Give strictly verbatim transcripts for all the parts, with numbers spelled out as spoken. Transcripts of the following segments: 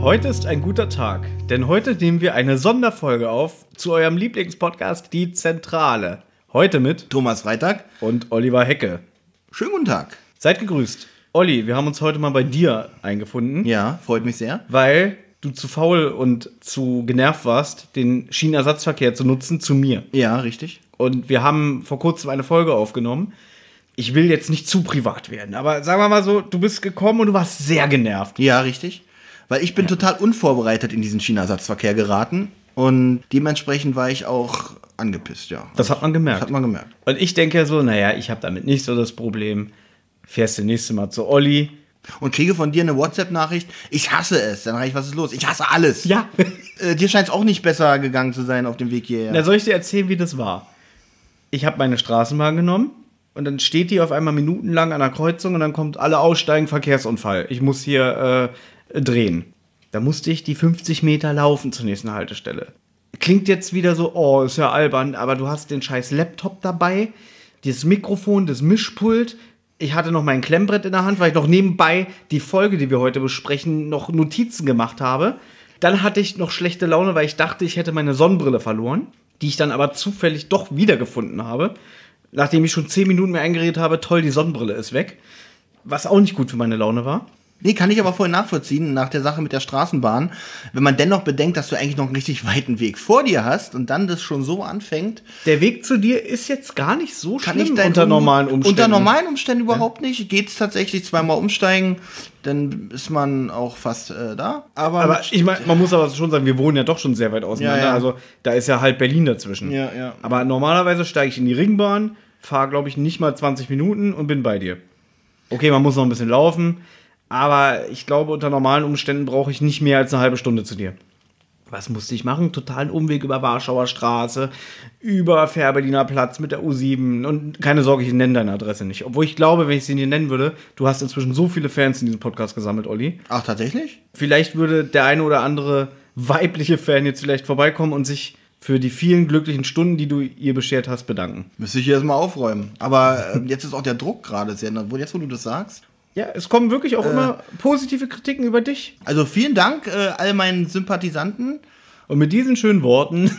Heute ist ein guter Tag, denn heute nehmen wir eine Sonderfolge auf zu eurem Lieblingspodcast Die Zentrale. Heute mit Thomas Freitag und Oliver Hecke. Schönen guten Tag. Seid gegrüßt. Olli, wir haben uns heute mal bei dir eingefunden. Ja, freut mich sehr. Weil du zu faul und zu genervt warst, den Schienenersatzverkehr zu nutzen, zu mir. Ja, richtig. Und wir haben vor kurzem eine Folge aufgenommen. Ich will jetzt nicht zu privat werden, aber sagen wir mal so, du bist gekommen und du warst sehr genervt. Ja, richtig. Weil ich bin ja. total unvorbereitet in diesen Schienenersatzverkehr geraten. Und dementsprechend war ich auch angepisst, ja. Das hat man gemerkt. Das hat man gemerkt. Und ich denke so, naja, ich habe damit nicht so das Problem. Fährst du nächste Mal zu Olli. Und kriege von dir eine WhatsApp-Nachricht, ich hasse es. Dann reiche ich, was ist los? Ich hasse alles. Ja. äh, dir scheint es auch nicht besser gegangen zu sein auf dem Weg hierher. Na, soll ich dir erzählen, wie das war? Ich habe meine Straßenbahn genommen und dann steht die auf einmal minutenlang an der Kreuzung und dann kommt alle aussteigen, Verkehrsunfall. Ich muss hier äh, drehen. Da musste ich die fünfzig Meter laufen zur nächsten Haltestelle. Klingt jetzt wieder so, oh, ist ja albern, aber du hast den scheiß Laptop dabei, dieses Mikrofon, das Mischpult. Ich hatte noch mein Klemmbrett in der Hand, weil ich noch nebenbei die Folge, die wir heute besprechen, noch Notizen gemacht habe. Dann hatte ich noch schlechte Laune, weil ich dachte, ich hätte meine Sonnenbrille verloren, die ich dann aber zufällig doch wiedergefunden habe. Nachdem ich schon zehn Minuten mir eingeredet habe, toll, die Sonnenbrille ist weg. Was auch nicht gut für meine Laune war. Nee, kann ich aber voll nachvollziehen, nach der Sache mit der Straßenbahn. Wenn man dennoch bedenkt, dass du eigentlich noch einen richtig weiten Weg vor dir hast und dann das schon so anfängt. Der Weg zu dir ist jetzt gar nicht so kann schlimm ich unter um, normalen Umständen. Unter normalen Umständen überhaupt ja. nicht. Geht's tatsächlich zweimal umsteigen, dann ist man auch fast äh, da. Aber, aber ich meine, man muss aber schon sagen, wir wohnen ja doch schon sehr weit auseinander. Ja, ja. Also da ist ja halb Berlin dazwischen. Ja, ja. Aber normalerweise steige ich in die Ringbahn, fahre, glaube ich, nicht mal zwanzig Minuten und bin bei dir. Okay, man muss noch ein bisschen laufen. Aber ich glaube, unter normalen Umständen brauche ich nicht mehr als eine halbe Stunde zu dir. Was musste ich machen? Totalen Umweg über Warschauer Straße, über Fährberliner Platz mit der U sieben. Und keine Sorge, ich nenne deine Adresse nicht. Obwohl ich glaube, wenn ich sie dir nennen würde, du hast inzwischen so viele Fans in diesem Podcast gesammelt, Olli. Ach, tatsächlich? Vielleicht würde der eine oder andere weibliche Fan jetzt vielleicht vorbeikommen und sich für die vielen glücklichen Stunden, die du ihr beschert hast, bedanken. Müsste ich hier erstmal aufräumen. Aber äh, jetzt ist auch der Druck gerade sehr, jetzt wo du das sagst. Ja, es kommen wirklich auch äh, immer positive Kritiken über dich. Also vielen Dank äh, all meinen Sympathisanten. Und mit diesen schönen Worten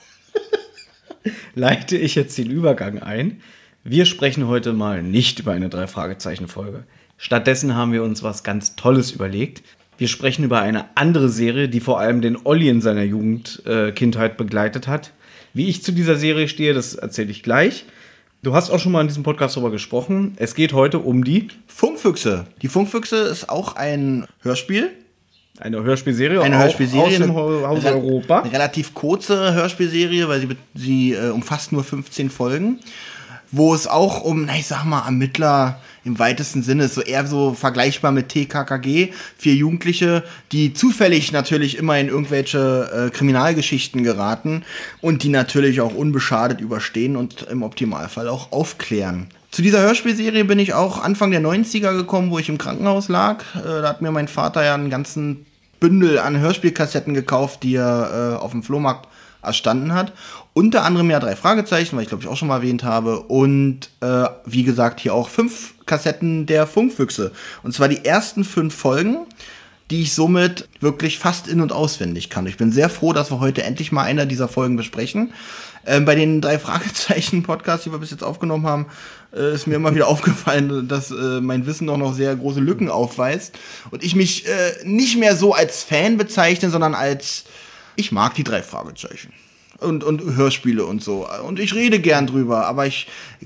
leite ich jetzt den Übergang ein. Wir sprechen heute mal nicht über eine Drei-Fragezeichen-Folge. Stattdessen haben wir uns was ganz Tolles überlegt. Wir sprechen über eine andere Serie, die vor allem den Olli in seiner Jugend, äh, Kindheit begleitet hat. Wie ich zu dieser Serie stehe, das erzähle ich gleich. Du hast auch schon mal in diesem Podcast darüber gesprochen. Es geht heute um die Funkfüchse. Die Funkfüchse ist auch ein Hörspiel. Eine Hörspielserie, eine auch Hörspielserie aus dem Haus eine, Europa. Eine relativ kurze Hörspielserie, weil sie, sie äh, umfasst nur fünfzehn Folgen. Wo es auch um, na, ich sag mal, Ermittler im weitesten Sinne ist, so eher so vergleichbar mit T K K G. Vier Jugendliche, die zufällig natürlich immer in irgendwelche äh, Kriminalgeschichten geraten und die natürlich auch unbeschadet überstehen und im Optimalfall auch aufklären. Zu dieser Hörspielserie bin ich auch Anfang der neunziger gekommen, wo ich im Krankenhaus lag. Äh, da hat mir mein Vater ja einen ganzen Bündel an Hörspielkassetten gekauft, die er äh, auf dem Flohmarkt erstanden hat. Unter anderem ja drei Fragezeichen, weil ich glaube ich auch schon mal erwähnt habe. Und äh, wie gesagt hier auch fünf Kassetten der Funkfüchse. Und zwar die ersten fünf Folgen, die ich somit wirklich fast in- und auswendig kann. Ich bin sehr froh, dass wir heute endlich mal eine dieser Folgen besprechen. Ähm, bei den drei Fragezeichen-Podcasts, die wir bis jetzt aufgenommen haben, äh, ist mir immer wieder aufgefallen, dass äh, mein Wissen noch, noch sehr große Lücken aufweist. Und ich mich äh, nicht mehr so als Fan bezeichne, sondern als ich mag die drei Fragezeichen. Und, und Hörspiele und so. Und ich rede gern drüber, aber ich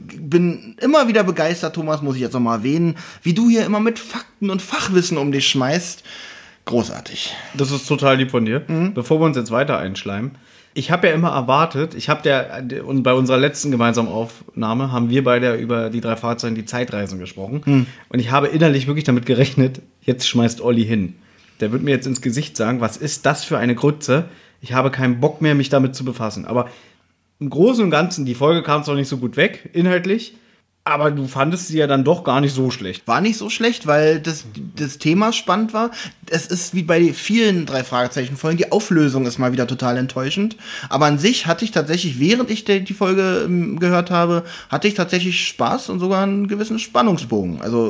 bin immer wieder begeistert, Thomas, muss ich jetzt noch mal erwähnen, wie du hier immer mit Fakten und Fachwissen um dich schmeißt. Großartig. Das ist total lieb von dir. Mhm. Bevor wir uns jetzt weiter einschleimen. Ich habe ja immer erwartet, ich habe der, und bei unserer letzten gemeinsamen Aufnahme haben wir beide über die drei Fahrzeuge, die Zeitreisen gesprochen. Mhm. Und ich habe innerlich wirklich damit gerechnet, jetzt schmeißt Olli hin. Der wird mir jetzt ins Gesicht sagen, was ist das für eine Grütze? Ich habe keinen Bock mehr, mich damit zu befassen. Aber im Großen und Ganzen, die Folge kam zwar nicht so gut weg, inhaltlich, aber du fandest sie ja dann doch gar nicht so schlecht. War nicht so schlecht, weil das, das Thema spannend war. Es ist wie bei vielen drei Fragezeichen-Folgen, die Auflösung ist mal wieder total enttäuschend. Aber an sich hatte ich tatsächlich, während ich die, die Folge ähm, gehört habe, hatte ich tatsächlich Spaß und sogar einen gewissen Spannungsbogen. Also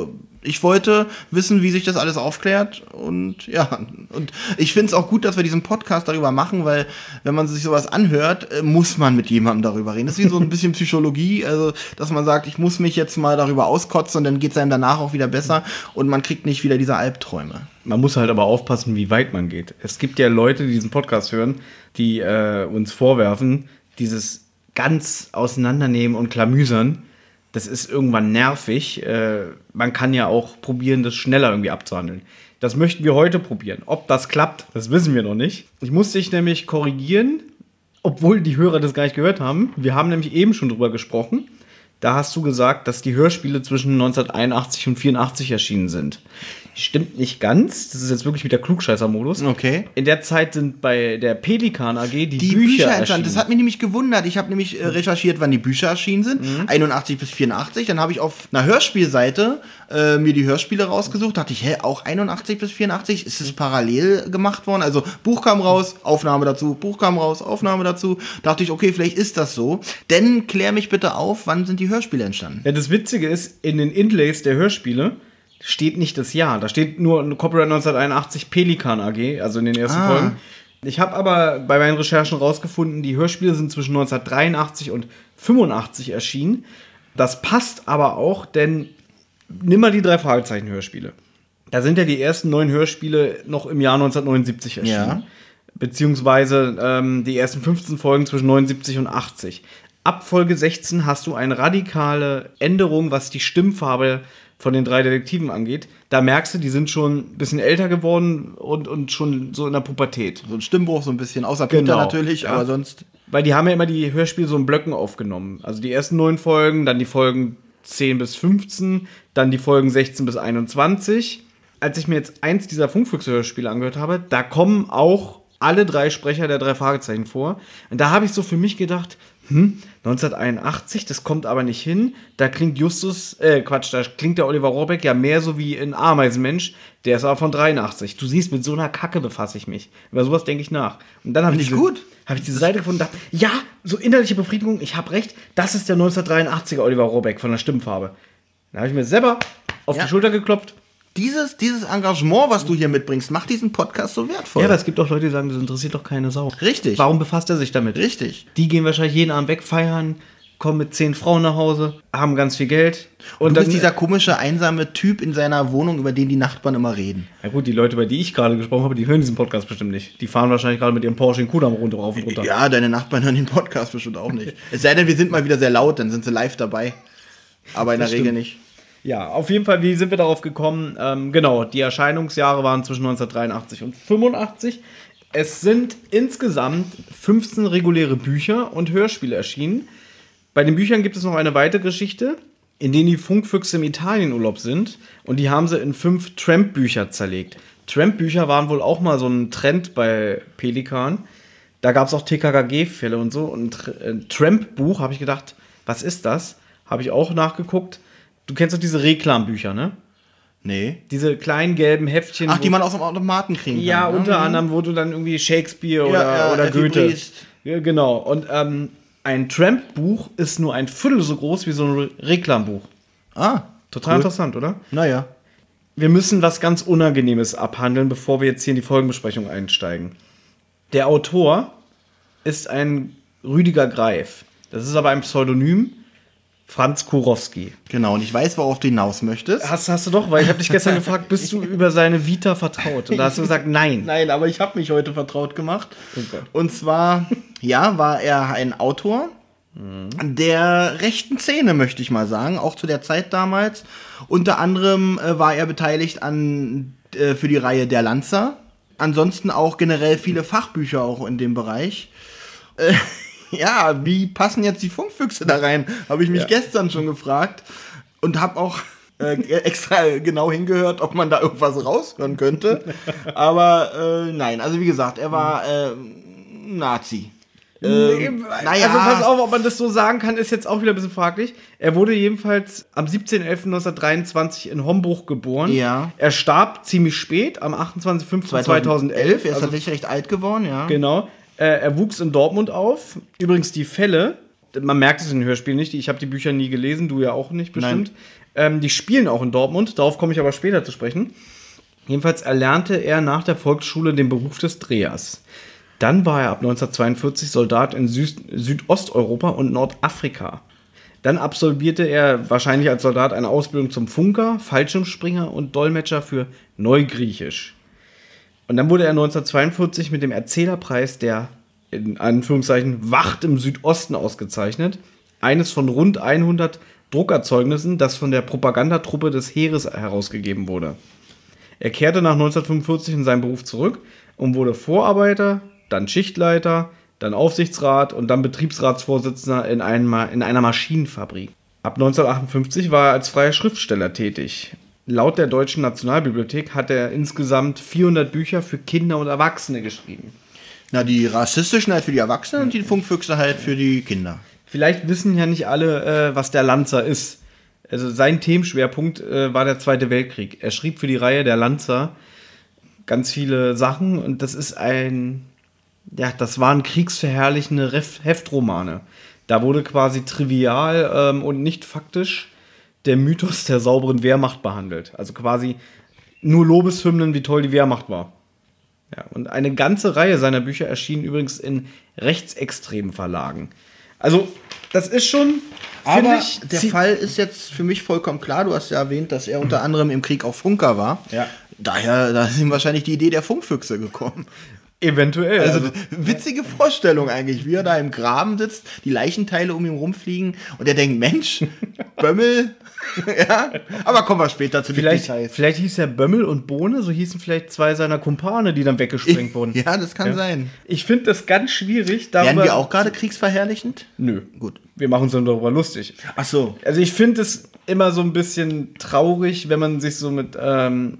ich wollte wissen, wie sich das alles aufklärt und ja, und ich finde es auch gut, dass wir diesen Podcast darüber machen, weil wenn man sich sowas anhört, muss man mit jemandem darüber reden. Das ist wie so ein bisschen Psychologie, also dass man sagt, ich muss mich jetzt mal darüber auskotzen und dann geht es einem danach auch wieder besser und man kriegt nicht wieder diese Albträume. Man muss halt aber aufpassen, wie weit man geht. Es gibt ja Leute, die diesen Podcast hören, die äh, uns vorwerfen, dieses ganz auseinandernehmen und klamüsern, das ist irgendwann nervig. Äh, man kann ja auch probieren, das schneller irgendwie abzuhandeln. Das möchten wir heute probieren. Ob das klappt, das wissen wir noch nicht. Ich muss dich nämlich korrigieren, obwohl die Hörer das gar nicht gehört haben. Wir haben nämlich eben schon drüber gesprochen. Da hast du gesagt, dass die Hörspiele zwischen neunzehnhunderteinundachtzig und vierundachtzig erschienen sind. Stimmt nicht ganz. Das ist jetzt wirklich wieder Klugscheißer-Modus. Okay. In der Zeit sind bei der Pelikan A G die, die Bücher, Bücher erschienen. entstanden. Das hat mich nämlich gewundert. Ich habe nämlich äh, recherchiert, wann die Bücher erschienen sind. Mhm. einundachtzig bis vierundachtzig. Dann habe ich auf einer Hörspielseite äh, mir die Hörspiele rausgesucht. Dachte ich, hä, auch einundachtzig bis vierundachtzig? Ist es parallel gemacht worden? Also Buch kam raus, Aufnahme dazu, Buch kam raus, Aufnahme dazu. Dachte ich, okay, vielleicht ist das so. Denn klär mich bitte auf, wann sind die Hörspiele entstanden? Ja, das Witzige ist, in den Inlays der Hörspiele steht nicht das Jahr. Da steht nur Copyright neunzehnhunderteinundachtzig Pelikan A G, also in den ersten ah. Folgen. Ich habe aber bei meinen Recherchen rausgefunden, die Hörspiele sind zwischen neunzehnhundertdreiundachtzig und fünfundachtzig erschienen. Das passt aber auch, denn nimm mal die drei Fragezeichen-Hörspiele. Da sind ja die ersten neun Hörspiele noch im Jahr neunzehnhundertneunundsiebzig erschienen. Ja. Beziehungsweise ähm, die ersten fünfzehn Folgen zwischen neunundsiebzig und achtzig. Ab Folge sechzehn hast du eine radikale Änderung, was die Stimmfarbe von den drei Detektiven angeht. Da merkst du, die sind schon ein bisschen älter geworden und, und schon so in der Pubertät. So ein Stimmbruch so ein bisschen, außer Peter genau, natürlich, ja. aber sonst... Weil die haben ja immer die Hörspiele so in Blöcken aufgenommen. Also die ersten neun Folgen, dann die Folgen zehn bis fünfzehn, dann die Folgen sechzehn bis einundzwanzig. Als ich mir jetzt eins dieser Funkfüchse-Hörspiele angehört habe, da kommen auch alle drei Sprecher der drei Fragezeichen vor. Und da habe ich so für mich gedacht, hm, neunzehnhunderteinundachtzig, das kommt aber nicht hin. Da klingt Justus, äh, Quatsch, da klingt der Oliver Rohrbeck ja mehr so wie ein Ameisenmensch. Der ist aber von dreiundachtzig. Du siehst, mit so einer Kacke befasse ich mich. Über sowas denke ich nach. Und dann habe ich, diese, hab ich diese Seite gefunden und dachte, ja, so innerliche Befriedigung, ich habe recht, das ist der neunzehnhundertdreiundachtziger Oliver Rohrbeck von der Stimmfarbe. Dann habe ich mir selber auf ja. die Schulter geklopft. Dieses, dieses Engagement, was du hier mitbringst, macht diesen Podcast so wertvoll. Ja, aber es gibt auch Leute, die sagen, das interessiert doch keine Sau. Richtig. Warum befasst er sich damit? Richtig. Die gehen wahrscheinlich jeden Abend wegfeiern, kommen mit zehn Frauen nach Hause, haben ganz viel Geld. Und, und du bist dieser komische, einsame Typ in seiner Wohnung, über den die Nachbarn immer reden. Ja gut, die Leute, über die ich gerade gesprochen habe, die hören diesen Podcast bestimmt nicht. Die fahren wahrscheinlich gerade mit ihrem Porsche in Kudamm runter, rauf und runter. Ja, deine Nachbarn hören den Podcast bestimmt auch nicht. Es sei denn, wir sind mal wieder sehr laut, dann sind sie live dabei. Aber in der Regel nicht. Ja, auf jeden Fall, wie sind wir darauf gekommen? Ähm, genau, die Erscheinungsjahre waren zwischen neunzehnhundertdreiundachtzig und fünfundachtzig. Es sind insgesamt fünfzehn reguläre Bücher und Hörspiele erschienen. Bei den Büchern gibt es noch eine weitere Geschichte, in denen die Funkfüchse im Italienurlaub sind. Und die haben sie in fünf Tramp-Bücher zerlegt. Tramp-Bücher waren wohl auch mal so ein Trend bei Pelikan. Da gab es auch T K K G-Fälle und so. Und ein Tramp-Buch, habe ich gedacht, was ist das? Habe ich auch nachgeguckt. Du kennst doch diese Reklambücher, ne? Nee. Diese kleinen gelben Heftchen. Ach, die man aus dem Automaten kriegen kann. Ja, ne? unter mhm. anderem, wo du dann irgendwie Shakespeare oder, ja, ja, oder Goethe. Ja, genau. Und ähm, ein Tramp-Buch ist nur ein Viertel so groß wie so ein Re- Reklambuch. Ah. Total cool. interessant, oder? Naja. Wir müssen was ganz Unangenehmes abhandeln, bevor wir jetzt hier in die Folgenbesprechung einsteigen. Der Autor ist ein Rüdiger Greif. Das ist aber ein Pseudonym. Franz Kurowski. Genau, und ich weiß, worauf du hinaus möchtest. Hast, hast du doch, weil ich habe dich gestern gefragt, bist du über seine Vita vertraut? Und da hast du gesagt, nein. Nein, aber ich habe mich heute vertraut gemacht. Okay. Und zwar, ja, war er ein Autor mhm. der rechten Szene, möchte ich mal sagen, auch zu der Zeit damals. Unter anderem äh, war er beteiligt an äh, für die Reihe Der Lanzer. Ansonsten auch generell viele Fachbücher auch in dem Bereich. Äh, Ja, wie passen jetzt die Funkfüchse da rein? Habe ich mich ja. gestern schon gefragt und habe auch äh, extra genau hingehört, ob man da irgendwas raushören könnte. Aber äh, nein, also wie gesagt, er war äh, Nazi. Nee, ähm, naja. Also pass auf, ob man das so sagen kann, ist jetzt auch wieder ein bisschen fraglich. Er wurde jedenfalls am siebzehnten elften neunzehnhundertdreiundzwanzig in Hombruch geboren. Ja. Er starb ziemlich spät, am achtundzwanzigsten fünften zweitausendelf. Er ist also tatsächlich recht alt geworden, ja. Genau. Äh, er wuchs in Dortmund auf. Übrigens die Fälle, man merkt es in den Hörspielen nicht, ich habe die Bücher nie gelesen, du ja auch nicht bestimmt. Ähm, die spielen auch in Dortmund, darauf komme ich aber später zu sprechen. Jedenfalls erlernte er nach der Volksschule den Beruf des Drehers. Dann war er ab neunzehnhundertzweiundvierzig Soldat in Süd- Südosteuropa und Nordafrika. Dann absolvierte er wahrscheinlich als Soldat eine Ausbildung zum Funker, Fallschirmspringer und Dolmetscher für Neugriechisch. Und dann wurde er neunzehnhundertzweiundvierzig mit dem Erzählerpreis der, in Anführungszeichen, Wacht im Südosten ausgezeichnet. Eines von rund hundert Druckerzeugnissen, das von der Propagandatruppe des Heeres herausgegeben wurde. Er kehrte nach neunzehnhundertfünfundvierzig in seinen Beruf zurück und wurde Vorarbeiter, dann Schichtleiter, dann Aufsichtsrat und dann Betriebsratsvorsitzender in, einem, in einer Maschinenfabrik. Ab neunzehnhundertachtundfünfzig war er als freier Schriftsteller tätig. Laut der Deutschen Nationalbibliothek hat er insgesamt vierhundert Bücher für Kinder und Erwachsene geschrieben. Na, die rassistischen halt für die Erwachsenen und die Funkfüchse halt für die Kinder. Vielleicht wissen ja nicht alle, äh, was der Lanzer ist. Also sein Themenschwerpunkt äh, war der Zweite Weltkrieg. Er schrieb für die Reihe der Lanzer ganz viele Sachen und das ist ein, ja, das waren kriegsverherrlichende Ref- Heftromane. Da wurde quasi trivial ähm, und nicht faktisch der Mythos der sauberen Wehrmacht behandelt. Also quasi nur Lobeshymnen, wie toll die Wehrmacht war. Ja, und eine ganze Reihe seiner Bücher erschien übrigens in rechtsextremen Verlagen. Also, das ist schon, Aber ich, der Fall ist jetzt für mich vollkommen klar. Du hast ja erwähnt, dass er unter anderem im Krieg auch Funker war. Ja. Daher da ist ihm wahrscheinlich die Idee der Funkfüchse gekommen. Eventuell. Also, Also, witzige Vorstellung eigentlich, wie er da im Graben sitzt, die Leichenteile um ihn rumfliegen und er denkt, Mensch, Bömmel, ja, aber kommen wir später zu den vielleicht, Details. vielleicht hieß er Bömmel und Bohne, so hießen vielleicht zwei seiner Kumpane, die dann weggesprengt wurden. Ja, das kann Ja. sein. Ich finde das ganz schwierig. Darüber, Werden wir auch gerade kriegsverherrlichend? Nö. Gut. Wir machen uns dann darüber lustig. Ach so. Also ich finde es immer so ein bisschen traurig, wenn man sich so mit, ähm,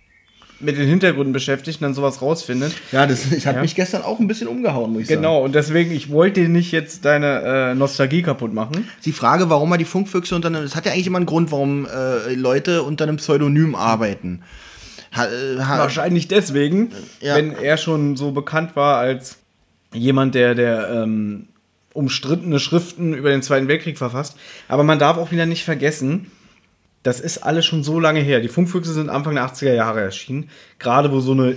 mit den Hintergründen beschäftigt und dann sowas rausfindet. Ja, das, das hat Ja. mich gestern auch ein bisschen umgehauen, muss ich sagen. Genau, und deswegen, ich wollte dir nicht jetzt deine äh, Nostalgie kaputt machen. Die Frage, warum er die Funkfüchse unter einem, das hat ja eigentlich immer einen Grund, warum äh, Leute unter einem Pseudonym arbeiten. Ha, äh, ha, Wahrscheinlich deswegen, Ja. wenn er schon so bekannt war als jemand, der, der ähm, umstrittene Schriften über den Zweiten Weltkrieg verfasst. Aber man darf auch wieder nicht vergessen, das ist alles schon so lange her. Die Funkfüchse sind Anfang der achtziger Jahre erschienen. Gerade wo so eine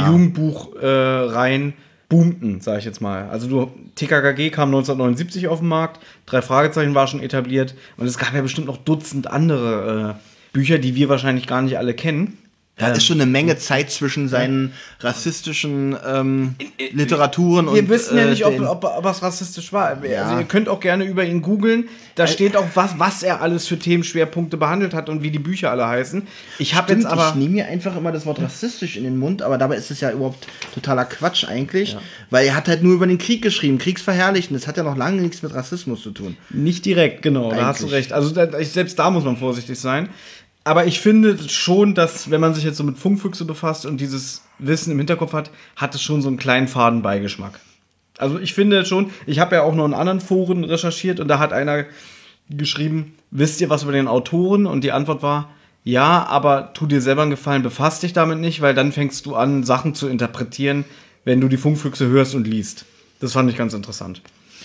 Kinder-Jugendbuch-Reihen boomten, sag ich jetzt mal. Also du, T K K G kam neunzehnhundertneunundsiebzig auf den Markt, drei Fragezeichen war schon etabliert und es gab ja bestimmt noch Dutzend andere äh, Bücher, die wir wahrscheinlich gar nicht alle kennen. Da ist schon eine Menge Zeit zwischen seinen rassistischen ähm, Literaturen und Wir wissen ja nicht, ob, den- ob, ob es rassistisch war. Ja. Also ihr könnt auch gerne über ihn googeln. Da steht auch, was, was er alles für Themenschwerpunkte behandelt hat und wie die Bücher alle heißen. Ich habe Stimmt, jetzt aber... ich nehme mir einfach immer das Wort rassistisch in den Mund, aber dabei ist es ja überhaupt totaler Quatsch eigentlich, weil er hat halt nur über den Krieg geschrieben, Kriegsverherrlichen. Das hat ja noch lange nichts mit Rassismus zu tun. Nicht direkt, genau, da hast du Eigentlich. recht. Also da, ich, selbst da muss man vorsichtig sein. Aber ich finde schon, dass, wenn man sich jetzt so mit Funkfüchse befasst und dieses Wissen im Hinterkopf hat, hat es schon so einen kleinen Fadenbeigeschmack. Also ich finde schon, ich habe ja auch noch in anderen Foren recherchiert und da hat einer geschrieben, wisst ihr was über den Autoren? Und die Antwort war, ja, aber tu dir selber einen Gefallen, befasst dich damit nicht, weil dann fängst du an, Sachen zu interpretieren, wenn du die Funkfüchse hörst und liest. Das fand ich ganz interessant.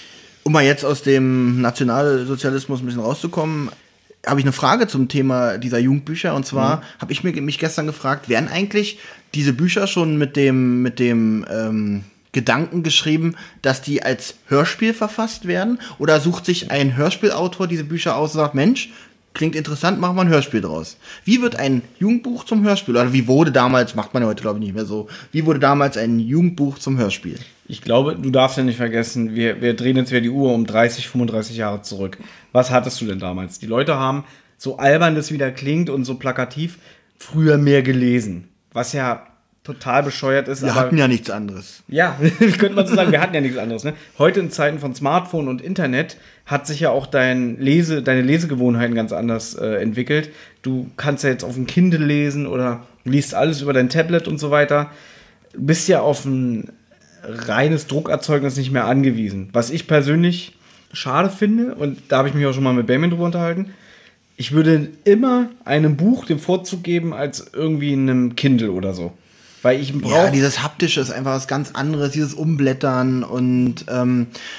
Um mal jetzt aus dem Nationalsozialismus ein bisschen rauszukommen, habe ich eine Frage zum Thema dieser Jugendbücher. Und zwar Mhm. habe ich mir, mich gestern gefragt, werden eigentlich diese Bücher schon mit dem, mit dem ähm, Gedanken geschrieben, dass die als Hörspiel verfasst werden? Oder sucht sich ein Hörspielautor diese Bücher aus und sagt, Mensch, klingt interessant, machen wir ein Hörspiel draus. Wie wird ein Jugendbuch zum Hörspiel? Oder wie wurde damals, macht man ja heute glaube ich nicht mehr so, wie wurde damals ein Jugendbuch zum Hörspiel? Ich glaube, du darfst ja nicht vergessen, wir, wir drehen jetzt wieder die Uhr um dreißig, fünfunddreißig Jahre zurück. Was hattest du denn damals? Die Leute haben, so albern das wieder klingt und so plakativ, früher mehr gelesen. Was ja total bescheuert ist. Wir aber hatten ja nichts anderes. Ja, könnte man so sagen, wir hatten ja nichts anderes. Ne? Heute in Zeiten von Smartphone und Internet hat sich ja auch dein Lese, deine Lesegewohnheiten ganz anders äh, entwickelt. Du kannst ja jetzt auf dem Kindle lesen oder liest alles über dein Tablet und so weiter. Du bist ja auf ein reines Druckerzeugnis nicht mehr angewiesen. Was ich persönlich schade finde, und da habe ich mich auch schon mal mit Benjamin drüber unterhalten, ich würde immer einem Buch den Vorzug geben als irgendwie einem Kindle oder so. Weil ich brauche... Ja, dieses Haptische ist einfach was ganz anderes, dieses Umblättern und ähm,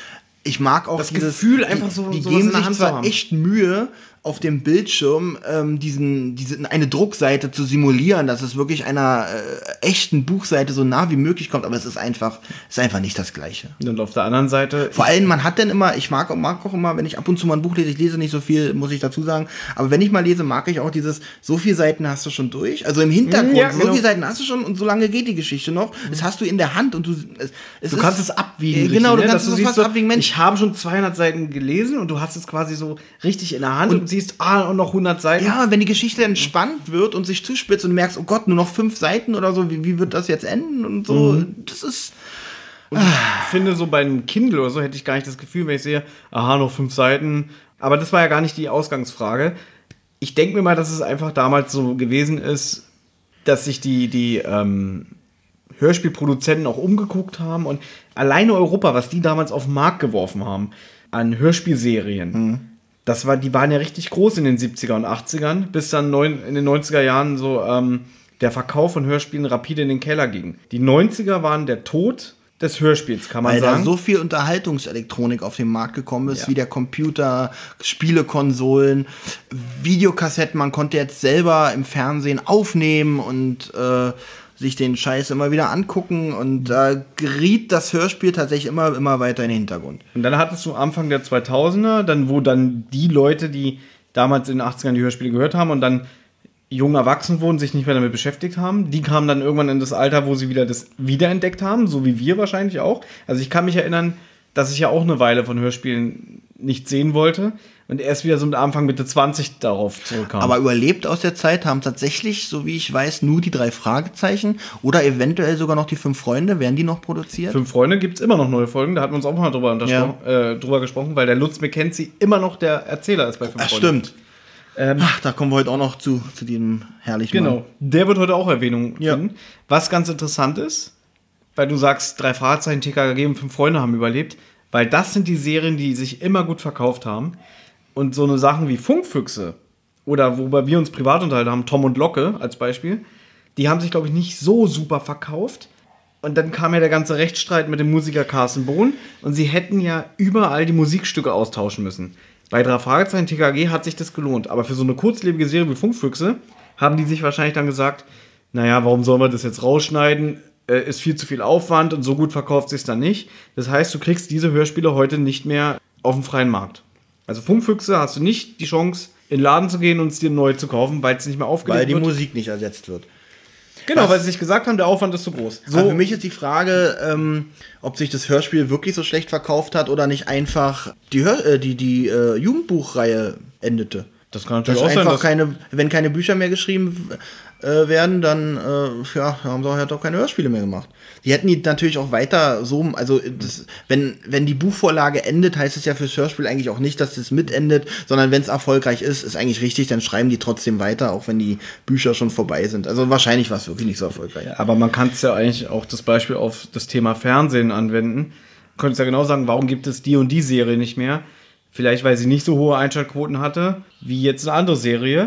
Ich mag auch das dieses Gefühl, einfach so Die, die sowas geben in der sich Hand zu zwar haben. echt Mühe, auf dem Bildschirm ähm, diesen, diese, eine Druckseite zu simulieren, dass es wirklich einer äh, echten Buchseite so nah wie möglich kommt, aber es ist einfach, ist einfach nicht das Gleiche. Und auf der anderen Seite. Vor allem, man hat dann immer, ich mag, mag auch immer, wenn ich ab und zu mal ein Buch lese, ich lese nicht so viel, muss ich dazu sagen, aber wenn ich mal lese, mag ich auch dieses, so viele Seiten hast du schon durch, also im Hintergrund, Ja, so genau. viele Seiten hast du schon und so lange geht die Geschichte noch, das hast du in der Hand und du, es, es Du ist, kannst es abwiegen. Äh, genau, richtig, du ne? kannst Dass es siehst fast so, abwiegen, Mensch. Ich habe schon zweihundert Seiten gelesen und du hast es quasi so richtig in der Hand und, und siehst, ah, und noch hundert Seiten. Ja, wenn die Geschichte dann spannend wird und sich zuspitzt und du merkst, oh Gott, nur noch fünf Seiten oder so, wie, wie wird das jetzt enden und so, Mhm. das ist... Und ich finde, so bei einem Kindle oder so hätte ich gar nicht das Gefühl, wenn ich sehe, aha, noch fünf Seiten. Aber das war ja gar nicht die Ausgangsfrage. Ich denke mir mal, dass es einfach damals so gewesen ist, dass sich die, die ähm, Hörspielproduzenten auch umgeguckt haben und alleine Europa, was die damals auf den Markt geworfen haben, an Hörspielserien, mhm. das war, die waren ja richtig groß in den siebziger und achtzigern, bis dann neun, in den neunziger Jahren so ähm, der Verkauf von Hörspielen rapide in den Keller ging. Die neunziger waren der Tod des Hörspiels, kann man Weil sagen. da so viel Unterhaltungselektronik auf den Markt gekommen ist, Ja. wie der Computer, Spielekonsolen, Videokassetten. Man konnte jetzt selber im Fernsehen aufnehmen und äh, sich den Scheiß immer wieder angucken. Und da geriet das Hörspiel tatsächlich immer, immer weiter in den Hintergrund. Und dann hattest du Anfang der zweitausender, dann wo dann die Leute, die damals in den achtzigern die Hörspiele gehört haben und dann jung erwachsen wurden, sich nicht mehr damit beschäftigt haben. Die kamen dann irgendwann in das Alter, wo sie wieder das wiederentdeckt haben, so wie wir wahrscheinlich auch. Also ich kann mich erinnern, dass ich ja auch eine Weile von Hörspielen nicht sehen wollte und erst wieder so mit Anfang Mitte zwanzig darauf zurückkam. Aber überlebt aus der Zeit haben tatsächlich, so wie ich weiß, nur die drei Fragezeichen oder eventuell sogar noch die fünf Freunde. Werden die noch produziert? Fünf Freunde gibt es immer noch neue Folgen, da hatten wir uns auch mal drüber, Ja. äh, drüber gesprochen, weil der Lutz McKenzie immer noch der Erzähler ist bei Fünf Ach, Freunde. stimmt. Ähm, Ach, da kommen wir heute auch noch zu, zu diesem herrlichen Genau, Mann. der wird heute auch Erwähnung Ja. finden. Was ganz interessant ist, weil du sagst, drei Fragezeichen, T K K G und fünf Freunde haben überlebt, weil das sind die Serien, die sich immer gut verkauft haben. Und so eine Sachen wie Funkfüchse oder worüber wir uns privat unterhalten haben, Tom und Locke als Beispiel, die haben sich, glaube ich, nicht so super verkauft. Und dann kam ja der ganze Rechtsstreit mit dem Musiker Carsten Bohn und sie hätten ja überall die Musikstücke austauschen müssen. Bei drei Fragezeichen T K G hat sich das gelohnt, aber für so eine kurzlebige Serie wie Funkfüchse haben die sich wahrscheinlich dann gesagt, naja, warum sollen wir das jetzt rausschneiden? Äh, ist viel zu viel Aufwand und so gut verkauft sich dann nicht. Das heißt, du kriegst diese Hörspiele heute nicht mehr auf dem freien Markt. Also Funkfüchse hast du nicht die Chance, in den Laden zu gehen und es dir neu zu kaufen, weil es nicht mehr aufgelegt Weil die wird. Musik nicht ersetzt wird. Genau, Was? weil sie sich gesagt haben, der Aufwand ist zu groß. So. Also für mich ist die Frage, ähm, ob sich das Hörspiel wirklich so schlecht verkauft hat oder nicht einfach die, Hör äh, die, die äh, Jugendbuchreihe endete. Das kann Dass natürlich auch sein, einfach dass keine, wenn keine Bücher mehr geschrieben äh, werden, dann äh, ja, haben sie auch, halt auch keine Hörspiele mehr gemacht. Die hätten die natürlich auch weiter so, also das, wenn, wenn die Buchvorlage endet, heißt es ja fürs Hörspiel eigentlich auch nicht, dass das mitendet, sondern wenn es erfolgreich ist, ist eigentlich richtig, dann schreiben die trotzdem weiter, auch wenn die Bücher schon vorbei sind. Also wahrscheinlich war es wirklich nicht so erfolgreich. Ja, aber man kann es ja eigentlich auch das Beispiel auf das Thema Fernsehen anwenden. Du könntest ja genau sagen, warum gibt es die und die Serie nicht mehr? Vielleicht, weil sie nicht so hohe Einschaltquoten hatte, wie jetzt eine andere Serie.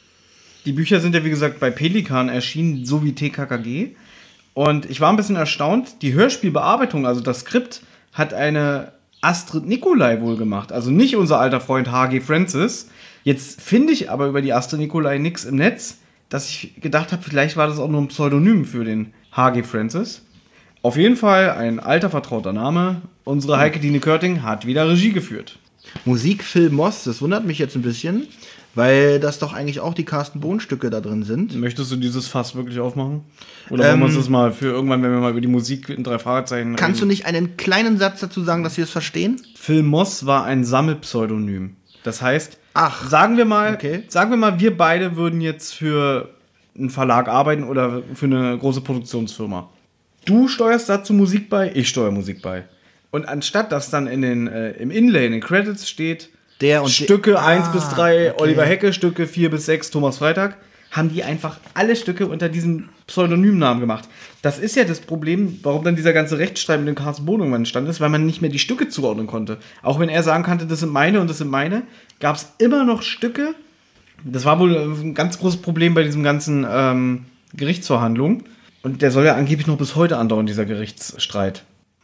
Die Bücher sind ja, wie gesagt, bei Pelikan erschienen, so wie T K K G. Und ich war ein bisschen erstaunt, die Hörspielbearbeitung, also das Skript, hat eine Astrid Nicolai wohl gemacht. Also nicht unser alter Freund H G Francis. Jetzt finde ich aber über die Astrid Nicolai nichts im Netz, dass ich gedacht habe, vielleicht war das auch nur ein Pseudonym für den H G Francis. Auf jeden Fall ein alter, vertrauter Name. Unsere Heike Dine Körting hat wieder Regie geführt. Musik Phil Moss, das wundert mich jetzt ein bisschen, weil das doch eigentlich auch die Carsten Bohn-Stücke da drin sind. Möchtest du dieses Fass wirklich aufmachen? Oder wollen wir uns das mal für irgendwann, wenn wir mal über die Musik in drei Fragezeichen Kannst du reden? nicht einen kleinen Satz dazu sagen, dass wir es verstehen? Phil Moss war ein Sammelpseudonym. Das heißt, Ach, sagen wir mal, okay. sagen wir mal, wir beide würden jetzt für einen Verlag arbeiten oder für eine große Produktionsfirma. Du steuerst dazu Musik bei, ich steuere Musik bei. Und anstatt dass dann in den, äh, im Inlay, in den Credits steht, Der und Stücke der- eins Ah, bis drei, okay. Oliver Hecke, Stücke vier bis sechs, Thomas Freitag, haben die einfach alle Stücke unter diesem Pseudonymnamen gemacht. Das ist ja das Problem, warum dann dieser ganze Rechtsstreit mit dem Carsten Bohn irgendwann entstanden ist, weil man nicht mehr die Stücke zuordnen konnte. Auch wenn er sagen konnte, das sind meine und das sind meine, gab es immer noch Stücke. Das war wohl ein ganz großes Problem bei diesem ganzen ähm, Gerichtsverhandlung. Und der soll ja angeblich noch bis heute andauern, dieser Gerichtsstreit.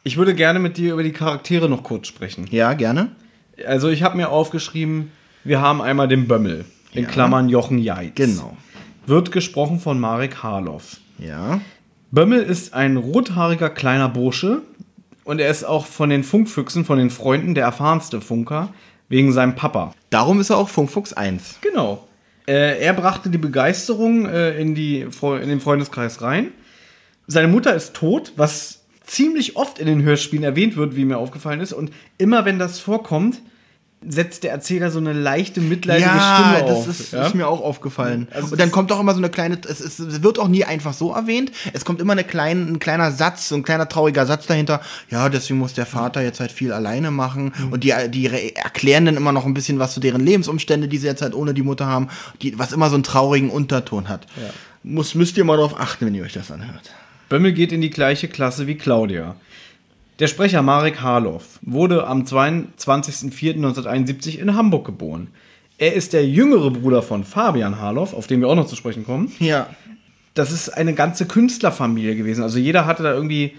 Ich würde gerne mit dir über die Charaktere noch kurz sprechen. Ja, gerne. Also ich habe mir aufgeschrieben, wir haben einmal den Bömmel, in Ja. Klammern Jochen Jeitz. Genau. Wird gesprochen von Marek Harloff. Ja. Bömmel ist ein rothaariger kleiner Bursche und er ist auch von den Funkfüchsen, von den Freunden, der erfahrenste Funker, wegen seinem Papa. Darum ist er auch Funkfuchs eins. Genau. Äh, er brachte die Begeisterung äh, in, die, in den Freundeskreis rein. Seine Mutter ist tot, was ziemlich oft in den Hörspielen erwähnt wird, wie mir aufgefallen ist. Und immer wenn das vorkommt, setzt der Erzähler so eine leichte, mitleidige Ja, Stimme das auf. ist, ja? ist mir auch aufgefallen. Also und dann kommt auch immer so eine kleine, es, ist, es wird auch nie einfach so erwähnt, es kommt immer eine kleine, ein kleiner Satz, so ein kleiner trauriger Satz dahinter, ja, deswegen muss der Vater jetzt halt viel alleine machen mhm. und die, die erklären dann immer noch ein bisschen was zu deren Lebensumstände, die sie jetzt halt ohne die Mutter haben, die, was immer so einen traurigen Unterton hat. Ja. Muss, müsst ihr mal drauf achten, wenn ihr euch das anhört. Bömmel geht in die gleiche Klasse wie Claudia. Der Sprecher Marek Harloff wurde am zweiundzwanzigsten vierten neunzehnhunderteinundsiebzig in Hamburg geboren. Er ist der jüngere Bruder von Fabian Harloff, auf den wir auch noch zu sprechen kommen. Ja. Das ist eine ganze Künstlerfamilie gewesen. Also jeder hatte da irgendwie,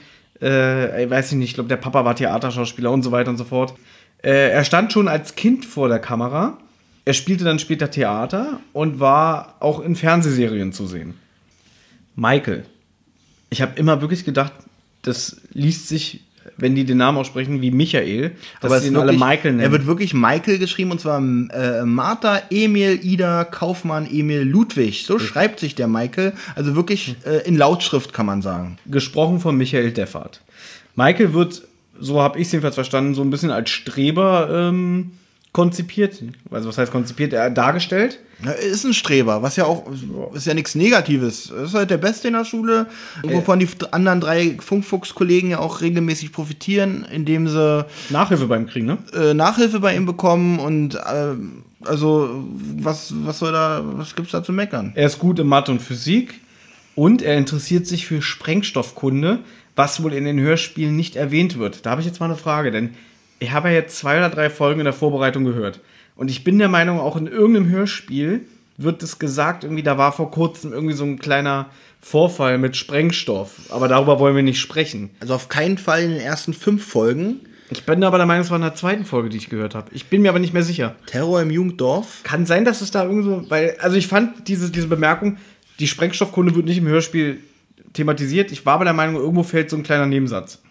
äh, ich weiß nicht, ich glaube, der Papa war Theaterschauspieler und so weiter und so fort. Äh, er stand schon als Kind vor der Kamera. Er spielte dann später Theater und war auch in Fernsehserien zu sehen. Michael. Ich habe immer wirklich gedacht, das liest sich, wenn die den Namen aussprechen, wie Michael, dass aber sie ihn wirklich, alle Michael nennen. Er wird wirklich Michael geschrieben, und zwar äh, Martha, Emil, Ida, Kaufmann, Emil, Ludwig. So schreibt sich der Michael. Also wirklich äh, in Lautschrift, kann man sagen. Gesprochen von Michael Deffert. Michael wird, so habe ich es jedenfalls verstanden, so ein bisschen als Streber ähm, konzipiert. Also was heißt konzipiert? Er dargestellt. Er ist ein Streber, was ja auch, ist ja nichts Negatives. Er ist halt der Beste in der Schule, wovon die anderen drei Funkfuchs-Kollegen ja auch regelmäßig profitieren, indem sie Nachhilfe beim Kriegen, ne? Äh, Nachhilfe bei ihm bekommen und äh, also was, was soll da, was gibt's da zu meckern? Er ist gut in Mathe und Physik und er interessiert sich für Sprengstoffkunde, was wohl in den Hörspielen nicht erwähnt wird. Da habe ich jetzt mal eine Frage, denn ich habe ja jetzt zwei oder drei Folgen in der Vorbereitung gehört. Und ich bin der Meinung, auch in irgendeinem Hörspiel wird es gesagt, irgendwie, da war vor kurzem irgendwie so ein kleiner Vorfall mit Sprengstoff. Aber darüber wollen wir nicht sprechen. Also auf keinen Fall in den ersten fünf Folgen. Ich bin aber der Meinung, es war in der zweiten Folge, die ich gehört habe. Ich bin mir aber nicht mehr sicher. Terror im Jugenddorf. Kann sein, dass es da irgendwie so, weil, also ich fand diese, diese Bemerkung, die Sprengstoffkunde wird nicht im Hörspiel thematisiert. Ich war aber der Meinung, irgendwo fällt so ein kleiner Nebensatz.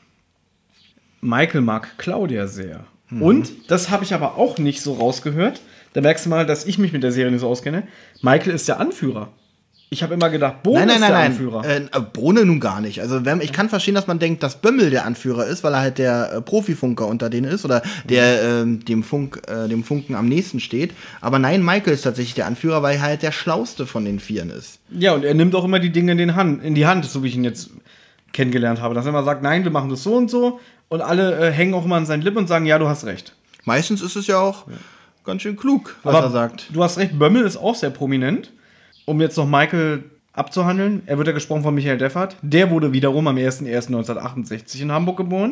Michael mag Claudia sehr. Mhm. Und, das habe ich aber auch nicht so rausgehört, da merkst du mal, dass ich mich mit der Serie nicht so auskenne, Michael ist der Anführer. Ich habe immer gedacht, Bohne nein, nein, ist der nein, Anführer. Nein, äh, Bohne nun gar nicht. Also wenn, ich kann verstehen, dass man denkt, dass Bömmel der Anführer ist, weil er halt der äh, Profifunker unter denen ist oder der äh, dem, Funk, äh, dem Funken am nächsten steht. Aber nein, Michael ist tatsächlich der Anführer, weil er halt der Schlauste von den Vieren ist. Ja, und er nimmt auch immer die Dinge in, den Hand, in die Hand, so wie ich ihn jetzt kennengelernt habe. Dass er immer sagt, nein, wir machen das so und so. Und alle äh, hängen auch immer an seinen Lippen und sagen, ja, du hast recht. Meistens ist es ja auch ja. ganz schön klug, was Aber er sagt. Du hast recht, Bömmel ist auch sehr prominent. Um jetzt noch Michael abzuhandeln, er wird ja gesprochen von Michael Deffert. Der wurde wiederum am ersten ersten neunzehnhundertachtundsechzig in Hamburg geboren.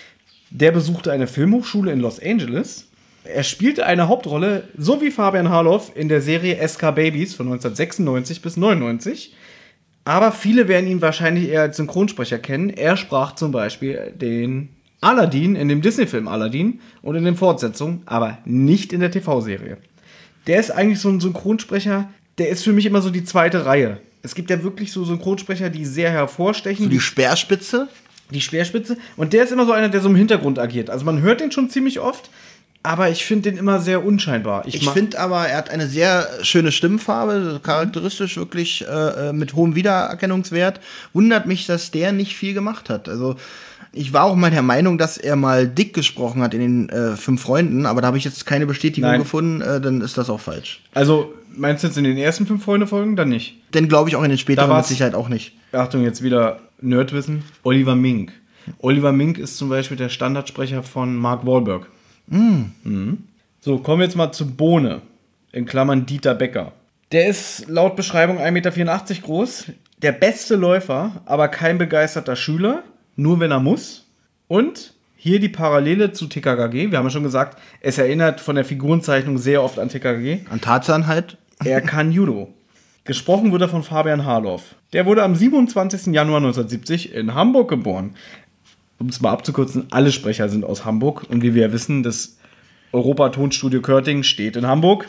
Der besuchte eine Filmhochschule in Los Angeles. Er spielte eine Hauptrolle, so wie Fabian Harloff, in der Serie S K Babies von neunzehnhundertsechsundneunzig bis neunundneunzig. Aber viele werden ihn wahrscheinlich eher als Synchronsprecher kennen. Er sprach zum Beispiel den Aladdin in dem Disney-Film Aladdin und in den Fortsetzungen, aber nicht in der T V-Serie. Der ist eigentlich so ein Synchronsprecher, der ist für mich immer so die zweite Reihe. Es gibt ja wirklich so Synchronsprecher, die sehr hervorstechen. So die Speerspitze? Die Speerspitze. Und der ist immer so einer, der so im Hintergrund agiert. Also man hört den schon ziemlich oft, aber ich finde den immer sehr unscheinbar. Ich, ich finde aber, er hat eine sehr schöne Stimmfarbe, charakteristisch wirklich äh, mit hohem Wiedererkennungswert. Wundert mich, dass der nicht viel gemacht hat. Also ich war auch mal der Meinung, dass er mal Dick gesprochen hat in den äh, Fünf Freunden, aber da habe ich jetzt keine Bestätigung Nein. gefunden, äh, dann ist das auch falsch. Also meinst du jetzt in den ersten Fünf Freunde-Folgen? Dann nicht. Denn glaube ich auch in den späteren mit Sicherheit auch nicht. Achtung, jetzt wieder Nerdwissen. Oliver Mink. Oliver Mink ist zum Beispiel der Standardsprecher von Mark Wahlberg. Mm. Mhm. So, kommen wir jetzt mal zu Bohne, in Klammern Dieter Becker. Der ist laut Beschreibung ein Meter vierundachtzig groß, der beste Läufer, aber kein begeisterter Schüler, nur wenn er muss. Und hier die Parallele zu T K K G. Wir haben ja schon gesagt, es erinnert von der Figurenzeichnung sehr oft an T K K G. An Tarzan halt. Er kann Judo. Gesprochen wurde er von Fabian Harloff. Der wurde am siebenundzwanzigsten Januar neunzehnhundertsiebzig in Hamburg geboren. um es mal abzukürzen, alle Sprecher sind aus Hamburg. Und wie wir ja wissen, das Europa-Tonstudio Körting steht in Hamburg.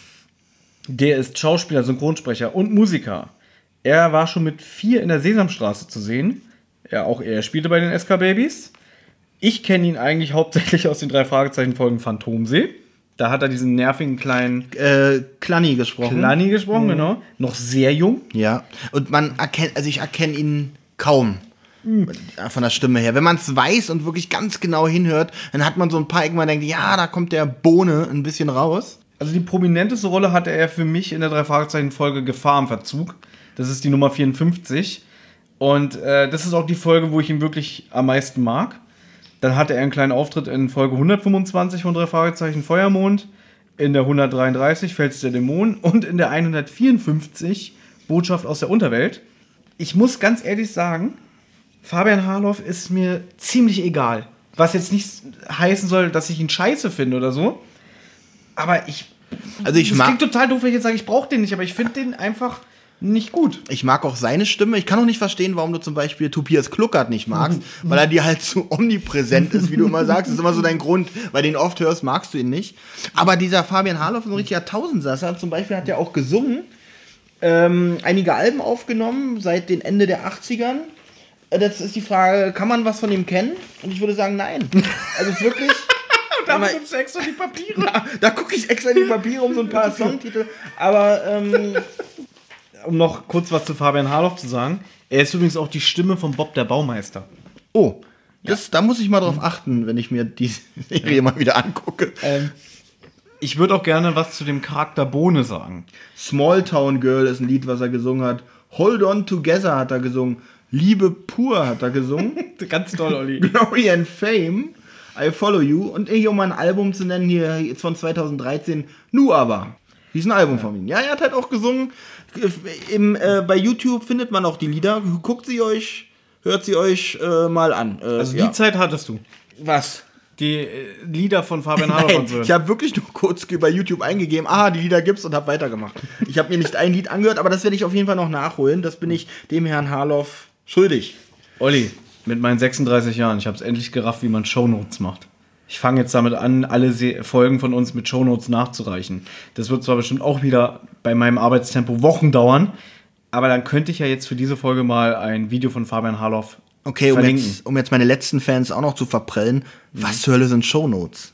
Der ist Schauspieler, Synchronsprecher und Musiker. Er war schon mit vier in der Sesamstraße zu sehen. Ja, auch er spielte bei den S K Babys. Ich kenne ihn eigentlich hauptsächlich aus den drei Fragezeichen-Folgen Phantomsee. Da hat er diesen nervigen kleinen Äh, Klanni gesprochen. Klanni gesprochen, mhm. genau. Noch sehr jung. Ja. Und man erkennt, also ich erkenne ihn kaum. Mhm. Von der Stimme her. Wenn man es weiß und wirklich ganz genau hinhört, dann hat man so ein paar Ecken, man denkt, ja, da kommt der Bohne ein bisschen raus. Also die prominenteste Rolle hatte er für mich in der drei Fragezeichen-Folge Gefahr im Verzug. Das ist die Nummer vierundfünfzig. Und äh, das ist auch die Folge, wo ich ihn wirklich am meisten mag. Dann hatte er einen kleinen Auftritt in Folge hundertfünfundzwanzig von drei Fragezeichen Feuermond, in der hundertdreiunddreißig Fels der Dämonen und in der hundertvierundfünfzig Botschaft aus der Unterwelt. Ich muss ganz ehrlich sagen, Fabian Harloff ist mir ziemlich egal. Was jetzt nicht heißen soll, dass ich ihn scheiße finde oder so. Aber ich... Also ich das mag, klingt total doof, wenn ich jetzt sage, ich brauche den nicht, aber ich finde den einfach... nicht gut. Ich mag auch seine Stimme. Ich kann auch nicht verstehen, warum du zum Beispiel Tobias Kluckert nicht magst, weil er dir halt so omnipräsent ist, wie du immer sagst. Das ist immer so dein Grund, weil du ihn oft hörst, magst du ihn nicht. Aber dieser Fabian Harloff ist ein richtiger Tausendsasser. Zum Beispiel hat er auch gesungen, ähm, einige Alben aufgenommen, seit den Ende der achtzigern. Das ist die Frage, kann man was von ihm kennen? Und ich würde sagen, nein. Also es ist wirklich... Da guckst du extra die Papiere. Da, da gucke ich extra die Papiere um so ein paar Songtitel. Aber... Ähm, um noch kurz was zu Fabian Harloff zu sagen. Er ist übrigens auch die Stimme von Bob der Baumeister. Oh, das, ja. Da muss ich mal drauf achten, wenn ich mir die Serie ja. mal wieder angucke. Ähm, ich würde auch gerne was zu dem Charakter Bohne sagen. Small Town Girl ist ein Lied, was er gesungen hat. Hold On Together hat er gesungen. Liebe pur hat er gesungen. Ganz toll, Olli. Glory and Fame, I Follow You. Und hier, um mal ein Album zu nennen, hier jetzt von zweitausenddreizehn, Nu aber. Hier ist ein Album ja. von ihm. Ja, er hat halt auch gesungen. Im, äh, bei YouTube findet man auch die Lieder. Guckt sie euch, hört sie euch äh, mal an. Äh, also ja. die Zeit hattest du. Was? Die äh, Lieder von Fabian Harloff und so. Ich habe wirklich nur kurz bei YouTube eingegeben, aha, die Lieder gibt's und habe weitergemacht. Ich habe mir nicht ein Lied angehört, aber das werde ich auf jeden Fall noch nachholen. Das bin ich dem Herrn Harloff schuldig. Olli, mit meinen sechsunddreißig Jahren, ich habe es endlich gerafft, wie man Shownotes macht. Ich fange jetzt damit an, alle Se- Folgen von uns mit Shownotes nachzureichen. Das wird zwar bestimmt auch wieder bei meinem Arbeitstempo Wochen dauern, aber dann könnte ich ja jetzt für diese Folge mal ein Video von Fabian Harloff okay, um verlinken. jetzt, um jetzt meine letzten Fans auch noch zu verprellen, mhm. was zur Hölle sind Shownotes?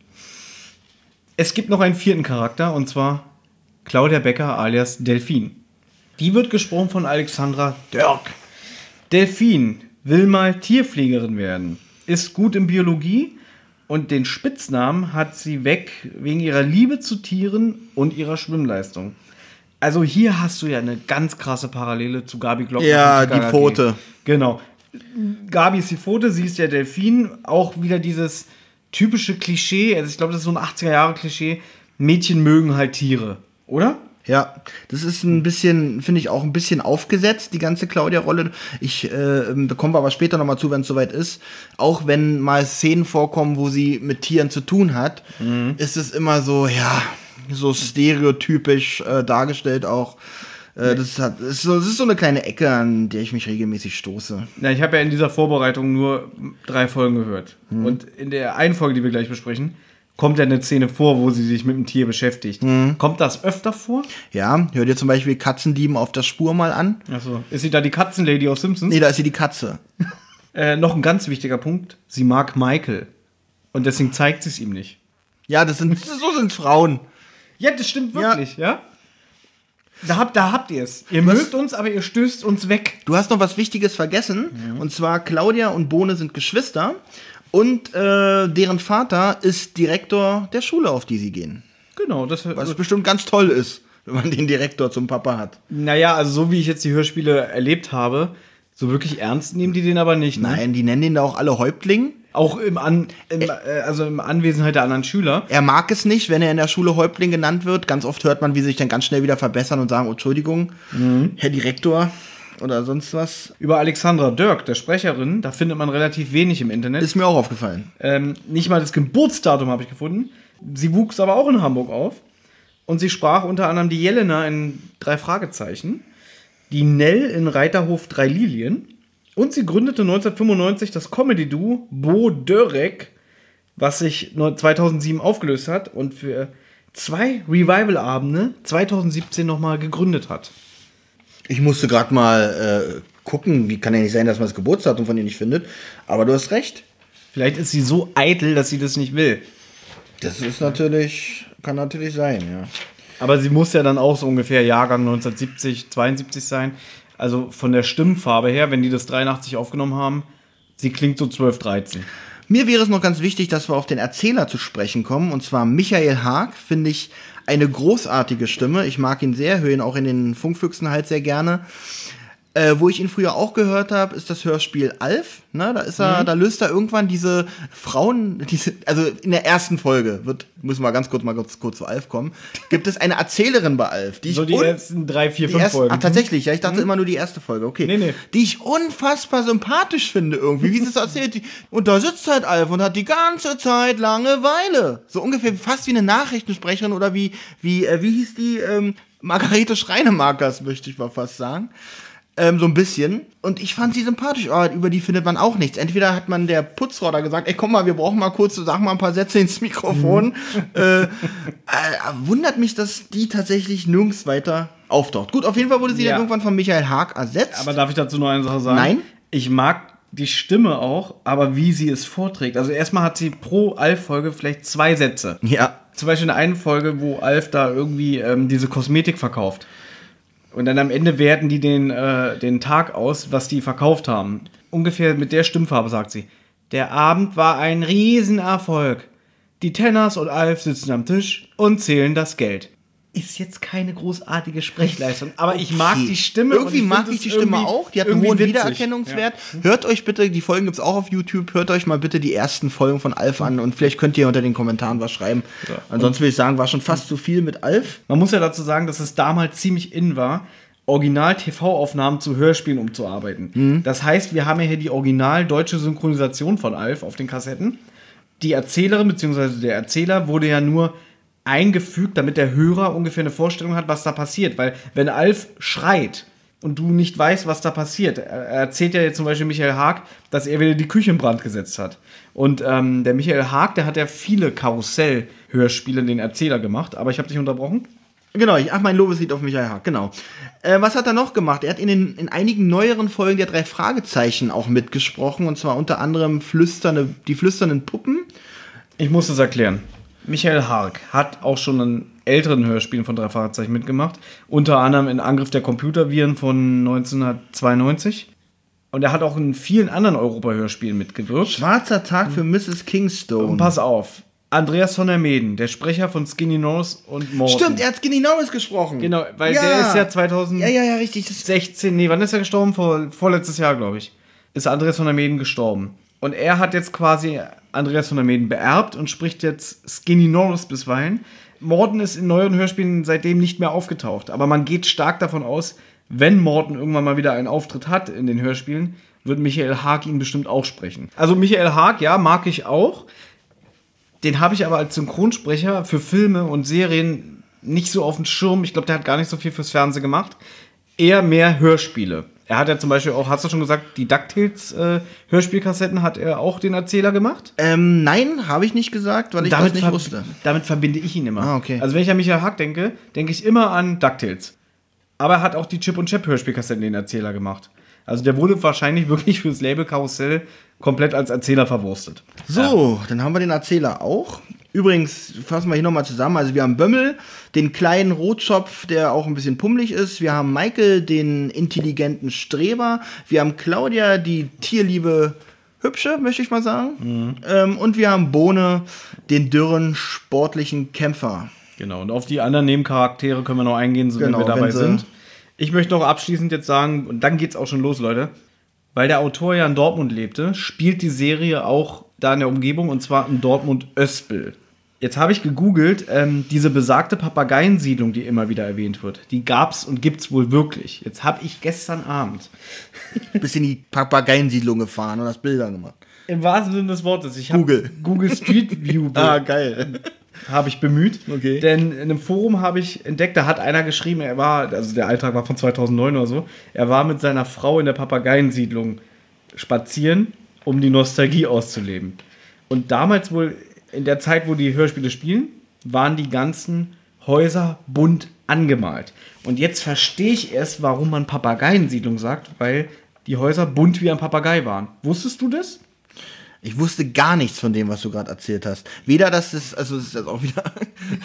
Es gibt noch einen vierten Charakter, und zwar Claudia Becker alias Delphine. Die wird gesprochen von Alexandra Dörk. Delphine will mal Tierpflegerin werden, ist gut in Biologie. Und den Spitznamen hat sie weg wegen ihrer Liebe zu Tieren und ihrer Schwimmleistung. Also hier hast du ja eine ganz krasse Parallele zu Gabi Glockner. Ja, die Pfote. Genau. Gabi ist die Pfote, sie ist der Delfin. Auch wieder dieses typische Klischee, also ich glaube, das ist so ein achtziger-Jahre-Klischee. Mädchen mögen halt Tiere, oder? Ja, das ist ein bisschen, finde ich, auch ein bisschen aufgesetzt, die ganze Claudia-Rolle. Ich äh, da kommen wir aber später nochmal zu, wenn es soweit ist. Auch wenn mal Szenen vorkommen, wo sie mit Tieren zu tun hat, mhm. ist es immer so, ja, so stereotypisch äh, dargestellt auch. Äh, das, hat, das, ist so, das ist so eine kleine Ecke, an der ich mich regelmäßig stoße. Ja, ich habe ja in dieser Vorbereitung nur drei Folgen gehört. Mhm. Und in der einen Folge, die wir gleich besprechen, kommt ja eine Szene vor, wo sie sich mit dem Tier beschäftigt. Mhm. Kommt das öfter vor? Ja, hör dir zum Beispiel Katzendieben auf der Spur mal an. Achso. Ist sie da die Katzenlady aus Simpsons? Nee, da ist sie die Katze. äh, noch ein ganz wichtiger Punkt. Sie mag Michael. Und deswegen zeigt sie es ihm nicht. Ja, das sind, so sind Frauen. Ja, das stimmt wirklich, ja? ja? Da habt, da habt ihr es. Ihr Was? mögt uns, aber ihr stößt uns weg. Du hast noch was Wichtiges vergessen. Mhm. Und zwar Claudia und Bohne sind Geschwister. Und äh, deren Vater ist Direktor der Schule, auf die sie gehen. Genau. Das, was also bestimmt ganz toll ist, wenn man den Direktor zum Papa hat. Naja, also so wie ich jetzt die Hörspiele erlebt habe, so wirklich ernst nehmen die den aber nicht. Ne? Nein, die nennen den da auch alle Häuptling. Auch im, An, im, äh, also im Anwesenheit der anderen Schüler. Er mag es nicht, wenn er in der Schule Häuptling genannt wird. Ganz oft hört man, wie sie sich dann ganz schnell wieder verbessern und sagen, oh, Entschuldigung, mhm. Herr Direktor oder sonst was. Über Alexandra Dörk, der Sprecherin, da findet man relativ wenig im Internet. Ist mir auch aufgefallen. Ähm, nicht mal das Geburtsdatum habe ich gefunden. Sie wuchs aber auch in Hamburg auf. Und sie sprach unter anderem die Jelena in drei Fragezeichen, die Nell in Reiterhof drei Lilien Und sie gründete neunzehnhundertfünfundneunzig das Comedy-Duo Bo Derek, was sich zweitausendsieben aufgelöst hat und für zwei Revival-Abende zweitausendsiebzehn nochmal gegründet hat. Ich musste gerade mal äh, gucken, wie kann ja nicht sein, dass man das Geburtsdatum von ihr nicht findet, aber du hast recht. Vielleicht ist sie so eitel, dass sie das nicht will. Das ist natürlich, kann natürlich sein, ja. Aber sie muss ja dann auch so ungefähr Jahrgang neunzehnhundertsiebzig, zweiundsiebzig sein. Also von der Stimmfarbe her, wenn die das dreiundachtzig aufgenommen haben, sie klingt so zwölf, dreizehn. Mir wäre es noch ganz wichtig, dass wir auf den Erzähler zu sprechen kommen. Und zwar Michael Haag, finde ich eine großartige Stimme. Ich mag ihn sehr, höre ihn auch in den Funkfüchsen halt sehr gerne. Äh, wo ich ihn früher auch gehört habe, ist das Hörspiel Alf. Ne? Da ist er, mhm. da löst er irgendwann diese Frauen, diese, also in der ersten Folge wird, müssen wir ganz kurz mal kurz, kurz zu Alf kommen, gibt es eine Erzählerin bei Alf, die so ich die ersten drei, vier, fünf ersten, Folgen. Ah, tatsächlich, ja, ich dachte mhm. immer nur die erste Folge, okay. Nee, nee. Die ich unfassbar sympathisch finde irgendwie, wie sie es erzählt. Und da sitzt halt Alf und hat die ganze Zeit Langeweile. So ungefähr fast wie eine Nachrichtensprecherin oder wie, wie, äh, wie hieß die, ähm, Margarete Schreinemakers, möchte ich mal fast sagen. Ähm, so ein bisschen. Und ich fand sie sympathisch, aber über die findet man auch nichts. Entweder hat man der Putzfrau da gesagt, ey, komm mal, wir brauchen mal kurz, sag mal ein paar Sätze ins Mikrofon. Mhm. äh, äh, wundert mich, dass die tatsächlich nirgends weiter auftaucht. Gut, auf jeden Fall wurde sie ja. dann irgendwann von Michael Haag ersetzt. Aber darf ich dazu noch eine Sache sagen? Nein. Ich mag die Stimme auch, aber wie sie es vorträgt. Also erstmal hat sie pro Alf-Folge vielleicht zwei Sätze. Ja. Zum Beispiel in der einen Folge, wo Alf da irgendwie ähm, diese Kosmetik verkauft. Und dann am Ende werten die den, äh, den Tag aus, was die verkauft haben. Ungefähr mit der Stimmfarbe sagt sie: Der Abend war ein Riesenerfolg. Die Tenners und Alf sitzen am Tisch und zählen das Geld. Ist jetzt keine großartige Sprechleistung, aber ich mag Okay. die Stimme. Irgendwie und ich mag ich die Stimme auch. Die hat einen hohen witzig. Wiedererkennungswert. Ja. Hört euch bitte, die Folgen gibt's auch auf YouTube, hört euch mal bitte die ersten Folgen von Alf an und vielleicht könnt ihr unter den Kommentaren was schreiben. Ja. Ansonsten würde ich sagen, war schon fast zu viel mit Alf. Man muss ja dazu sagen, dass es damals ziemlich in war, Original-T V-Aufnahmen zu Hörspielen umzuarbeiten. Mhm. Das heißt, wir haben ja hier die original deutsche Synchronisation von Alf auf den Kassetten. Die Erzählerin bzw. der Erzähler wurde ja nur eingefügt, damit der Hörer ungefähr eine Vorstellung hat, was da passiert. Weil wenn Alf schreit und du nicht weißt, was da passiert, er erzählt ja jetzt zum Beispiel Michael Haag, dass er wieder die Küche in Brand gesetzt hat. Und ähm, der Michael Haag, der hat ja viele Karussell-Hörspiele den Erzähler gemacht, aber ich habe dich unterbrochen. Genau, ich, ach, mein Lobeslied auf Michael Haag, genau. Äh, was hat er noch gemacht? Er hat in, den, in einigen neueren Folgen der drei Fragezeichen auch mitgesprochen, und zwar unter anderem flüsternde, die flüsternden Puppen. Ich muss das erklären. Michael Haag hat auch schon in älteren Hörspielen von drei Fragezeichen mitgemacht, unter anderem in Angriff der Computerviren von neunzehnhundertzweiundneunzig. Und er hat auch in vielen anderen Europa-Hörspielen mitgewirkt. Schwarzer Tag für Misses Kingstone. Und pass auf. Andreas von der Meeden, der Sprecher von Skinny Norris und Morten. Stimmt, er hat Skinny Norris gesprochen. Genau, weil ja. der ist ja zweitausendsechzehn, ja, ja, ja, richtig. nee, wann ist er gestorben? Vor, vorletztes Jahr, glaube ich. Ist Andreas von der Meeden gestorben. Und er hat jetzt quasi Andreas von der Meeden beerbt und spricht jetzt Skinny Norris bisweilen. Morten ist in neueren Hörspielen seitdem nicht mehr aufgetaucht. Aber man geht stark davon aus, wenn Morten irgendwann mal wieder einen Auftritt hat in den Hörspielen, wird Michael Haag ihn bestimmt auch sprechen. Also Michael Haag, ja, mag ich auch. Den habe ich aber als Synchronsprecher für Filme und Serien nicht so auf dem Schirm. Ich glaube, der hat gar nicht so viel fürs Fernsehen gemacht. Eher mehr Hörspiele. Er hat ja zum Beispiel auch, hast du schon gesagt, die DuckTales äh, Hörspielkassetten hat er auch den Erzähler gemacht? Ähm, nein, habe ich nicht gesagt, weil ich damit das nicht ver- wusste. Damit verbinde ich ihn immer. Ah, okay. Also wenn ich an Michael Haag denke, denke ich immer an DuckTales. Aber er hat auch die Chip und Chap Hörspielkassetten den Erzähler gemacht. Also der wurde wahrscheinlich wirklich fürs Label Karussell komplett als Erzähler verwurstet. So, ja. Dann haben wir den Erzähler auch. Übrigens, fassen wir hier nochmal zusammen. Also wir haben Bömmel, den kleinen Rotschopf, der auch ein bisschen pummelig ist. Wir haben Michael, den intelligenten Streber. Wir haben Claudia, die tierliebe Hübsche, möchte ich mal sagen. Mhm. Ähm, und wir haben Bohne, den dürren, sportlichen Kämpfer. Genau, und auf die anderen Nebencharaktere können wir noch eingehen, so genau, wenn wir dabei wenn sind. Ich möchte noch abschließend jetzt sagen, und dann geht's auch schon los, Leute. Weil der Autor ja in Dortmund lebte, spielt die Serie auch da in der Umgebung, und zwar in Dortmund-Öspel. Jetzt habe ich gegoogelt, ähm, diese besagte Papageiensiedlung, die immer wieder erwähnt wird, die gab's und gibt's wohl wirklich. Jetzt habe ich gestern Abend bis in die Papageiensiedlung gefahren und das Bilder gemacht. Im wahrsten Sinne des Wortes. Ich habe Google. Google Street View ah, geil. habe ich bemüht. Okay. Denn in einem Forum habe ich entdeckt, da hat einer geschrieben, er war, also der Eintrag war von zweitausendneun oder so, er war mit seiner Frau in der Papageiensiedlung spazieren, um die Nostalgie auszuleben. Und damals wohl, in der Zeit, wo die Hörspiele spielen, waren die ganzen Häuser bunt angemalt. Und jetzt verstehe ich erst, warum man Papageiensiedlung sagt, weil die Häuser bunt wie ein Papagei waren. Wusstest du das? Ich wusste gar nichts von dem, was du gerade erzählt hast. Weder, dass es, also es ist jetzt auch wieder...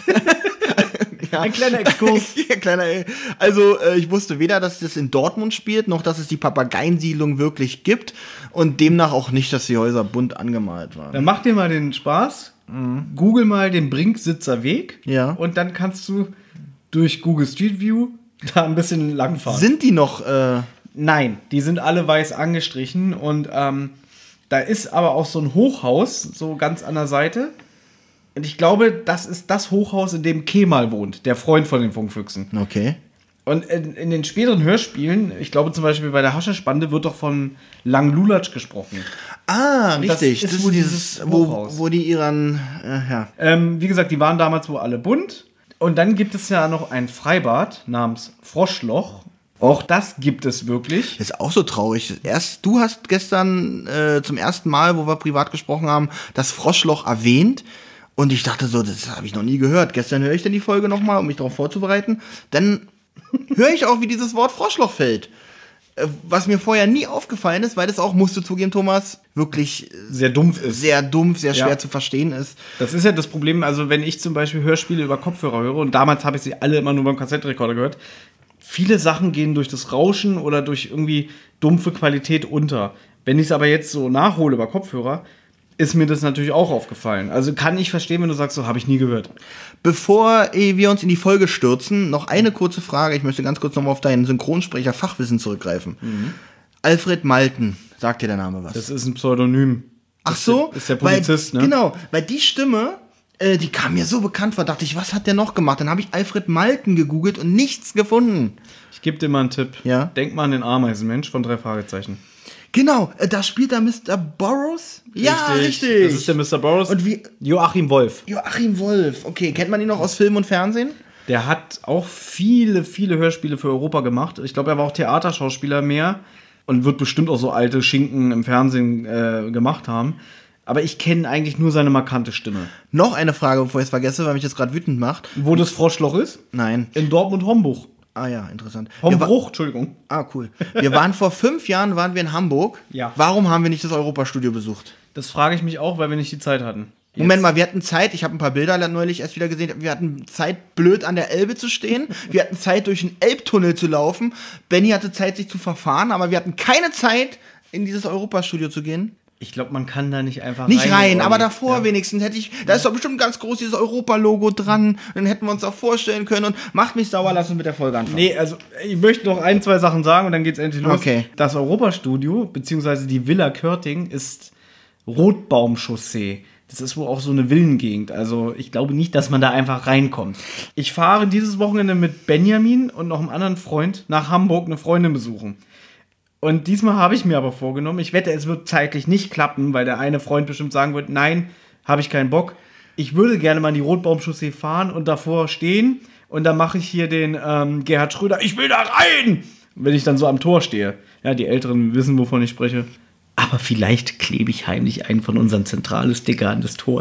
ja. Ein kleiner Exkurs. ja, kleiner, also äh, ich wusste weder, dass das in Dortmund spielt, noch dass es die Papageiensiedlung wirklich gibt und demnach auch nicht, dass die Häuser bunt angemalt waren. Dann mach dir mal den Spaß, mhm. Google mal den Brinksitzer Weg ja. und dann kannst du durch Google Street View da ein bisschen langfahren. Sind die noch... Äh Nein, die sind alle weiß angestrichen und ähm, da ist aber auch so ein Hochhaus, so ganz an der Seite. Und ich glaube, das ist das Hochhaus, in dem Kemal wohnt, der Freund von den Funkfüchsen. Okay. Und in, in den späteren Hörspielen, ich glaube zum Beispiel bei der Haschespande, wird doch von Lang Lulatsch gesprochen. Ah, und richtig. Das ist das wohl ist dieses dieses, wo, Hochhaus. wo die ihren, äh, ja. Ähm, wie gesagt, die waren damals wohl alle bunt. Und dann gibt es ja noch ein Freibad namens Froschloch. Auch das gibt es wirklich. Das ist auch so traurig. Erst, du hast gestern äh, zum ersten Mal, wo wir privat gesprochen haben, das Froschloch erwähnt. Und ich dachte so, das habe ich noch nie gehört. Gestern höre ich dann die Folge nochmal, um mich darauf vorzubereiten. Dann höre ich auch, wie dieses Wort Froschloch fällt. Äh, was mir vorher nie aufgefallen ist, weil das auch, musst du zugeben, Thomas, wirklich Sehr dumpf ist. sehr dumpf, sehr schwer Ja. zu verstehen ist. Das ist ja das Problem, also wenn ich zum Beispiel Hörspiele über Kopfhörer höre, und damals habe ich sie alle immer nur beim Kassettenrekorder gehört, viele Sachen gehen durch das Rauschen oder durch irgendwie dumpfe Qualität unter. Wenn ich es aber jetzt so nachhole über Kopfhörer, ist mir das natürlich auch aufgefallen. Also kann ich verstehen, wenn du sagst, so habe ich nie gehört. Bevor eh, wir uns in die Folge stürzen, noch eine kurze Frage. Ich möchte ganz kurz nochmal auf deinen Synchronsprecher-Fachwissen zurückgreifen. Mhm. Alfred Malten, sagt dir der Name was? Das ist ein Pseudonym. Ach so? Ist der Polizist, weil, ne? Genau, weil die Stimme, äh, die kam mir so bekannt vor, dachte ich, was hat der noch gemacht? Dann habe ich Alfred Malten gegoogelt und nichts gefunden. Ich gebe dir mal einen Tipp. Ja? Denk mal an den Ameisenmensch von drei Fragezeichen. Genau, äh, da spielt er Mister Burroughs. Ja, richtig. Das ist der Mister Burroughs. Und wie? Joachim Wolf. Joachim Wolf. Okay, kennt man ihn noch aus Film und Fernsehen? Der hat auch viele, viele Hörspiele für Europa gemacht. Ich glaube, er war auch Theaterschauspieler mehr und wird bestimmt auch so alte Schinken im Fernsehen äh, gemacht haben. Aber ich kenne eigentlich nur seine markante Stimme. Noch eine Frage, bevor ich es vergesse, weil mich das gerade wütend macht. Wo das Froschloch ist? Nein. In Dortmund-Hombuch. Ah ja, interessant. Wir wa- Hombruch, Entschuldigung. Ah, cool. Wir waren vor fünf Jahren, waren wir in Hamburg. Ja. Warum haben wir nicht das Europastudio besucht? Das frage ich mich auch, weil wir nicht die Zeit hatten. Jetzt. Moment mal, wir hatten Zeit, ich habe ein paar Bilder neulich erst wieder gesehen, wir hatten Zeit, blöd an der Elbe zu stehen, wir hatten Zeit, durch den Elbtunnel zu laufen, Benny hatte Zeit, sich zu verfahren, aber wir hatten keine Zeit, in dieses Europastudio zu gehen. Ich glaube, man kann da nicht einfach Nicht rein, Olli. aber davor Ja. wenigstens hätte ich, da ist doch bestimmt ganz groß dieses Europa-Logo dran, dann hätten wir uns auch vorstellen können und macht mich sauer, lass uns mit der Folge anfangen. Nee, also ich möchte noch ein, zwei Sachen sagen und dann geht's endlich los. Okay. Das Europastudio, beziehungsweise die Villa Körting, ist Rotbaumchaussee. Das ist wohl auch so eine Villengegend. Also ich glaube nicht, dass man da einfach reinkommt. Ich fahre dieses Wochenende mit Benjamin und noch einem anderen Freund nach Hamburg eine Freundin besuchen. Und diesmal habe ich mir aber vorgenommen, ich wette, es wird zeitlich nicht klappen, weil der eine Freund bestimmt sagen wird, nein, habe ich keinen Bock. Ich würde gerne mal in die Rotbaumchaussee fahren und davor stehen und dann mache ich hier den ähm, Gerhard Schröder, ich will da rein, wenn ich dann so am Tor stehe. Ja, die Älteren wissen, wovon ich spreche. Aber vielleicht klebe ich heimlich einen von unseren Zentralsticker an das Tor.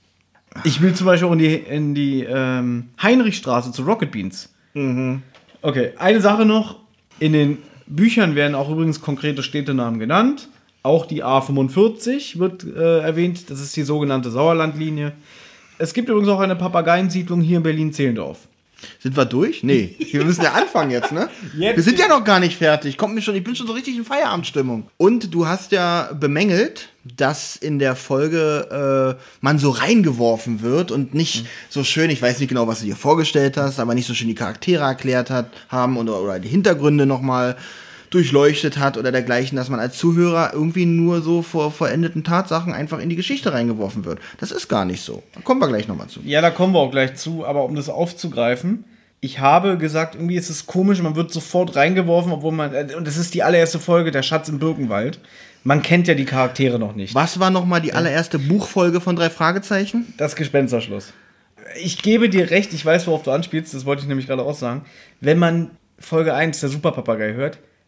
Ich will zum Beispiel auch in die, in die ähm, Heinrichstraße zu Rocket Beans. Mhm. Okay, eine Sache noch. In den Büchern werden auch übrigens konkrete Städtenamen genannt. Auch die A fünfundvierzig wird äh, erwähnt. Das ist die sogenannte Sauerlandlinie. Es gibt übrigens auch eine Papageiensiedlung hier in Berlin-Zehlendorf. Sind wir durch? Nee. Wir müssen ja anfangen jetzt, ne? Jetzt. Wir sind ja noch gar nicht fertig. Kommt mir schon, ich bin schon so richtig in Feierabendstimmung. Und du hast ja bemängelt, dass in der Folge äh, man so reingeworfen wird und nicht mhm. so schön, ich weiß nicht genau, was du dir vorgestellt hast, aber nicht so schön die Charaktere erklärt hat, haben oder, oder die Hintergründe nochmal durchleuchtet hat oder dergleichen, dass man als Zuhörer irgendwie nur so vor verendeten Tatsachen einfach in die Geschichte reingeworfen wird. Das ist gar nicht so. Da kommen wir gleich nochmal zu. Ja, da kommen wir auch gleich zu, aber um das aufzugreifen, ich habe gesagt, irgendwie ist es komisch, man wird sofort reingeworfen, obwohl man, und das ist die allererste Folge, der Schatz im Birkenwald. Man kennt ja die Charaktere noch nicht. Was war nochmal die allererste Buchfolge von drei Fragezeichen? Das Gespensterschloss. Ich gebe dir recht, ich weiß, worauf du anspielst, das wollte ich nämlich gerade auch sagen. Wenn man Folge eins, der Superpapagei, hört,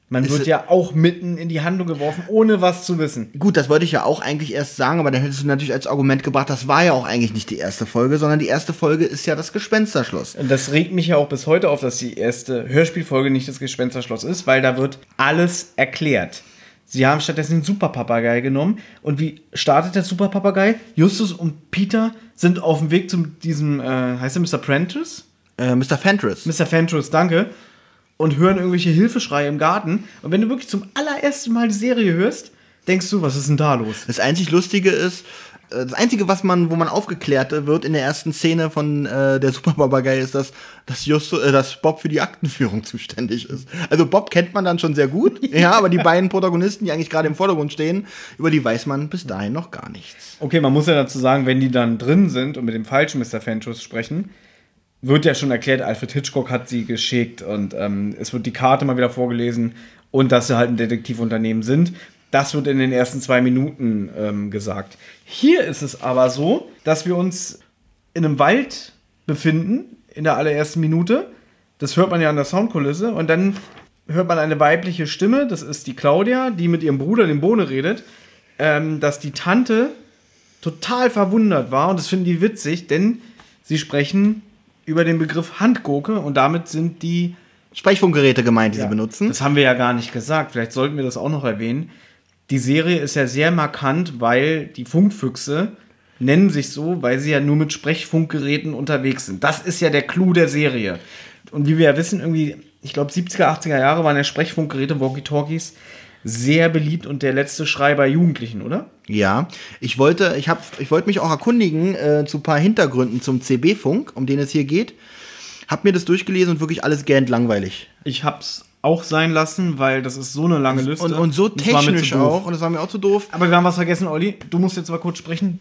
Man wird ja auch mitten in die Handlung geworfen, ohne was zu wissen. Gut, das wollte ich ja auch eigentlich erst sagen, aber dann hättest du natürlich als Argument gebracht, das war ja auch eigentlich nicht die erste Folge, sondern die erste Folge ist ja das Gespensterschloss. Und das regt mich ja auch bis heute auf, dass die erste Hörspielfolge nicht das Gespensterschloss ist, weil da wird alles erklärt. Sie haben stattdessen den Superpapagei genommen. Und wie startet der Superpapagei? Justus und Peter sind auf dem Weg zu diesem, äh, heißt der Mister Prentice? Äh, Mister Fentress. Mister Fentress, danke. Und hören irgendwelche Hilfeschreie im Garten. Und wenn du wirklich zum allerersten Mal die Serie hörst, denkst du, was ist denn da los? Das einzig Lustige ist, das Einzige, was man, wo man aufgeklärt wird in der ersten Szene von äh, der Superpapagei, ist, dass, dass, Justus, äh, dass Bob für die Aktenführung zuständig ist. Also Bob kennt man dann schon sehr gut, ja, aber die beiden Protagonisten, die eigentlich gerade im Vordergrund stehen, über die weiß man bis dahin noch gar nichts. Okay, man muss ja dazu sagen, wenn die dann drin sind und mit dem falschen Mister Fentress sprechen, wird ja schon erklärt, Alfred Hitchcock hat sie geschickt und ähm, es wird die Karte mal wieder vorgelesen und dass sie halt ein Detektivunternehmen sind. Das wird in den ersten zwei Minuten ähm, gesagt. Hier ist es aber so, dass wir uns in einem Wald befinden, in der allerersten Minute. Das hört man ja an der Soundkulisse. Und dann hört man eine weibliche Stimme, das ist die Claudia, die mit ihrem Bruder, dem Bohne, redet, ähm, dass die Tante total verwundert war. Und das finden die witzig, denn sie sprechen über den Begriff Handgurke und damit sind die Sprechfunkgeräte gemeint, die ja, sie benutzen. Das haben wir ja gar nicht gesagt. Vielleicht sollten wir das auch noch erwähnen. Die Serie ist ja sehr markant, weil die Funkfüchse nennen sich so, weil sie ja nur mit Sprechfunkgeräten unterwegs sind. Das ist ja der Clou der Serie. Und wie wir ja wissen, irgendwie, ich glaube, siebziger, achtziger Jahre waren ja Sprechfunkgeräte, Walkie-Talkies, sehr beliebt und der letzte Schrei bei Jugendlichen, oder? Ja, ich wollte, ich hab, ich wollte mich auch erkundigen äh, zu ein paar Hintergründen zum C B-Funk, um den es hier geht. Hab mir das durchgelesen und wirklich alles gähnt langweilig. Ich hab's auch sein lassen, weil das ist so eine lange Liste. Und, und so und technisch auch, und das war mir auch zu doof. Aber wir haben was vergessen, Olli. Du musst jetzt mal kurz sprechen.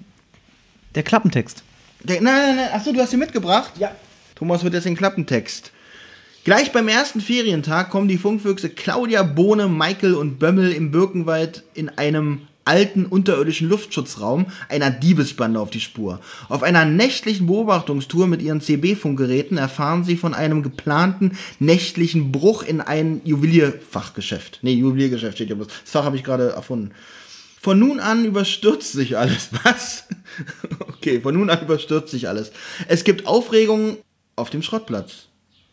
Der Klappentext. Der, nein, nein, nein, achso, du hast ihn mitgebracht? Ja. Thomas wird jetzt den Klappentext. Gleich beim ersten Ferientag kommen die Funkfüchse Claudia, Bohne, Michael und Bömmel im Birkenwald in einem alten unterirdischen Luftschutzraum einer Diebesbande auf die Spur. Auf einer nächtlichen Beobachtungstour mit ihren C B-Funkgeräten erfahren sie von einem geplanten nächtlichen Bruch in ein Juwelierfachgeschäft. Nee, Juweliergeschäft steht ja bloß. Das Fach habe ich gerade erfunden. Von nun an überstürzt sich alles. Was? Okay, von nun an überstürzt sich alles. Es gibt Aufregung auf dem Schrottplatz.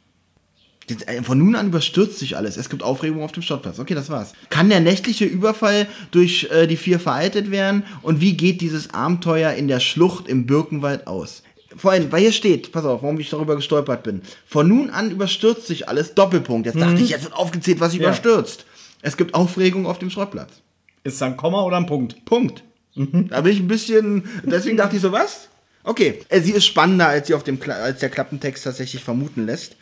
Von nun an überstürzt sich alles. Es gibt Aufregung auf dem Schrottplatz. Okay, das war's. Kann der nächtliche Überfall durch äh, die vier vereitelt werden? Und wie geht dieses Abenteuer in der Schlucht im Birkenwald aus? Vorhin, weil hier steht, pass auf, warum ich darüber gestolpert bin. Von nun an überstürzt sich alles. Doppelpunkt. Jetzt dachte mhm. ich, jetzt wird aufgezählt, was sich ja. überstürzt. Es gibt Aufregung auf dem Schrottplatz. Ist da ein Komma oder ein Punkt? Punkt. Mhm. Da bin ich ein bisschen, deswegen dachte ich so, was? Okay, sie ist spannender, als, sie auf dem, als der Klappentext tatsächlich vermuten lässt.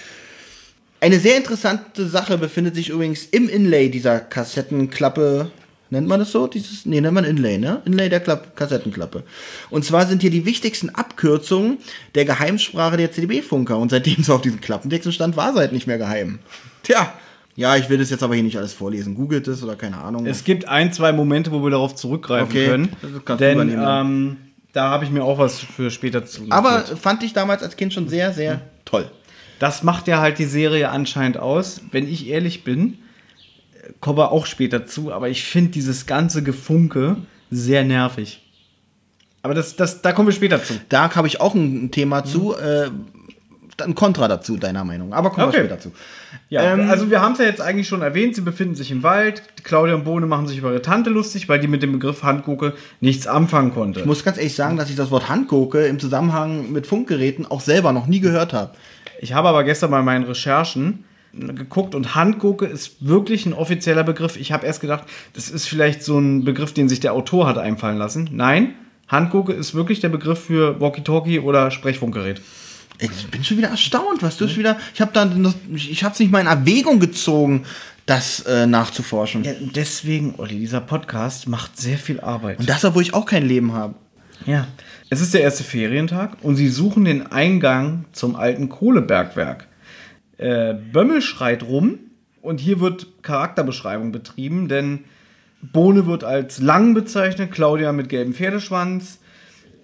Eine sehr interessante Sache befindet sich übrigens im Inlay dieser Kassettenklappe. Nennt man das so? Dieses, nee, nennt man Inlay, ne? Inlay der Klapp, Kassettenklappe. Und zwar sind hier die wichtigsten Abkürzungen der Geheimsprache der C B-Funker. Und seitdem es auf diesen Klappentexten stand, war es halt nicht mehr geheim. Tja. Ja, ich will das jetzt aber hier nicht alles vorlesen. Googelt es oder keine Ahnung. Es gibt ein, zwei Momente, wo wir darauf zurückgreifen okay. können. Das denn ähm, da habe ich mir auch was für später zu notiert. Aber fand ich damals als Kind schon sehr, sehr toll. Das macht ja halt die Serie anscheinend aus. Wenn ich ehrlich bin, kommen wir auch später zu, aber ich finde dieses ganze Gefunke sehr nervig. Aber das, das, da kommen wir später zu. Da habe ich auch ein Thema zu, mhm. äh, ein Kontra dazu, deiner Meinung. Aber kommen okay. wir später zu. Ja, ähm, also wir haben es ja jetzt eigentlich schon erwähnt, sie befinden sich im Wald. Claudia und Bohne machen sich über ihre Tante lustig, weil die mit dem Begriff Handgurke nichts anfangen konnte. Ich muss ganz ehrlich sagen, dass ich das Wort Handgurke im Zusammenhang mit Funkgeräten auch selber noch nie gehört habe. Ich habe aber gestern bei meinen Recherchen geguckt und Handgurke ist wirklich ein offizieller Begriff. Ich habe erst gedacht, das ist vielleicht so ein Begriff, den sich der Autor hat einfallen lassen. Nein, Handgurke ist wirklich der Begriff für Walkie-Talkie oder Sprechfunkgerät. Ich bin schon wieder erstaunt, was du mhm. wieder. Ich habe da, ich habe es nicht mal in Erwägung gezogen, das äh, nachzuforschen. Ja, deswegen, Olli, dieser Podcast macht sehr viel Arbeit. Und das, obwohl ich auch kein Leben habe. Ja. Es ist der erste Ferientag und sie suchen den Eingang zum alten Kohlebergwerk. Äh, Bömmel schreit rum und hier wird Charakterbeschreibung betrieben, denn Bohne wird als lang bezeichnet, Claudia mit gelbem Pferdeschwanz.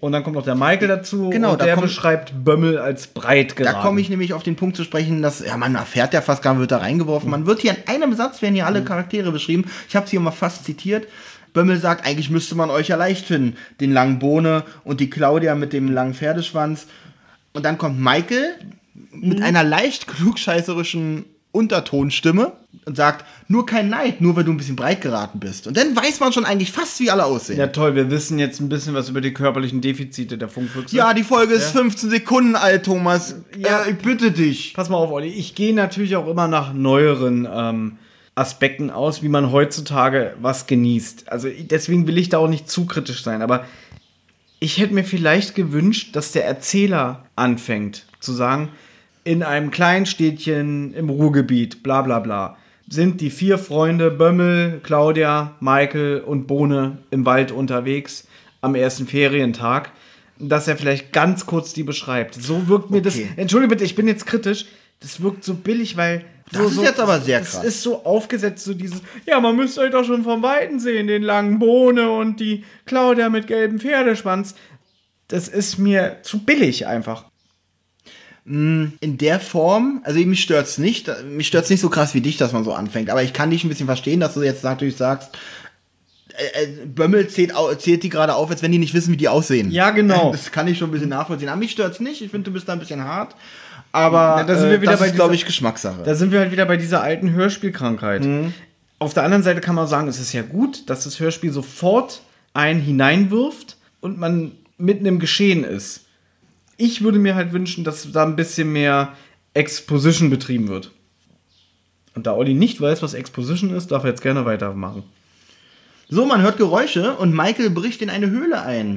Und dann kommt noch der Michael dazu genau, und da der kommt, beschreibt Bömmel als breit geraten. Da komme ich nämlich auf den Punkt zu sprechen, dass, ja, man erfährt ja fast gar nicht, wird da reingeworfen. Man wird hier in einem Satz, werden hier alle Charaktere beschrieben. Ich habe sie hier mal fast zitiert. Bömmel sagt, eigentlich müsste man euch ja leicht finden. Den langen Bohne und die Claudia mit dem langen Pferdeschwanz. Und dann kommt Michael mit mhm. einer leicht klugscheißerischen Untertonstimme und sagt, nur kein Neid, nur weil du ein bisschen breit geraten bist. Und dann weiß man schon eigentlich fast, wie alle aussehen. Ja toll, wir wissen jetzt ein bisschen was über die körperlichen Defizite der Funkfüchse. Ja, die Folge ist ja. fünfzehn Sekunden alt, Thomas. Ja, äh, ich bitte dich. Pass mal auf, Olli. Ich gehe natürlich auch immer nach neueren ähm, Aspekten aus, wie man heutzutage was genießt. Also deswegen will ich da auch nicht zu kritisch sein, aber ich hätte mir vielleicht gewünscht, dass der Erzähler anfängt zu sagen, in einem kleinen Städtchen im Ruhrgebiet, bla bla bla, sind die vier Freunde Bömmel, Claudia, Michael und Bohne im Wald unterwegs am ersten Ferientag, dass er vielleicht ganz kurz die beschreibt. So wirkt mir okay. das, entschuldige bitte, ich bin jetzt kritisch, das wirkt so billig, weil das so, ist so, jetzt aber sehr das krass. Das ist so aufgesetzt, so dieses, ja, man müsste euch doch schon vom Weiten sehen, den langen Bohne und die Claudia mit gelbem Pferdeschwanz. Das ist mir zu billig einfach. In der Form, also mich stört's nicht, mich stört's nicht so krass wie dich, dass man so anfängt, aber ich kann dich ein bisschen verstehen, dass du jetzt natürlich sagst, äh, Bömmel zählt, zählt die gerade auf, als wenn die nicht wissen, wie die aussehen. Ja, genau. Das kann ich schon ein bisschen nachvollziehen. Aber mich stört's nicht, ich finde, du bist da ein bisschen hart, aber ja, da sind wir wieder das bei ist, glaube ich, Geschmackssache. Da sind wir halt wieder bei dieser alten Hörspielkrankheit. Mhm. Auf der anderen Seite kann man sagen, es ist ja gut, dass das Hörspiel sofort einen hineinwirft und man mitten im Geschehen ist. Ich würde mir halt wünschen, dass da ein bisschen mehr Exposition betrieben wird. Und da Olli nicht weiß, was Exposition ist, darf er jetzt gerne weitermachen. So, man hört Geräusche und Michael bricht in eine Höhle ein.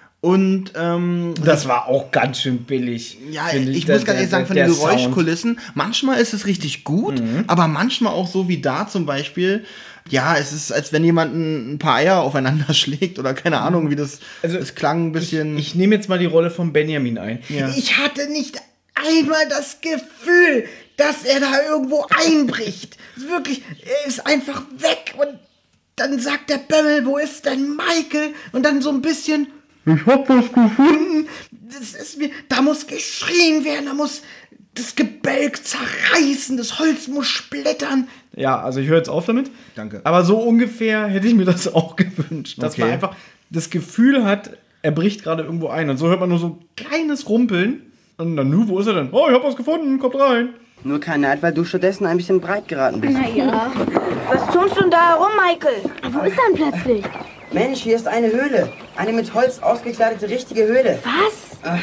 Und ähm, das war auch ganz schön billig. Ja, ich, ich muss ganz ehrlich sagen, von den Geräuschkulissen, manchmal ist es richtig gut, mhm. aber manchmal auch so wie da zum Beispiel. Ja, es ist, als wenn jemand ein, ein paar Eier aufeinander schlägt oder keine Ahnung, wie das, also, das klang ein bisschen... Ich, ich nehme jetzt mal die Rolle von Benjamin ein. Ja. Ich hatte nicht einmal das Gefühl, dass er da irgendwo einbricht. Wirklich, er ist einfach weg und dann sagt der Bömmel, wo ist denn Michael? Und dann so ein bisschen, ich hab was gefunden. Das ist mir, da muss geschrien werden, da muss das Gebälk zerreißen, das Holz muss splittern. Ja, also ich höre jetzt auf damit. Danke. Aber so ungefähr hätte ich mir das auch gewünscht. Dass okay. man einfach das Gefühl hat, er bricht gerade irgendwo ein. Und so hört man nur so ein kleines Rumpeln. Und dann, nu, wo ist er denn? Oh, ich hab was gefunden, kommt rein. Nur kein Neid, weil du stattdessen ein bisschen breit geraten bist. Naja. Was tust du denn da herum, Michael? Wo ist er denn plötzlich? Mensch, hier ist eine Höhle. Eine mit Holz ausgekleidete richtige Höhle. Was? Ach.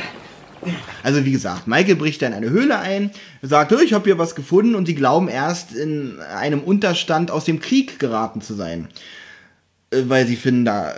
Also wie gesagt, Michael bricht dann in eine Höhle ein, sagt, ich habe hier was gefunden und sie glauben erst in einem Unterstand aus dem Krieg geraten zu sein. Äh, weil sie finden da... Äh,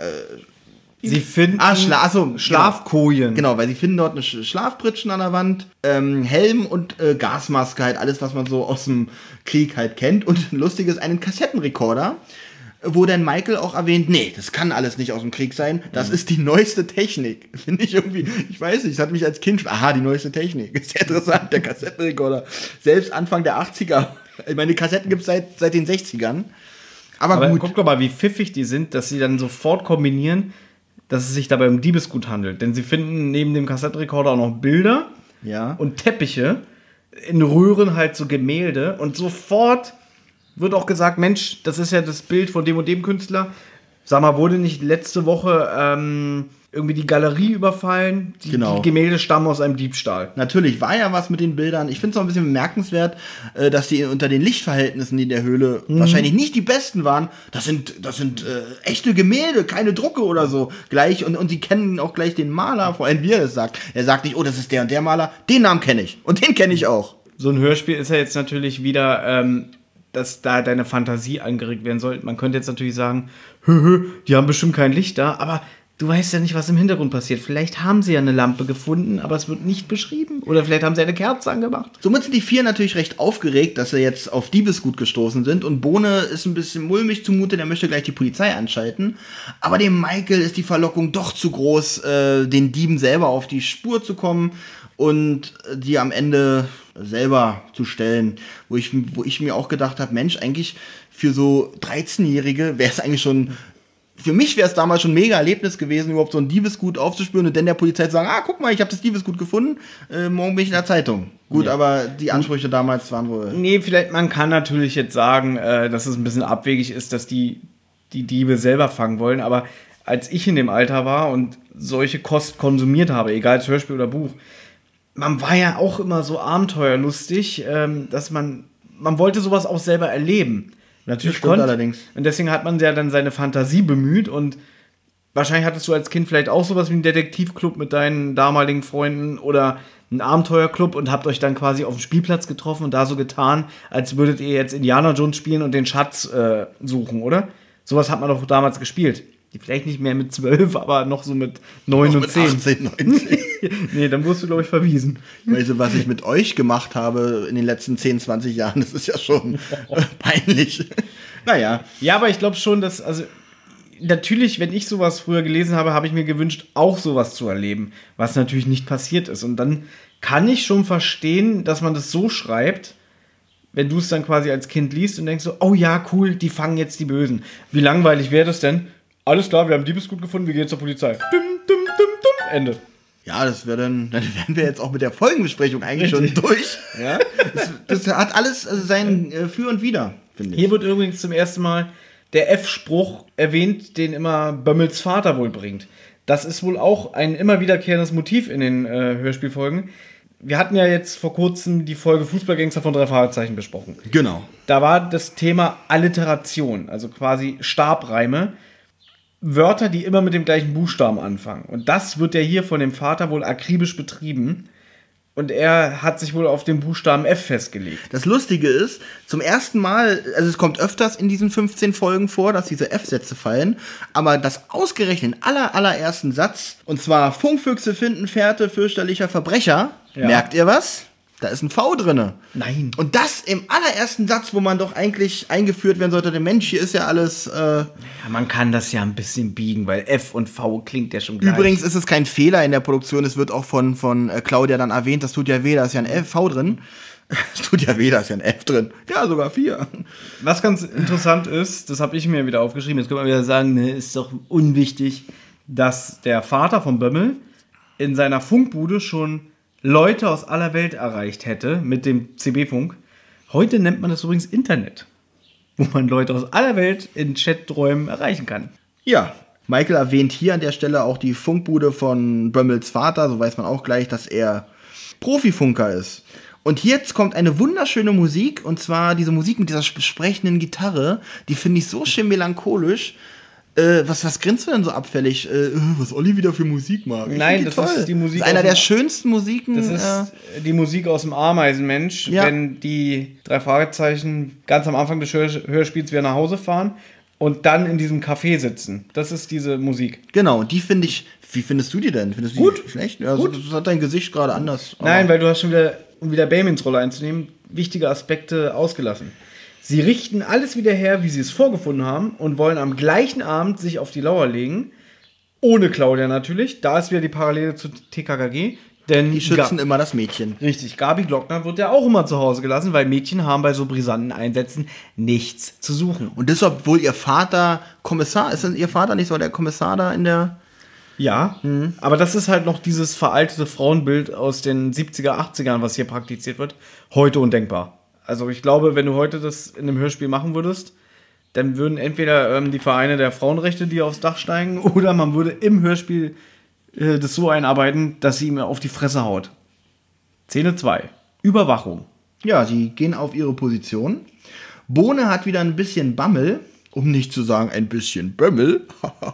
sie finden ah, Schla achso, Schlafkojen. Genau, weil sie finden dort eine Sch- Schlafpritschen an der Wand, ähm, Helm und äh, Gasmaske, halt alles, was man so aus dem Krieg halt kennt. Und lustig ist, einen Kassettenrekorder, wo dann Michael auch erwähnt, nee, das kann alles nicht aus dem Krieg sein, das mhm. ist die neueste Technik. Finde ich irgendwie, ich weiß nicht, das hat mich als Kind, aha, die neueste Technik, ist sehr interessant, der Kassettenrekorder. Selbst Anfang der achtziger, ich meine, die Kassetten gibt es seit, seit den sechzigern. Aber, Aber gut. Guck doch mal, wie pfiffig die sind, dass sie dann sofort kombinieren, dass es sich dabei um Diebesgut handelt. Denn sie finden neben dem Kassettenrekorder auch noch Bilder ja. und Teppiche, in Röhren halt so Gemälde und sofort wird auch gesagt, Mensch, das ist ja das Bild von dem und dem Künstler. Sag mal, wurde nicht letzte Woche ähm, irgendwie die Galerie überfallen? Die, genau. die Gemälde stammen aus einem Diebstahl. Natürlich war ja was mit den Bildern. Ich finde es auch ein bisschen bemerkenswert, äh, dass die unter den Lichtverhältnissen, die in der Höhle mhm. wahrscheinlich nicht die besten waren. Das sind, das sind äh, echte Gemälde, keine Drucke oder so. Gleich und, und die kennen auch gleich den Maler, vor allem wie er das sagt. Er sagt nicht, oh, das ist der und der Maler. Den Namen kenne ich. Und den kenne ich auch. So ein Hörspiel ist ja jetzt natürlich wieder... Ähm, dass da deine Fantasie angeregt werden soll. Man könnte jetzt natürlich sagen, hö, hö, die haben bestimmt kein Licht da, aber du weißt ja nicht, was im Hintergrund passiert. Vielleicht haben sie ja eine Lampe gefunden, aber es wird nicht beschrieben. Oder vielleicht haben sie eine Kerze angemacht. Somit sind die vier natürlich recht aufgeregt, dass sie jetzt auf Diebesgut gestoßen sind. Und Bohne ist ein bisschen mulmig zumute, der möchte gleich die Polizei anschalten. Aber dem Michael ist die Verlockung doch zu groß, äh, den Dieben selber auf die Spur zu kommen und die am Ende selber zu stellen, wo ich, wo ich mir auch gedacht habe, Mensch, eigentlich für so dreizehnjährige wäre es eigentlich schon für mich wäre es damals schon ein mega Erlebnis gewesen, überhaupt so ein Diebesgut aufzuspüren und dann der Polizei zu sagen, ah, guck mal, ich habe das Diebesgut gefunden, äh, morgen bin ich in der Zeitung. Gut, ja. Aber die Ansprüche damals waren wohl... Nee, vielleicht, man kann natürlich jetzt sagen, äh, dass es ein bisschen abwegig ist, dass die, die Diebe selber fangen wollen, aber als ich in dem Alter war und solche Kost konsumiert habe, egal als Hörspiel oder Buch, man war ja auch immer so abenteuerlustig, ähm, dass man, man wollte sowas auch selber erleben. Natürlich konnte, allerdings. Und deswegen hat man ja dann seine Fantasie bemüht und wahrscheinlich hattest du als Kind vielleicht auch sowas wie einen Detektivclub mit deinen damaligen Freunden oder einen Abenteuerclub und habt euch dann quasi auf dem Spielplatz getroffen und da so getan, als würdet ihr jetzt Indiana Jones spielen und den Schatz äh, suchen, oder? Sowas hat man doch damals gespielt. Vielleicht nicht mehr mit zwölf, aber noch so mit neun und zehn. achtzehn, neunzehn. Nee, dann wurdest du, glaube ich, verwiesen. Weißt du, was ich mit euch gemacht habe in den letzten zehn, zwanzig Jahren, das ist ja schon peinlich. Naja. Ja, aber ich glaube schon, dass, also, natürlich, wenn ich sowas früher gelesen habe, habe ich mir gewünscht, auch sowas zu erleben, was natürlich nicht passiert ist. Und dann kann ich schon verstehen, dass man das so schreibt, wenn du es dann quasi als Kind liest und denkst so, oh ja, cool, die fangen jetzt die Bösen. Wie langweilig wäre das denn? Alles klar, wir haben Diebesgut gefunden, wir gehen zur Polizei. Dum, dum, dum, dum, Ende. Ja, das wäre dann, dann wären wir jetzt auch mit der Folgenbesprechung eigentlich Richtig. schon durch. Ja? Das, das hat alles sein äh, Für und Wider, finde ich. Hier wird übrigens zum ersten Mal der F-Spruch erwähnt, den immer Bömmels Vater wohl bringt. Das ist wohl auch ein immer wiederkehrendes Motiv in den äh, Hörspielfolgen. Wir hatten ja jetzt vor kurzem die Folge Fußballgangster von drei Fragezeichen besprochen. Genau. Da war das Thema Alliteration, also quasi Stabreime. Wörter, die immer mit dem gleichen Buchstaben anfangen. Und das wird ja hier von dem Vater wohl akribisch betrieben. Und er hat sich wohl auf den Buchstaben F festgelegt. Das Lustige ist, zum ersten Mal, also es kommt öfters in diesen fünfzehn Folgen vor, dass diese F-Sätze fallen, aber das ausgerechnet aller, allerersten Satz, und zwar Funkfüchse finden Fährte fürchterlicher Verbrecher, ja. Merkt ihr was? Da ist ein V drinne. Nein. Und das im allerersten Satz, wo man doch eigentlich eingeführt werden sollte, der Mensch, hier ist ja alles... Äh ja, man kann das ja ein bisschen biegen, weil F und V klingt ja schon gleich. Übrigens ist es kein Fehler in der Produktion, es wird auch von, von Claudia dann erwähnt, das tut ja weh, da ist ja ein F, V drin. Das tut ja weh, da ist ja ein F drin. Ja, sogar vier. Was ganz interessant ist, das habe ich mir wieder aufgeschrieben, jetzt könnte man wieder sagen, ne, ist doch unwichtig, dass der Vater von Bömmel in seiner Funkbude schon Leute aus aller Welt erreicht hätte mit dem C B-Funk. Heute nennt man das übrigens Internet, wo man Leute aus aller Welt in Chaträumen erreichen kann. Ja, Michael erwähnt hier an der Stelle auch die Funkbude von Bömmels Vater, so weiß man auch gleich, dass er Profifunker ist. Und jetzt kommt eine wunderschöne Musik, und zwar diese Musik mit dieser sprechenden Gitarre, die finde ich so schön melancholisch. Äh, was, was grinst du denn so abfällig? Äh, was Olli wieder für Musik mag? Ich Nein, das toll. ist die Musik. Das ist einer der schönsten Musiken. Das ist äh, die Musik aus dem Ameisenmensch, ja. Wenn die drei Fragezeichen ganz am Anfang des Hör Hörspiels wieder nach Hause fahren und dann in diesem Café sitzen. Das ist diese Musik. Genau, die finde ich. Wie findest du die denn? Findest du Gut. Die schlecht? Ja, Gut. Das hat dein Gesicht gerade anders. Nein, weil du hast schon wieder, um wieder Bamins Rolle einzunehmen, wichtige Aspekte ausgelassen. Sie richten alles wieder her, wie sie es vorgefunden haben, und wollen am gleichen Abend sich auf die Lauer legen. Ohne Claudia natürlich. Da ist wieder die Parallele zu T K K G. Denn die schützen Ga- immer das Mädchen. Richtig. Gabi Glockner wird ja auch immer zu Hause gelassen, weil Mädchen haben bei so brisanten Einsätzen nichts zu suchen. Und das, obwohl ihr Vater Kommissar ist. Ist ihr Vater nicht so der Kommissar da in der... Ja, mhm. Aber das ist halt noch dieses veraltete Frauenbild aus den siebziger, achtzigern, was hier praktiziert wird. Heute undenkbar. Also ich glaube, wenn du heute das in einem Hörspiel machen würdest, dann würden entweder ähm, die Vereine der Frauenrechte dir aufs Dach steigen oder man würde im Hörspiel äh, das so einarbeiten, dass sie ihm auf die Fresse haut. Szene zwei. Überwachung. Ja, sie gehen auf ihre Position. Bohne hat wieder ein bisschen Bammel, um nicht zu sagen ein bisschen Bömmel.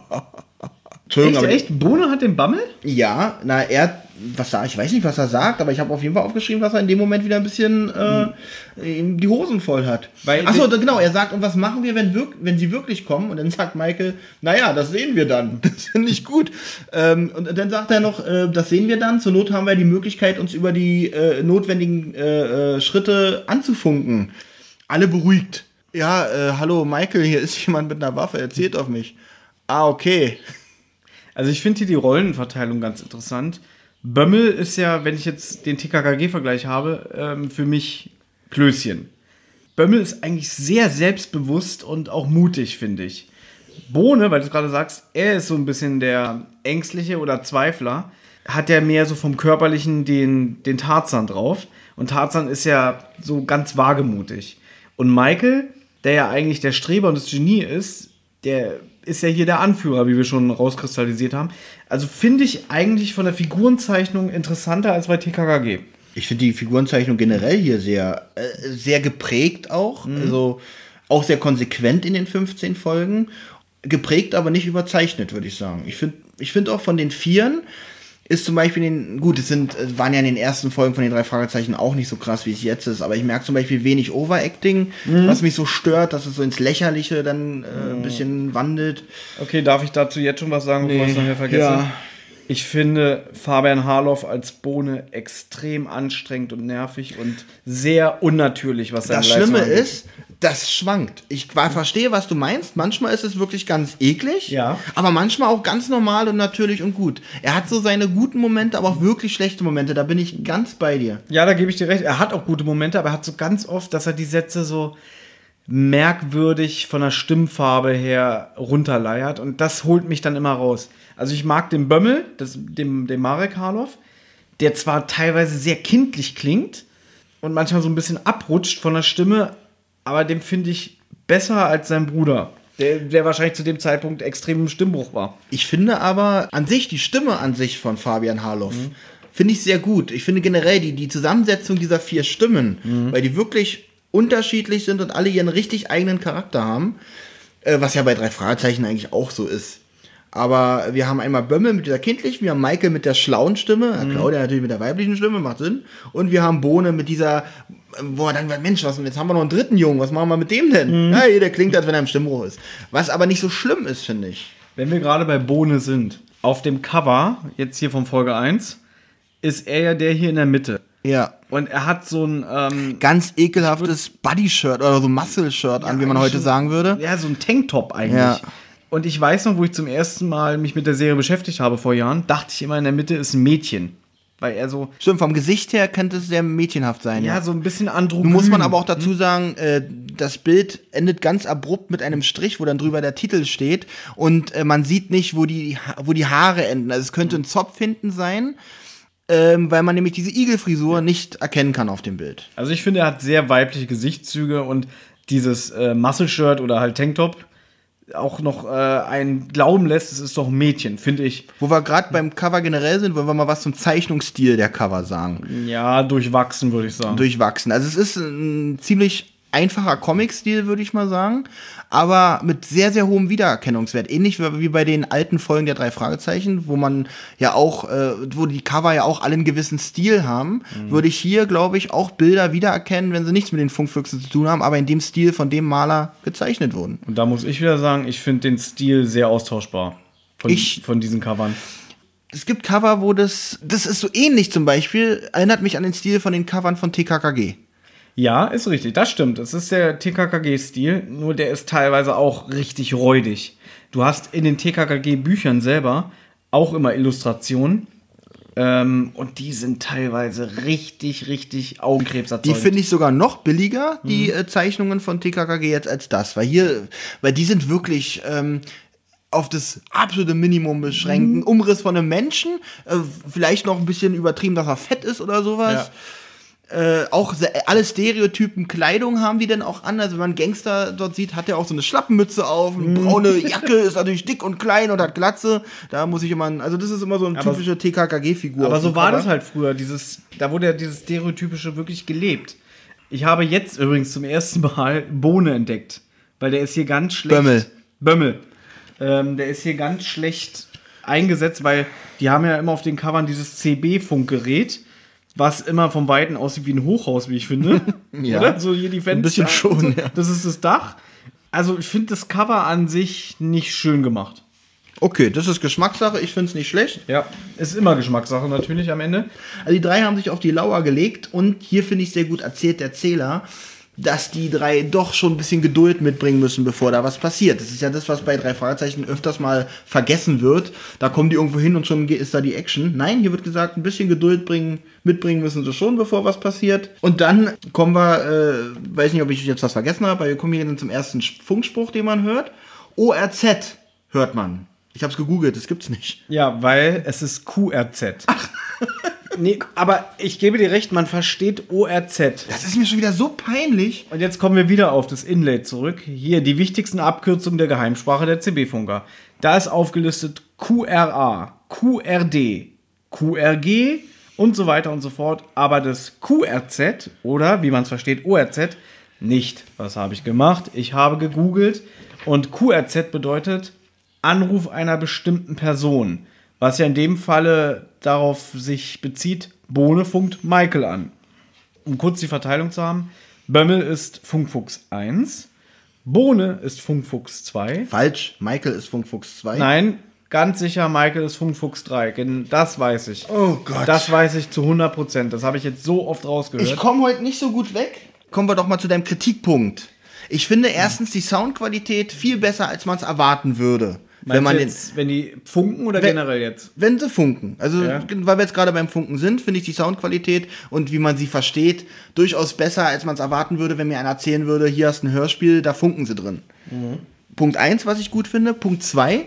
Echt, echt? Bohne hat den Bammel? Ja, na, er, was sag ich, weiß nicht, was er sagt, aber ich habe auf jeden Fall aufgeschrieben, dass er in dem Moment wieder ein bisschen äh, die Hosen voll hat. Weil Achso, genau, er sagt, und was machen wir, wenn, wirk- wenn sie wirklich kommen? Und dann sagt Michael, naja, das sehen wir dann. Das finde ich gut. Ähm, und dann sagt er noch, äh, das sehen wir dann. Zur Not haben wir die Möglichkeit, uns über die äh, notwendigen äh, äh, Schritte anzufunken. Alle beruhigt. Ja, äh, hallo Michael, hier ist jemand mit einer Waffe, er zielt auf mich. Ah, okay. Also ich finde hier die Rollenverteilung ganz interessant. Bömmel ist ja, wenn ich jetzt den T K K G-Vergleich habe, ähm, für mich Klößchen. Bömmel ist eigentlich sehr selbstbewusst und auch mutig, finde ich. Bohne, weil du gerade sagst, er ist so ein bisschen der Ängstliche oder Zweifler, hat ja mehr so vom Körperlichen den, den Tarzan drauf. Und Tarzan ist ja so ganz wagemutig. Und Michael, der ja eigentlich der Streber und das Genie ist, der ist ja hier der Anführer, wie wir schon rauskristallisiert haben. Also finde ich eigentlich von der Figurenzeichnung interessanter als bei T K K G. Ich finde die Figurenzeichnung generell hier sehr, äh, sehr geprägt auch. Mhm. Also auch sehr konsequent in den fünfzehn Folgen. Geprägt, aber nicht überzeichnet, würde ich sagen. Ich finde ich find auch von den Vieren ist zum Beispiel, den, gut, es sind, waren ja in den ersten Folgen von den drei Fragezeichen auch nicht so krass, wie es jetzt ist, aber ich merke zum Beispiel wenig Overacting, mhm. was mich so stört, dass es so ins Lächerliche dann äh, ein bisschen wandelt. Okay, darf ich dazu jetzt schon was sagen, bevor nee. ich es nachher vergesse? Ja. Ich finde Fabian Harloff als Bohne extrem anstrengend und nervig und sehr unnatürlich, was seine Leistung angeht. Das Schlimme ist, das schwankt. Ich verstehe, was du meinst. Manchmal ist es wirklich ganz eklig, ja. aber manchmal auch ganz normal und natürlich und gut. Er hat so seine guten Momente, aber auch wirklich schlechte Momente. Da bin ich ganz bei dir. Ja, da gebe ich dir recht. Er hat auch gute Momente, aber er hat so ganz oft, dass er die Sätze so merkwürdig von der Stimmfarbe her runterleiert und das holt mich dann immer raus. Also ich mag den Bömmel, das, dem, dem Marek Harloff, der zwar teilweise sehr kindlich klingt und manchmal so ein bisschen abrutscht von der Stimme, aber den finde ich besser als sein Bruder, der, der wahrscheinlich zu dem Zeitpunkt extrem im Stimmbruch war. Ich finde aber an sich, die Stimme an sich von Fabian Harloff, mhm. finde ich sehr gut. Ich finde generell die, die Zusammensetzung dieser vier Stimmen, mhm. weil die wirklich unterschiedlich sind und alle ihren richtig eigenen Charakter haben, äh, was ja bei drei Fragezeichen eigentlich auch so ist. Aber wir haben einmal Bömmel mit dieser kindlichen, wir haben Michael mit der schlauen Stimme, mhm. Claudia natürlich mit der weiblichen Stimme, macht Sinn. Und wir haben Bohne mit dieser, boah, dann Mensch, was, jetzt haben wir noch einen dritten Jungen, was machen wir mit dem denn? Mhm. Ja, der klingt, als wenn er im Stimmbruch ist. Was aber nicht so schlimm ist, finde ich. Wenn wir gerade bei Bohne sind, auf dem Cover, jetzt hier von Folge eins, ist er ja der hier in der Mitte. Ja. Und er hat so ein ähm, ganz ekelhaftes Body-Shirt oder so Muscle-Shirt ja, an, wie man heute sagen würde. Ja, so ein Tanktop eigentlich. Ja. Und ich weiß noch, wo ich zum ersten Mal mich mit der Serie beschäftigt habe vor Jahren, dachte ich immer, in der Mitte ist ein Mädchen. Weil er so... Stimmt, vom Gesicht her könnte es sehr mädchenhaft sein. Ja, ja. so ein bisschen androgyn. Nun muss man aber auch dazu sagen, äh, das Bild endet ganz abrupt mit einem Strich, wo dann drüber der Titel steht. Und äh, man sieht nicht, wo die, wo die Haare enden. Also es könnte ein Zopf hinten sein, ähm, weil man nämlich diese Igelfrisur nicht erkennen kann auf dem Bild. Also ich finde, er hat sehr weibliche Gesichtszüge und dieses äh, Muscle-Shirt oder halt Tanktop auch noch äh, einen glauben lässt, es ist doch ein Mädchen, finde ich. Wo wir gerade beim Cover generell sind, wollen wir mal was zum Zeichnungsstil der Cover sagen. Ja, durchwachsen, würde ich sagen. Durchwachsen. Also es ist ein ziemlich einfacher Comic-Stil, würde ich mal sagen, aber mit sehr, sehr hohem Wiedererkennungswert. Ähnlich wie bei den alten Folgen der drei Fragezeichen, wo man ja auch, äh, wo die Cover ja auch alle einen gewissen Stil haben, mhm. würde ich hier, glaube ich, auch Bilder wiedererkennen, wenn sie nichts mit den Funkfüchsen zu tun haben, aber in dem Stil von dem Maler gezeichnet wurden. Und da muss ich wieder sagen, ich finde den Stil sehr austauschbar von, ich, von diesen Covern. Es gibt Cover, wo das, das ist so ähnlich zum Beispiel, erinnert mich an den Stil von den Covern von T K K G. Ja, ist richtig, das stimmt. Es ist der T K K G-Stil, nur der ist teilweise auch richtig räudig. Du hast in den T K K G-Büchern selber auch immer Illustrationen ähm, und die sind teilweise richtig, richtig augenkrebserzeugend. Die finde ich sogar noch billiger, die mhm. äh, Zeichnungen von T K K G jetzt als das, weil hier, weil die sind wirklich... Ähm, auf das absolute Minimum beschränken. Mhm. Umriss von einem Menschen, äh, vielleicht noch ein bisschen übertrieben, dass er fett ist oder sowas. Ja. Äh, auch alle Stereotypen Kleidung haben die denn auch an. Also wenn man einen Gangster dort sieht, hat er auch so eine Schlappenmütze auf, eine braune Jacke, ist natürlich dick und klein und hat Glatze. Da muss ich immer, also das ist immer so eine aber typische T K K G-Figur. Aber so war das halt früher. Dieses, da wurde ja dieses Stereotypische wirklich gelebt. Ich habe jetzt übrigens zum ersten Mal Bohne entdeckt, weil der ist hier ganz schlecht. Bömmel. Bömmel. Ähm, der ist hier ganz schlecht eingesetzt, weil die haben ja immer auf den Covern dieses C B-Funkgerät, was immer vom Weiten aussieht wie ein Hochhaus, wie ich finde. Ja. Oder? So hier die Fenster. Ein bisschen schon, ja. Das ist das Dach. Also ich finde das Cover an sich nicht schön gemacht. Okay, das ist Geschmackssache. Ich finde es nicht schlecht. Ja, ist immer Geschmackssache natürlich am Ende. Also die drei haben sich auf die Lauer gelegt und hier finde ich sehr gut erzählt der Erzähler, dass die drei doch schon ein bisschen Geduld mitbringen müssen, bevor da was passiert. Das ist ja das, was bei drei Fragezeichen öfters mal vergessen wird. Da kommen die irgendwo hin und schon ist da die Action. Nein, hier wird gesagt, ein bisschen Geduld bringen, mitbringen müssen sie schon, bevor was passiert. Und dann kommen wir, äh, weiß nicht, ob ich jetzt was vergessen habe, weil wir kommen hier dann zum ersten Funkspruch, den man hört. O R Z hört man. Ich habe es gegoogelt, das gibt's nicht. Ja, weil es ist Q R Z. Ach. Nee, aber ich gebe dir recht, man versteht O R Z. Das ist mir schon wieder so peinlich. Und jetzt kommen wir wieder auf das Inlay zurück. Hier die wichtigsten Abkürzungen der Geheimsprache der C B-Funker. Da ist aufgelistet Q R A, Q R D, Q R G und so weiter und so fort. Aber das Q R Z oder, wie man es versteht, O R Z nicht. Was habe ich gemacht? Ich habe gegoogelt und Q R Z bedeutet Anruf einer bestimmten Person. Was ja in dem Falle darauf sich bezieht, Bohne funkt Michael an. Um kurz die Verteilung zu haben, Bömmel ist Funkfuchs eins, Bohne ist Funkfuchs zwei. Falsch, Michael ist Funkfuchs zwei. Nein, ganz sicher, Michael ist Funkfuchs drei. Das weiß ich. Oh Gott. Das weiß ich zu hundert Prozent. Das habe ich jetzt so oft rausgehört. Ich komme heute nicht so gut weg. Kommen wir doch mal zu deinem Kritikpunkt. Ich finde erstens die Soundqualität viel besser, als man es erwarten würde. Wenn man jetzt, wenn die funken oder wenn, generell jetzt? Wenn sie funken. Also, ja. Weil wir jetzt gerade beim Funken sind, finde ich die Soundqualität und wie man sie versteht, durchaus besser, als man es erwarten würde, wenn mir einer erzählen würde, hier hast du ein Hörspiel, da funken sie drin. Mhm. Punkt eins, was ich gut finde. Punkt zwei,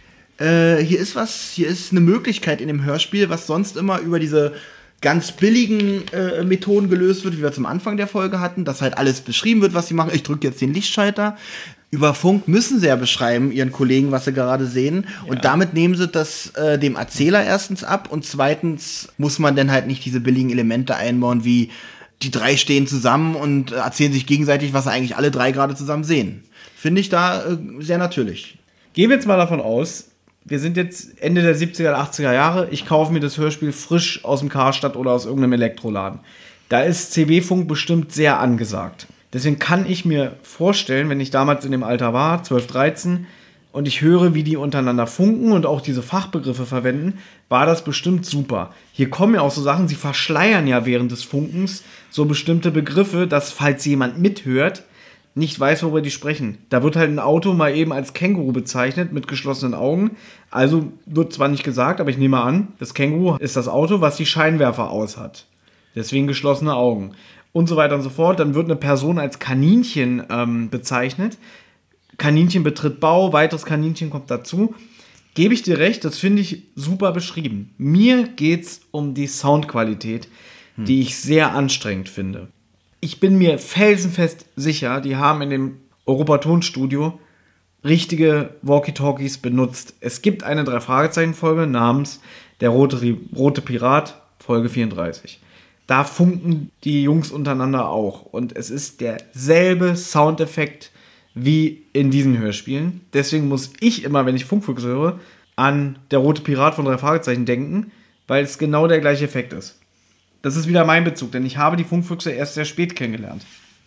äh, hier ist was, hier ist eine Möglichkeit in dem Hörspiel, was sonst immer über diese ganz billigen äh, Methoden gelöst wird, wie wir zum Anfang der Folge hatten, dass halt alles beschrieben wird, was sie machen. Ich drücke jetzt den Lichtschalter. Über Funk müssen sie ja beschreiben, ihren Kollegen, was sie gerade sehen. Ja. Und damit nehmen sie das äh, dem Erzähler erstens ab. Und zweitens muss man dann halt nicht diese billigen Elemente einbauen, wie die drei stehen zusammen und erzählen sich gegenseitig, was sie eigentlich alle drei gerade zusammen sehen. Finde ich da äh, sehr natürlich. Gehen wir jetzt mal davon aus, wir sind jetzt Ende der siebziger, achtziger Jahre. Ich kaufe mir das Hörspiel frisch aus dem Karstadt oder aus irgendeinem Elektroladen. Da ist C B-Funk bestimmt sehr angesagt. Deswegen kann ich mir vorstellen, wenn ich damals in dem Alter war, zwölf, dreizehn, und ich höre, wie die untereinander funken und auch diese Fachbegriffe verwenden, war das bestimmt super. Hier kommen ja auch so Sachen, sie verschleiern ja während des Funkens so bestimmte Begriffe, dass, falls jemand mithört, nicht weiß, worüber die sprechen. Da wird halt ein Auto mal eben als Känguru bezeichnet, mit geschlossenen Augen. Also wird zwar nicht gesagt, aber ich nehme an, das Känguru ist das Auto, was die Scheinwerfer aus hat. Deswegen geschlossene Augen. Und so weiter und so fort. Dann wird eine Person als Kaninchen ähm, bezeichnet. Kaninchen betritt Bau, weiteres Kaninchen kommt dazu. Gebe ich dir recht, das finde ich super beschrieben. Mir geht es um die Soundqualität, hm. die ich sehr anstrengend finde. Ich bin mir felsenfest sicher, die haben in dem Europa-Tonstudio richtige Walkie-Talkies benutzt. Es gibt eine Drei-Fragezeichen-Folge namens Der rote, rote Pirat, Folge vierunddreißig. Da funken die Jungs untereinander auch. Und es ist derselbe Soundeffekt wie in diesen Hörspielen. Deswegen muss ich immer, wenn ich Funkfüchse höre, an Der rote Pirat von Drei Fragezeichen denken, weil es genau der gleiche Effekt ist. Das ist wieder mein Bezug, denn ich habe die Funkfüchse erst sehr spät kennengelernt.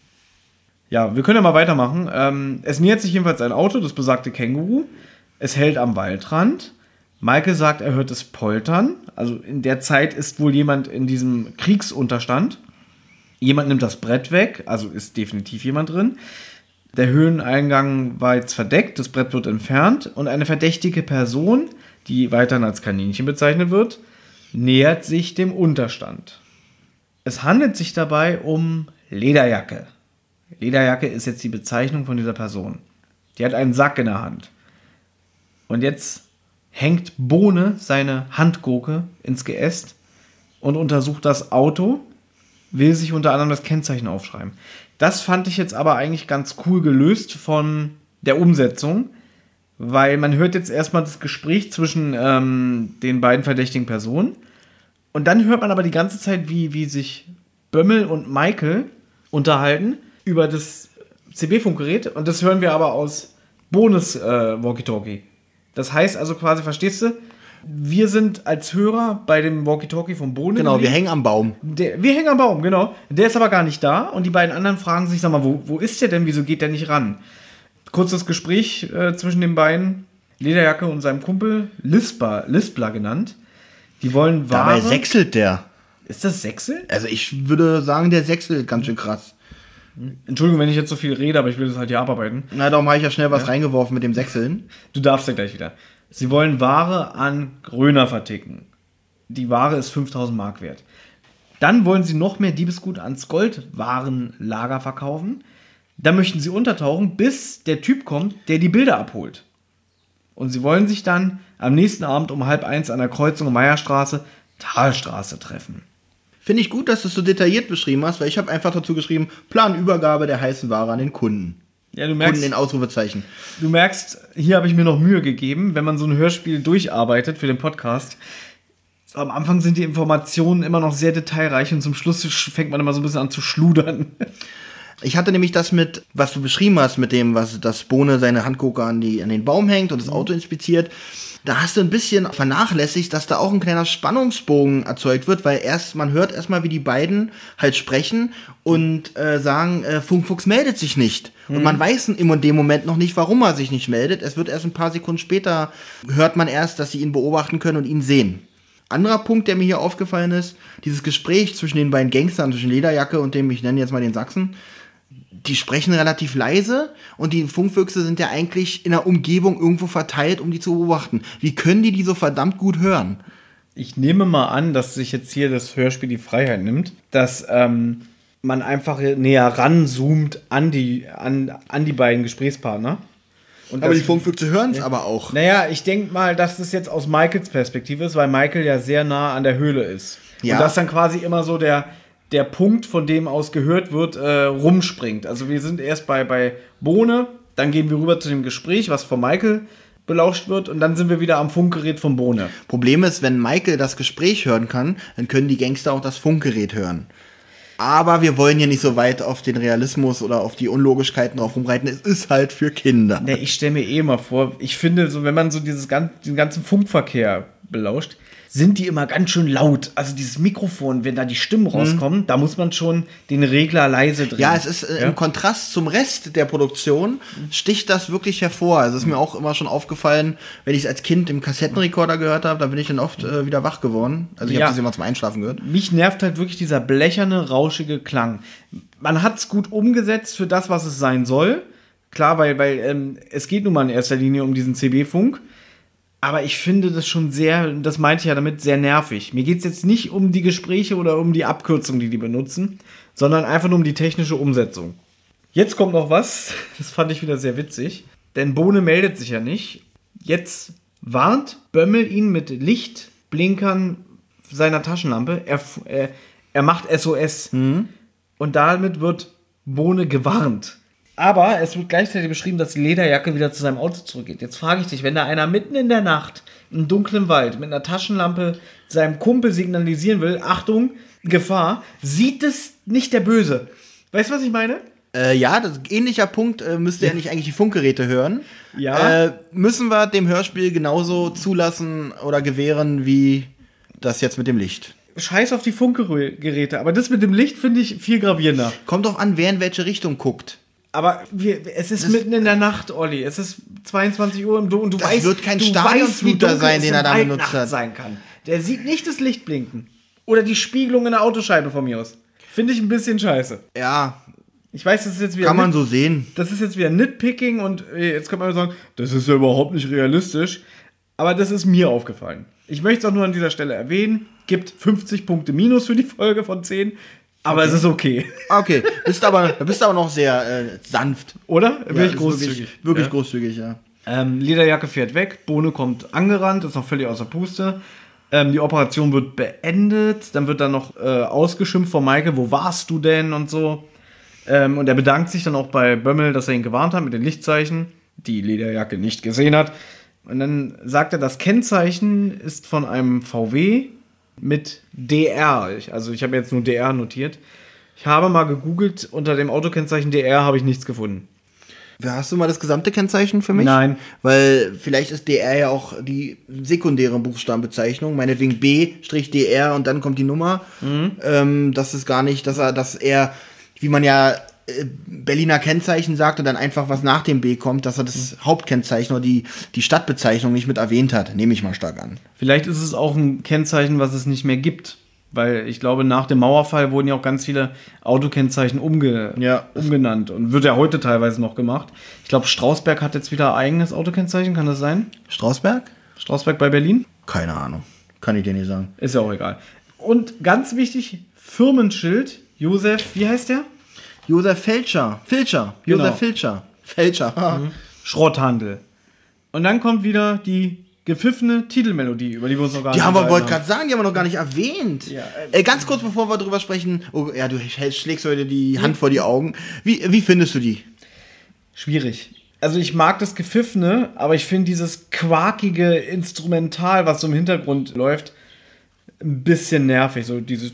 Ja, wir können ja mal weitermachen. Ähm, es nähert sich jedenfalls ein Auto, das besagte Känguru. Es hält am Waldrand. Michael sagt, er hört es poltern. Also in der Zeit ist wohl jemand in diesem Kriegsunterstand. Jemand nimmt das Brett weg, also ist definitiv jemand drin. Der Höheneingang war jetzt verdeckt, das Brett wird entfernt und eine verdächtige Person, die weiterhin als Kaninchen bezeichnet wird, nähert sich dem Unterstand. Es handelt sich dabei um Lederjacke. Lederjacke ist jetzt die Bezeichnung von dieser Person. Die hat einen Sack in der Hand. Und jetzt hängt Bohne seine Handgurke ins Geäst und untersucht das Auto, will sich unter anderem das Kennzeichen aufschreiben. Das fand ich jetzt aber eigentlich ganz cool gelöst von der Umsetzung, weil man hört jetzt erstmal das Gespräch zwischen ähm, den beiden verdächtigen Personen und dann hört man aber die ganze Zeit, wie, wie sich Bömmel und Michael unterhalten über das C B-Funkgerät und das hören wir aber aus Bohnes äh, Walkie-Talkie. Das heißt also quasi, verstehst du, wir sind als Hörer bei dem Walkie-Talkie von Bohne. Genau, gelegt. Wir hängen am Baum. Der, wir hängen am Baum, genau. Der ist aber gar nicht da und die beiden anderen fragen sich, sag mal, wo, wo ist der denn, wieso geht der nicht ran? Kurzes Gespräch äh, zwischen den beiden, Lederjacke und seinem Kumpel, Lispler, Lispler genannt. Die wollen Ware. Dabei sechselt der. Ist das Sechsel? Also ich würde sagen, der sechselt ganz schön krass. Entschuldigung, wenn ich jetzt so viel rede, aber ich will das halt hier abarbeiten. Na, darum habe ich ja schnell was ja. reingeworfen mit dem Sechseln. Du darfst ja gleich wieder. Sie wollen Ware an Gröner verticken. Die Ware ist fünftausend Mark wert. Dann wollen sie noch mehr Diebesgut ans Goldwarenlager verkaufen. Da möchten sie untertauchen, bis der Typ kommt, der die Bilder abholt. Und sie wollen sich dann am nächsten Abend um halb eins an der Kreuzung Meierstraße, Talstraße treffen. Finde ich gut, dass du es so detailliert beschrieben hast, weil ich habe einfach dazu geschrieben, Planübergabe der heißen Ware an den Kunden. Ja, du merkst, Kunden in Ausrufezeichen. Du merkst, hier habe ich mir noch Mühe gegeben, wenn man so ein Hörspiel durcharbeitet für den Podcast. Am Anfang sind die Informationen immer noch sehr detailreich und zum Schluss fängt man immer so ein bisschen an zu schludern. Ich hatte nämlich das mit, was du beschrieben hast, mit dem, was das Bohne seine Handgucker an, die, an den Baum hängt und das Auto inspiziert. Da hast du ein bisschen vernachlässigt, dass da auch ein kleiner Spannungsbogen erzeugt wird, weil erst, man hört erstmal, wie die beiden halt sprechen und äh, sagen, äh, Funkfuchs meldet sich nicht. Mhm. Und man weiß in dem Moment noch nicht, warum er sich nicht meldet. Es wird erst ein paar Sekunden später, hört man erst, dass sie ihn beobachten können und ihn sehen. Anderer Punkt, der mir hier aufgefallen ist, dieses Gespräch zwischen den beiden Gangstern, zwischen Lederjacke und dem, ich nenne jetzt mal den Sachsen, die sprechen relativ leise und die Funkfüchse sind ja eigentlich in der Umgebung irgendwo verteilt, um die zu beobachten. Wie können die die so verdammt gut hören? Ich nehme mal an, dass sich jetzt hier das Hörspiel die Freiheit nimmt, dass ähm, man einfach näher ranzoomt an die, an, an die beiden Gesprächspartner. Und aber das, die Funkfüchse hören es ja. aber auch. Naja, ich denke mal, dass das jetzt aus Michaels Perspektive ist, weil Michael ja sehr nah an der Höhle ist. Ja. Und das dann quasi immer so der... der Punkt, von dem aus gehört wird, äh, rumspringt. Also wir sind erst bei, bei Bohne, dann gehen wir rüber zu dem Gespräch, was von Michael belauscht wird, und dann sind wir wieder am Funkgerät von Bohne. Problem ist, wenn Michael das Gespräch hören kann, dann können die Gangster auch das Funkgerät hören. Aber wir wollen hier nicht so weit auf den Realismus oder auf die Unlogischkeiten drauf rumreiten. Es ist halt für Kinder. Nee, ich stelle mir eh mal vor, ich finde, so wenn man so dieses gan- den ganzen Funkverkehr belauscht, sind die immer ganz schön laut. Also dieses Mikrofon, wenn da die Stimmen rauskommen, mhm. da muss man schon den Regler leise drehen. Ja, es ist äh, ja? im Kontrast zum Rest der Produktion, sticht das wirklich hervor. Also es ist mir auch immer schon aufgefallen, wenn ich es als Kind im Kassettenrekorder gehört habe, da bin ich dann oft äh, wieder wach geworden. Also ich ja. habe das immer zum Einschlafen gehört. Mich nervt halt wirklich dieser blecherne, rauschige Klang. Man hat es gut umgesetzt für das, was es sein soll. Klar, weil, weil ähm, es geht nun mal in erster Linie um diesen C B-Funk. Aber ich finde das schon sehr, das meinte ich ja damit, sehr nervig. Mir geht es jetzt nicht um die Gespräche oder um die Abkürzung, die die benutzen, sondern einfach nur um die technische Umsetzung. Jetzt kommt noch was, das fand ich wieder sehr witzig, denn Bohne meldet sich ja nicht. Jetzt warnt Bömmel ihn mit Lichtblinkern seiner Taschenlampe. Er, er, er macht S O S. Mhm. Und damit wird Bohne gewarnt. Aber es wird gleichzeitig beschrieben, dass die Lederjacke wieder zu seinem Auto zurückgeht. Jetzt frage ich dich, wenn da einer mitten in der Nacht im dunklen Wald mit einer Taschenlampe seinem Kumpel signalisieren will, Achtung, Gefahr, sieht es nicht der Böse. Weißt du, was ich meine? Äh, ja, das ist ein ähnlicher Punkt, äh, müsste er nicht eigentlich die Funkgeräte hören. Ja. Äh, müssen wir dem Hörspiel genauso zulassen oder gewähren wie das jetzt mit dem Licht? Scheiß auf die Funkgeräte, aber das mit dem Licht finde ich viel gravierender. Kommt doch an, wer in welche Richtung guckt. Aber wir, es ist das mitten in der Nacht, Olli. Es ist zweiundzwanzig Uhr im Dunkeln. Du das weißt, wird kein du Stadionfluter weißt, sein, den er da benutzt hat. Sein kann. Der sieht nicht das Licht blinken. Oder die Spiegelung in der Autoscheibe von mir aus. Finde ich ein bisschen scheiße. Ja. Ich weiß, das ist jetzt wieder... Kann man so sehen. Das ist jetzt wieder Nitpicking und jetzt könnte man sagen, das ist ja überhaupt nicht realistisch. Aber das ist mir aufgefallen. Ich möchte es auch nur an dieser Stelle erwähnen. Gibt fünfzig Punkte Minus für die Folge von zehn. Aber okay. Es ist okay. Okay, bist aber, da bist du aber noch sehr äh, sanft. Oder? Ja, Bin ich großzügig. Wirklich, wirklich ja. großzügig, ja. Ähm, Lederjacke fährt weg, Bohne kommt angerannt, ist noch völlig außer Puste. Ähm, die Operation wird beendet, dann wird dann noch äh, ausgeschimpft von Michael, wo warst du denn und so. Ähm, und er bedankt sich dann auch bei Bömmel, dass er ihn gewarnt hat mit den Lichtzeichen, die Lederjacke nicht gesehen hat. Und dann sagt er, das Kennzeichen ist von einem V W mit D R. Ich, also ich habe jetzt nur D R notiert. Ich habe mal gegoogelt, unter dem Autokennzeichen D R habe ich nichts gefunden. Hast du mal das gesamte Kennzeichen für mich? Nein. Weil vielleicht ist D R ja auch die sekundäre Buchstabenbezeichnung, meinetwegen B D R und dann kommt die Nummer. Mhm. Ähm, das ist gar nicht, dass er, dass er, wie man ja äh, Berliner Kennzeichen sagt und dann einfach was nach dem B kommt, dass er das mhm. Hauptkennzeichen oder die, die Stadtbezeichnung nicht mit erwähnt hat. Nehme ich mal stark an. Vielleicht ist es auch ein Kennzeichen, was es nicht mehr gibt. Weil ich glaube, nach dem Mauerfall wurden ja auch ganz viele Autokennzeichen umge- ja. umgenannt. Und wird ja heute teilweise noch gemacht. Ich glaube, Strausberg hat jetzt wieder ein eigenes Autokennzeichen. Kann das sein? Strausberg? Strausberg bei Berlin? Keine Ahnung. Kann ich dir nicht sagen. Ist ja auch egal. Und ganz wichtig, Firmenschild. Josef, wie heißt der? Josef Feldscher. Filcher. Genau. Josef Filcher. Feldscher. Mhm. Schrotthandel. Und dann kommt wieder die gepfiffene Titelmelodie, über die wir uns noch gar Die nicht haben wir, wollte unterhalten gerade sagen, die haben wir noch gar nicht erwähnt. Ja, äh, ganz kurz, bevor wir drüber sprechen. Oh, ja, du schlägst heute die Hand vor die Augen. Wie, wie findest du die? Schwierig. Also ich mag das Gepfiffene, aber ich finde dieses quakige Instrumental, was so im Hintergrund läuft, ein bisschen nervig. So dieses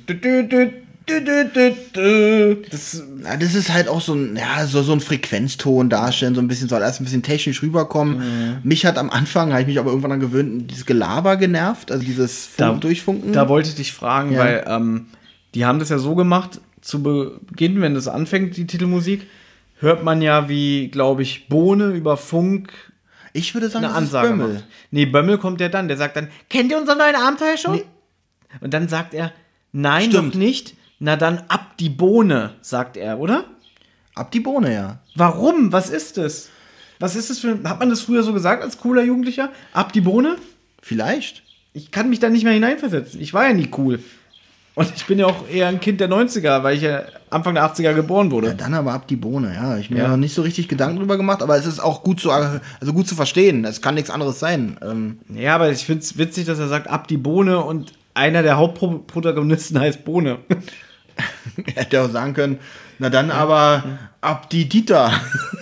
das, Na, das ist halt auch so ein, ja, so, so ein Frequenzton darstellen, so ein bisschen, soll erst ein bisschen technisch rüberkommen. Mhm. Mich hat am Anfang, habe ich mich aber irgendwann dann gewöhnt, dieses Gelaber genervt, also dieses Funk da, Durchfunken. Da wollte ich dich fragen, ja. weil ähm, die haben das ja so gemacht, zu Beginn, wenn das anfängt, die Titelmusik, hört man ja, wie, glaube ich, Bohne über Funk ich würde sagen, eine das Ansage ist Bömmel. macht. Nee, Bömmel kommt ja dann, der sagt dann, kennt ihr unser neuen Abenteuer schon? Nee. Und dann sagt er, nein, Stimmt. noch nicht. Na dann ab die Bohne, sagt er, oder? Ab die Bohne, ja. Warum? Was ist das? Was ist das für... Hat man das früher so gesagt als cooler Jugendlicher? Ab die Bohne? Vielleicht. Ich kann mich da nicht mehr hineinversetzen. Ich war ja nie cool. Und ich bin ja auch eher ein Kind der neunziger, weil ich ja Anfang der achtziger geboren wurde. Ja, dann aber ab die Bohne, ja. Ich mir Ja. noch nicht so richtig Gedanken drüber gemacht, aber es ist auch gut zu, also gut zu verstehen. Es kann nichts anderes sein. Ähm, Ja, aber ich finde es witzig, dass er sagt, ab die Bohne und einer der Hauptprotagonisten heißt Bohne. er hätte auch sagen können, na dann aber ab die Dieter.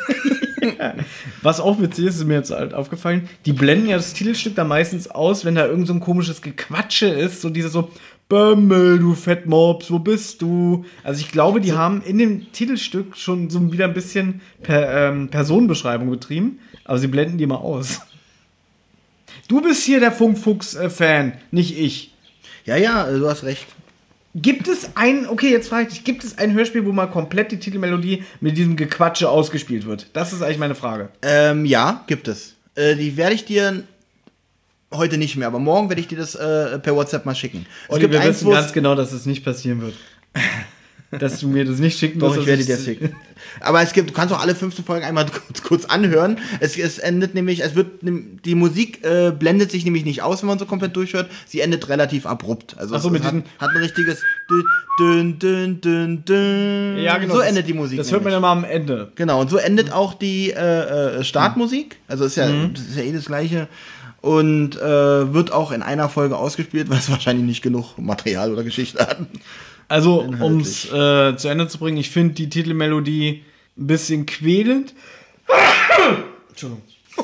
Was auch witzig ist, ist mir jetzt halt aufgefallen, die blenden ja das Titelstück da meistens aus, wenn da irgend so ein komisches Gequatsche ist, so dieses so, Bömmel, du Fettmops, wo bist du? Also ich glaube, die so. haben in dem Titelstück schon so wieder ein bisschen per, ähm, Personenbeschreibung betrieben, aber sie blenden die mal aus. Du bist hier der Funkfuchs-Fan, nicht ich. Ja, ja, du hast recht. Gibt es ein, okay, jetzt frage ich dich, gibt es ein Hörspiel, wo mal komplett die Titelmelodie mit diesem Gequatsche ausgespielt wird? Das ist eigentlich meine Frage. Ähm, ja, gibt es. Äh, die werde ich dir heute nicht mehr, aber morgen werde ich dir das äh, per WhatsApp mal schicken. Es Und gibt wir eins, wissen ganz genau, dass es nicht passieren wird. Dass du mir das nicht schicken Doch, musst. ich werde dir das schicken. Aber es gibt, du kannst auch alle fünfzehn Folgen einmal kurz, kurz anhören. Es, es endet nämlich, es wird, die Musik äh, blendet sich nämlich nicht aus, wenn man so komplett durchhört. Sie endet relativ abrupt. Also Ach so, es mit hat, diesen hat ein richtiges dün, dün, dün, dün. Ja, genau. So das, endet die Musik. Das hört man ja mal am Ende. Genau, und so endet auch die äh, äh, Startmusik. Also ist ja, Mhm. das ist ja eh das Gleiche. Und äh, wird auch in einer Folge ausgespielt, weil es wahrscheinlich nicht genug Material oder Geschichte hat. Also, um es äh, zu Ende zu bringen, ich finde die Titelmelodie ein bisschen quälend. Entschuldigung.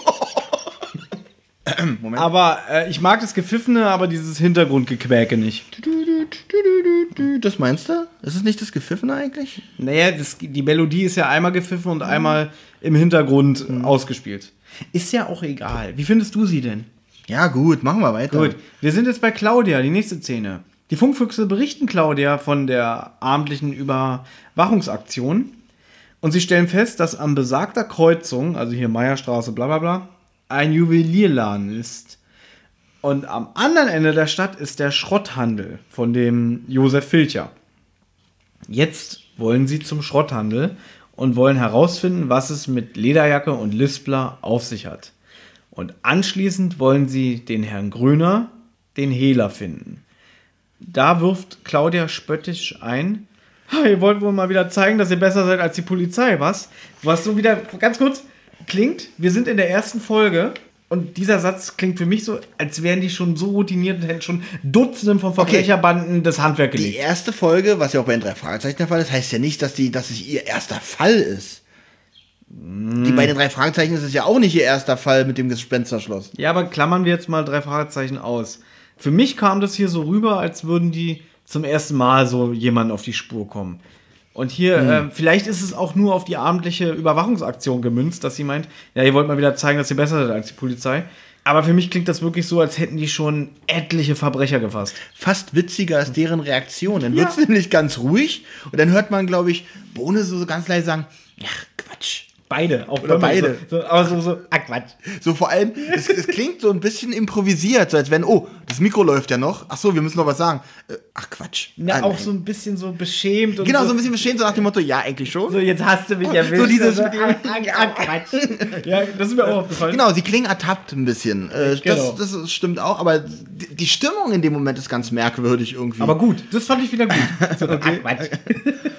Moment. Aber äh, ich mag das Gepfiffene, aber dieses Hintergrundgequäke nicht. Das meinst du? Ist es nicht das Gepfiffene eigentlich? Naja, das, die Melodie ist ja einmal gepfiffen und einmal im Hintergrund mhm. ausgespielt. Ist ja auch egal. Wie findest du sie denn? Ja, gut, machen wir weiter. Gut, wir sind jetzt bei Claudia, die nächste Szene. Die Funkfüchse berichten Claudia von der abendlichen Überwachungsaktion und sie stellen fest, dass an besagter Kreuzung, also hier Meierstraße, bla bla bla, ein Juwelierladen ist. Und am anderen Ende der Stadt ist der Schrotthandel von dem Josef Filcher. Jetzt wollen sie zum Schrotthandel und wollen herausfinden, was es mit Lederjacke und Lispler auf sich hat. Und anschließend wollen sie den Herrn Gröner, den Hehler, finden. Da wirft Claudia spöttisch ein, ihr wollt wohl mal wieder zeigen, dass ihr besser seid als die Polizei, was? Was so wieder, ganz kurz, klingt, wir sind in der ersten Folge und dieser Satz klingt für mich so, als wären die schon so routiniert und hätten schon Dutzenden von Verbrecherbanden das Handwerk gelegt. Die erste Folge, was ja auch bei den drei Fragezeichen der Fall ist, heißt ja nicht, dass, die, dass es ihr erster Fall ist. Mm. Die bei den drei Fragezeichen ist es ja auch nicht ihr erster Fall mit dem Gespensterschloss. Ja, aber klammern wir jetzt mal drei Fragezeichen aus. Für mich kam das hier so rüber, als würden die zum ersten Mal so jemanden auf die Spur kommen. Und hier, mhm. äh, vielleicht ist es auch nur auf die abendliche Überwachungsaktion gemünzt, dass sie meint, ja, ihr wollt mal wieder zeigen, dass ihr besser seid als die Polizei. Aber für mich klingt das wirklich so, als hätten die schon etliche Verbrecher gefasst. Fast witziger als deren Reaktion. Dann wird es ja. nämlich ganz ruhig und dann hört man, glaube ich, Bohne so ganz leise sagen, ach, Quatsch. Beide, auch Oder beide. So, so, aber so, so, ah, Quatsch. So vor allem, es, es klingt so ein bisschen improvisiert, so als wenn, oh, das Mikro läuft ja noch. Ach so, wir müssen noch was sagen. Äh, ach, Quatsch. Na, ah, auch so ein bisschen so beschämt. Und genau, so, so ein bisschen beschämt, so nach dem Motto, ja, eigentlich schon. So, jetzt hast du mich erwischt. So dieses, also, ah, ah, Quatsch. Ja, das ist mir auch aufgefallen. Genau, sie klingen ertappt ein bisschen. Äh, genau. das, das stimmt auch, aber die, die Stimmung in dem Moment ist ganz merkwürdig irgendwie. Aber gut, das fand ich wieder gut. So, okay. Ach, Quatsch.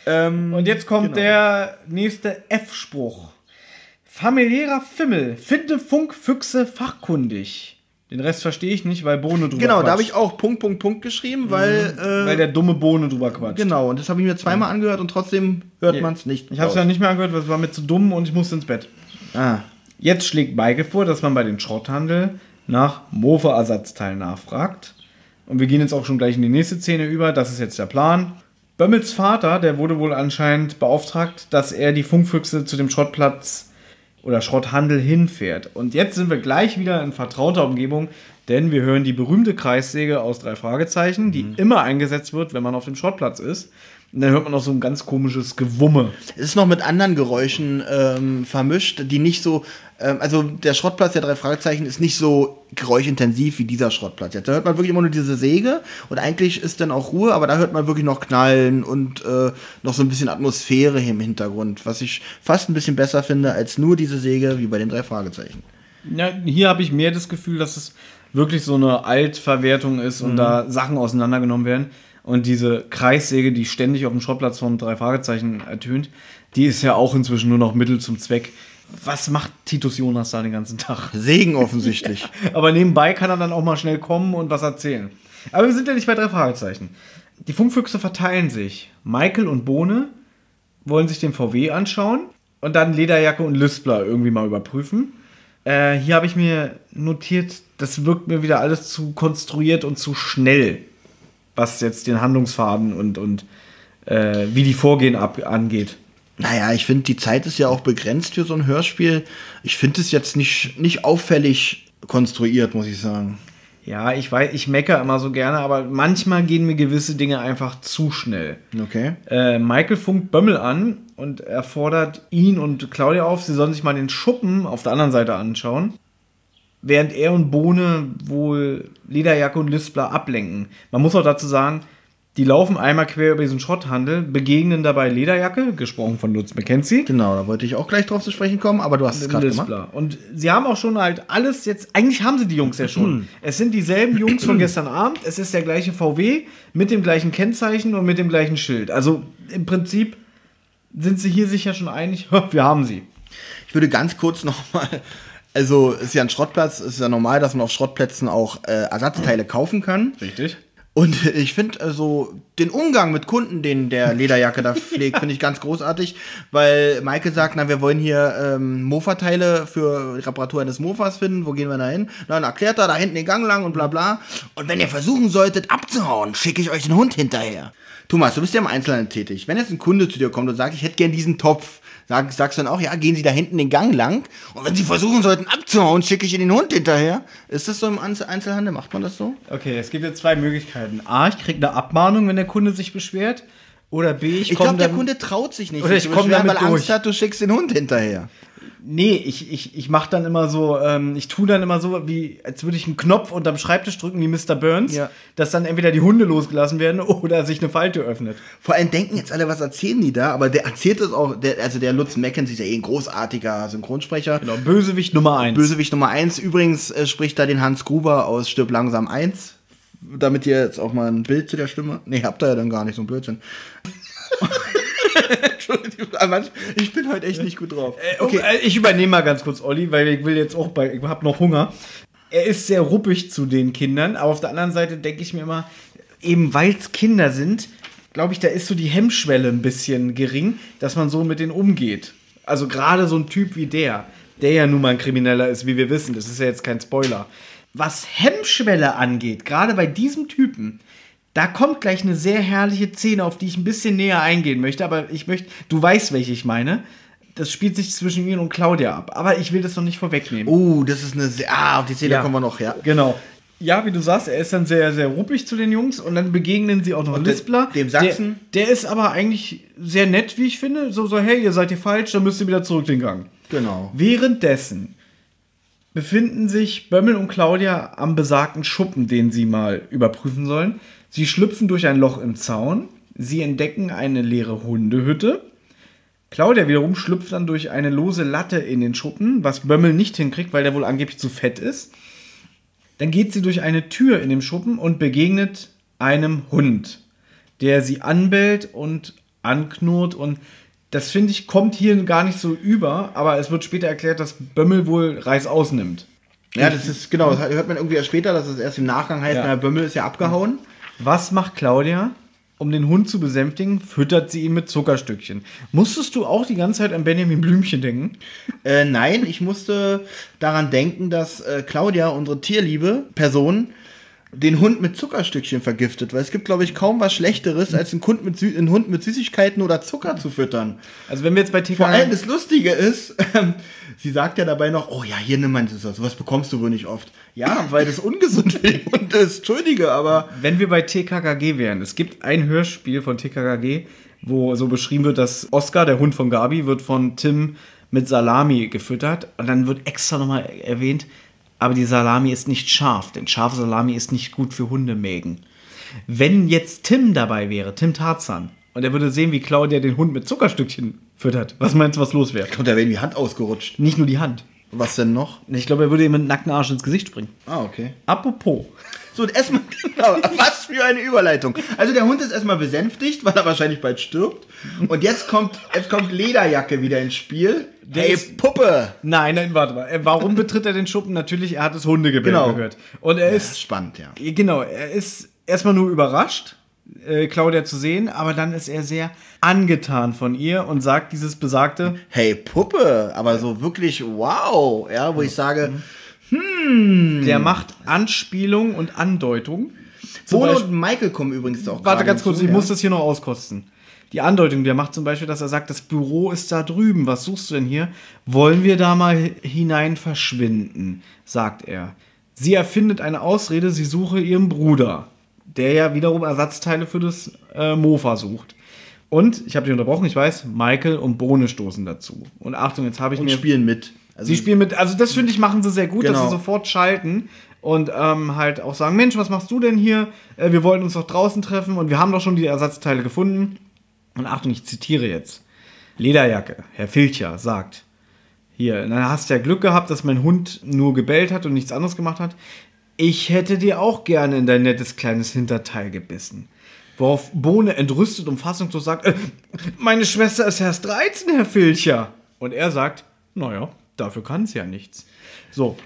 Ähm, Und jetzt kommt genau. der nächste F-Spruch. Familiärer Fimmel, finde Funkfüchse fachkundig. Den Rest verstehe ich nicht, weil Bohne drüber Genau, quatscht. da habe ich auch Punkt, Punkt, Punkt geschrieben, weil... Äh, Weil der dumme Bohne drüber quatscht. genau, und das habe ich mir zweimal angehört und trotzdem hört Ja. man es nicht. Ich habe es ja nicht mehr angehört, weil es war mir zu dumm und ich musste ins Bett. Ah, Jetzt schlägt Michael vor, dass man bei den Schrotthandel nach Mofa-Ersatzteilen nachfragt. Und wir gehen jetzt auch schon gleich in die nächste Szene über. Das ist jetzt der Plan. Bömmels Vater, der wurde wohl anscheinend beauftragt, dass er die Funkfüchse zu dem Schrottplatz oder Schrotthandel hinfährt. Und jetzt sind wir gleich wieder in vertrauter Umgebung, denn wir hören die berühmte Kreissäge aus drei Fragezeichen, die immer eingesetzt wird, wenn man auf dem Schrottplatz ist. Und dann hört man noch so ein ganz komisches Gewumme. es ist noch mit anderen Geräuschen ähm, vermischt, die nicht so, ähm, also der Schrottplatz der drei Fragezeichen ist nicht so geräuschintensiv wie dieser Schrottplatz. Jetzt, da hört man wirklich immer nur diese Säge und eigentlich ist dann auch Ruhe, aber da hört man wirklich noch Knallen und äh, noch so ein bisschen Atmosphäre im Hintergrund, was ich fast ein bisschen besser finde als nur diese Säge wie bei den drei Fragezeichen. Ja, hier habe ich mehr das Gefühl, dass es wirklich so eine Altverwertung ist und da Sachen auseinandergenommen werden. Und diese Kreissäge, die ständig auf dem Schrottplatz von drei Fragezeichen ertönt, die ist ja auch inzwischen nur noch Mittel zum Zweck. Was macht Titus Jonas da den ganzen Tag? Segen offensichtlich. Aber nebenbei kann er dann auch mal schnell kommen und was erzählen. Aber wir sind ja nicht bei drei Fragezeichen. Die Funkfüchse verteilen sich. Michael und Bohne wollen sich den V W anschauen und dann Lederjacke und Lispler irgendwie mal überprüfen. Äh, hier habe ich mir notiert, das wirkt mir wieder alles zu konstruiert und zu schnell, was jetzt den Handlungsfaden und, und äh, wie die Vorgehen ab angeht. Naja, ich finde, die Zeit ist ja auch begrenzt für so ein Hörspiel. Ich finde es jetzt nicht, nicht auffällig konstruiert, muss ich sagen. Ja, ich weiß, ich meckere immer so gerne, aber manchmal gehen mir gewisse Dinge einfach zu schnell. Okay. Äh, Michael funkt Bömmel an und er fordert ihn und Claudia auf, sie sollen sich mal den Schuppen auf der anderen Seite anschauen, während er und Bohne wohl Lederjacke und Lispler ablenken. Man muss auch dazu sagen, die laufen einmal quer über diesen Schrotthandel, begegnen dabei Lederjacke, gesprochen von Lutz McKenzie. Genau, da wollte ich auch gleich drauf zu sprechen kommen, aber du hast es gerade gemacht. Lispler. Und sie haben auch schon halt alles jetzt, eigentlich haben sie die Jungs ja schon. Es sind dieselben Jungs von gestern Abend, es ist der gleiche V W mit dem gleichen Kennzeichen und mit dem gleichen Schild. Also im Prinzip sind sie hier sich ja schon einig, wir haben sie. Ich würde ganz kurz nochmal, also es ist ja ein Schrottplatz, es ist ja normal, dass man auf Schrottplätzen auch äh, Ersatzteile kaufen kann. Richtig. Und ich finde also den Umgang mit Kunden, den der Lederjacke da pflegt, finde ich ganz großartig, weil Michael sagt, na, wir wollen hier ähm, Mofa-Teile für die Reparatur eines Mofas finden, wo gehen wir da hin? Dann erklärt er, da hinten den Gang lang und bla bla. Und wenn ihr versuchen solltet abzuhauen, schicke ich euch den Hund hinterher. Thomas, du bist ja im Einzelhandel tätig. Wenn jetzt ein Kunde zu dir kommt und sagt, ich hätte gern diesen Topf, sag, sagst du dann auch, ja, gehen Sie da hinten den Gang lang und wenn Sie versuchen sollten abzuhauen, schicke ich Ihnen den Hund hinterher. Ist das so im Einzelhandel? Macht man das so? Okay, es gibt jetzt zwei Möglichkeiten. A, ich kriege eine Abmahnung, wenn der Kunde sich beschwert. Oder B, ich, Ich komme glaube, der dann... Kunde traut sich nicht, Oder sich ich zu komm beschweren, damit weil Angst durch. hat, du schickst den Hund hinterher. Nee, ich, ich, ich mache dann immer so, ähm, ich tue dann immer so, wie als würde ich einen Knopf unterm Schreibtisch drücken, wie Mister Burns, Ja. dass dann entweder die Hunde losgelassen werden oder sich eine Falte öffnet. Vor allem denken jetzt alle, was erzählen die da, aber der erzählt es auch, der, also der Lutz Mackenzie ist ja eh ein großartiger Synchronsprecher. Genau, Bösewicht Nummer eins. Bösewicht Nummer eins. Übrigens äh, spricht da den Hans Gruber aus Stirb langsam eins. Damit ihr jetzt auch mal ein Bild zu der Stimme. Nee, habt ihr ja dann gar nicht, so ein Blödsinn. Entschuldigung, aber ich bin heute echt nicht gut drauf. Okay, äh, ich übernehme mal ganz kurz Olli, weil ich will jetzt auch bei, ich habe noch Hunger. Er ist sehr ruppig zu den Kindern, aber auf der anderen Seite denke ich mir immer, eben weil es Kinder sind, glaube ich, da ist so die Hemmschwelle ein bisschen gering, dass man so mit denen umgeht. Also gerade so ein Typ wie der, der ja nun mal ein Krimineller ist, wie wir wissen, das ist ja jetzt kein Spoiler. Was Hemmschwelle angeht, gerade bei diesem Typen, da kommt gleich eine sehr herrliche Szene, auf die ich ein bisschen näher eingehen möchte, aber ich möchte, du weißt, welche ich meine. Das spielt sich zwischen mir und Claudia ab, aber ich will das noch nicht vorwegnehmen. Oh, das ist eine sehr, ah, auf die Szene Ja. kommen wir noch, ja. Genau. Ja, wie du sagst, er ist dann sehr, sehr ruppig zu den Jungs und dann begegnen sie auch noch Und de- Lispler. dem Sachsen? Der, der ist aber eigentlich sehr nett, wie ich finde. So, so, hey, ihr seid hier falsch, dann müsst ihr wieder zurück den Gang. Genau. Währenddessen befinden sich Bömmel und Claudia am besagten Schuppen, den sie mal überprüfen sollen. Sie schlüpfen durch ein Loch im Zaun. Sie entdecken eine leere Hundehütte. Claudia wiederum schlüpft dann durch eine lose Latte in den Schuppen, was Bömmel nicht hinkriegt, weil der wohl angeblich zu fett ist. Dann geht sie durch eine Tür in dem Schuppen und begegnet einem Hund, der sie anbellt und anknurrt und das, finde ich, kommt hier gar nicht so über, aber es wird später erklärt, dass Bömmel wohl Reißaus nimmt. Ja, das ist, genau, das hört man irgendwie erst später, dass es erst im Nachgang heißt, Ja. na, Bömmel ist ja abgehauen. Was macht Claudia? Um den Hund zu besänftigen, füttert sie ihn mit Zuckerstückchen. Musstest du auch die ganze Zeit an Benjamin Blümchen denken? Äh, nein, ich musste daran denken, dass äh, Claudia, unsere tierliebe Person, den Hund mit Zuckerstückchen vergiftet. Weil es gibt, glaube ich, kaum was Schlechteres, als einen Hund, mit Sü- einen Hund mit Süßigkeiten oder Zucker zu füttern. Also wenn wir jetzt bei T K... Vor allem das Lustige ist, ähm, sie sagt ja dabei noch, oh ja, hier nimm mal das, sowas bekommst du wohl nicht oft. Ja, weil das ungesund für den Hund ist. Entschuldige, aber... Wenn wir bei T K K G wären, es gibt ein Hörspiel von T K K G, wo so beschrieben wird, dass Oscar, der Hund von Gabi, wird von Tim mit Salami gefüttert. Und dann wird extra nochmal erwähnt, aber die Salami ist nicht scharf, denn scharfe Salami ist nicht gut für Hundemägen. Wenn jetzt Tim dabei wäre, Tim Tarzan, und er würde sehen, wie Claudia den Hund mit Zuckerstückchen füttert, was meinst du, was los wäre? Und da wäre ihm die Hand ausgerutscht. Nicht nur die Hand. Was denn noch? Ich glaube, er würde ihm mit nacktem Arsch ins Gesicht springen. Ah, okay. Apropos. So, und erstmal, genau, was für eine Überleitung. Also der Hund ist erstmal besänftigt, weil er wahrscheinlich bald stirbt. Und jetzt kommt, jetzt kommt Lederjacke wieder ins Spiel. Der Hey, ist- Puppe! Nein, nein, warte mal. Äh, Warum betritt er den Schuppen? Natürlich, er hat das Hundegebell Genau. gehört. Und er Das ist ist, spannend, ja. genau, er ist erstmal nur überrascht, äh, Claudia zu sehen, aber dann ist er sehr angetan von ihr und sagt dieses besagte, Hey, Puppe! Aber so wirklich wow! Ja, wo ich sage, der macht Anspielung und Andeutung. Zum Bono Beispiel- und Michael kommen übrigens auch Warte gerade ganz kurz, hinzu, ich ja. muss das hier noch auskosten. Die Andeutung, der macht zum Beispiel, dass er sagt, das Büro ist da drüben. Was suchst du denn hier? Wollen wir da mal hi- hinein verschwinden? Sagt er. Sie erfindet eine Ausrede, sie suche ihren Bruder, der ja wiederum Ersatzteile für das äh, Mofa sucht. Und, ich habe dich unterbrochen, ich weiß, Michael und Bohne stoßen dazu. Und Achtung, jetzt habe ich Und mir... spielen mit. Also, Sie spielen mit, also das finde ich, machen sie sehr gut, dass Genau. sie sofort schalten und ähm, halt auch sagen, Mensch, was machst du denn hier? Äh, wir wollten uns doch draußen treffen und wir haben doch schon die Ersatzteile gefunden. Und Achtung, ich zitiere jetzt. Lederjacke, Herr Filcher sagt, hier, dann hast du ja Glück gehabt, dass mein Hund nur gebellt hat und nichts anderes gemacht hat. Ich hätte dir auch gerne in dein nettes kleines Hinterteil gebissen. Worauf Bohne entrüstet und fassungslos sagt, äh, meine Schwester ist erst dreizehn, Herr Filcher. Und er sagt, naja, dafür kann es ja nichts. So.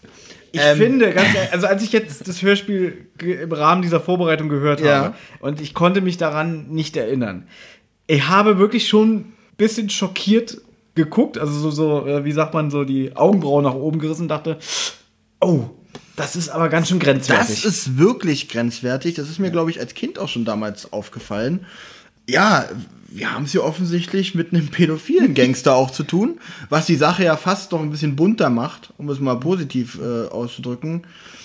Ich Ähm. finde, ganz ehrlich, also als ich jetzt das Hörspiel ge- im Rahmen dieser Vorbereitung gehört Ja. habe und ich konnte mich daran nicht erinnern, ich habe wirklich schon ein bisschen schockiert geguckt, also so, so äh, wie sagt man, so die Augenbrauen nach oben gerissen und dachte, oh, das ist aber ganz schön grenzwertig. das ist wirklich grenzwertig. Das ist mir, glaube ich, als Kind auch schon damals aufgefallen. Ja, wir haben es hier offensichtlich mit einem pädophilen Gangster auch zu tun, was die Sache ja fast noch ein bisschen bunter macht, um es mal positiv äh, auszudrücken.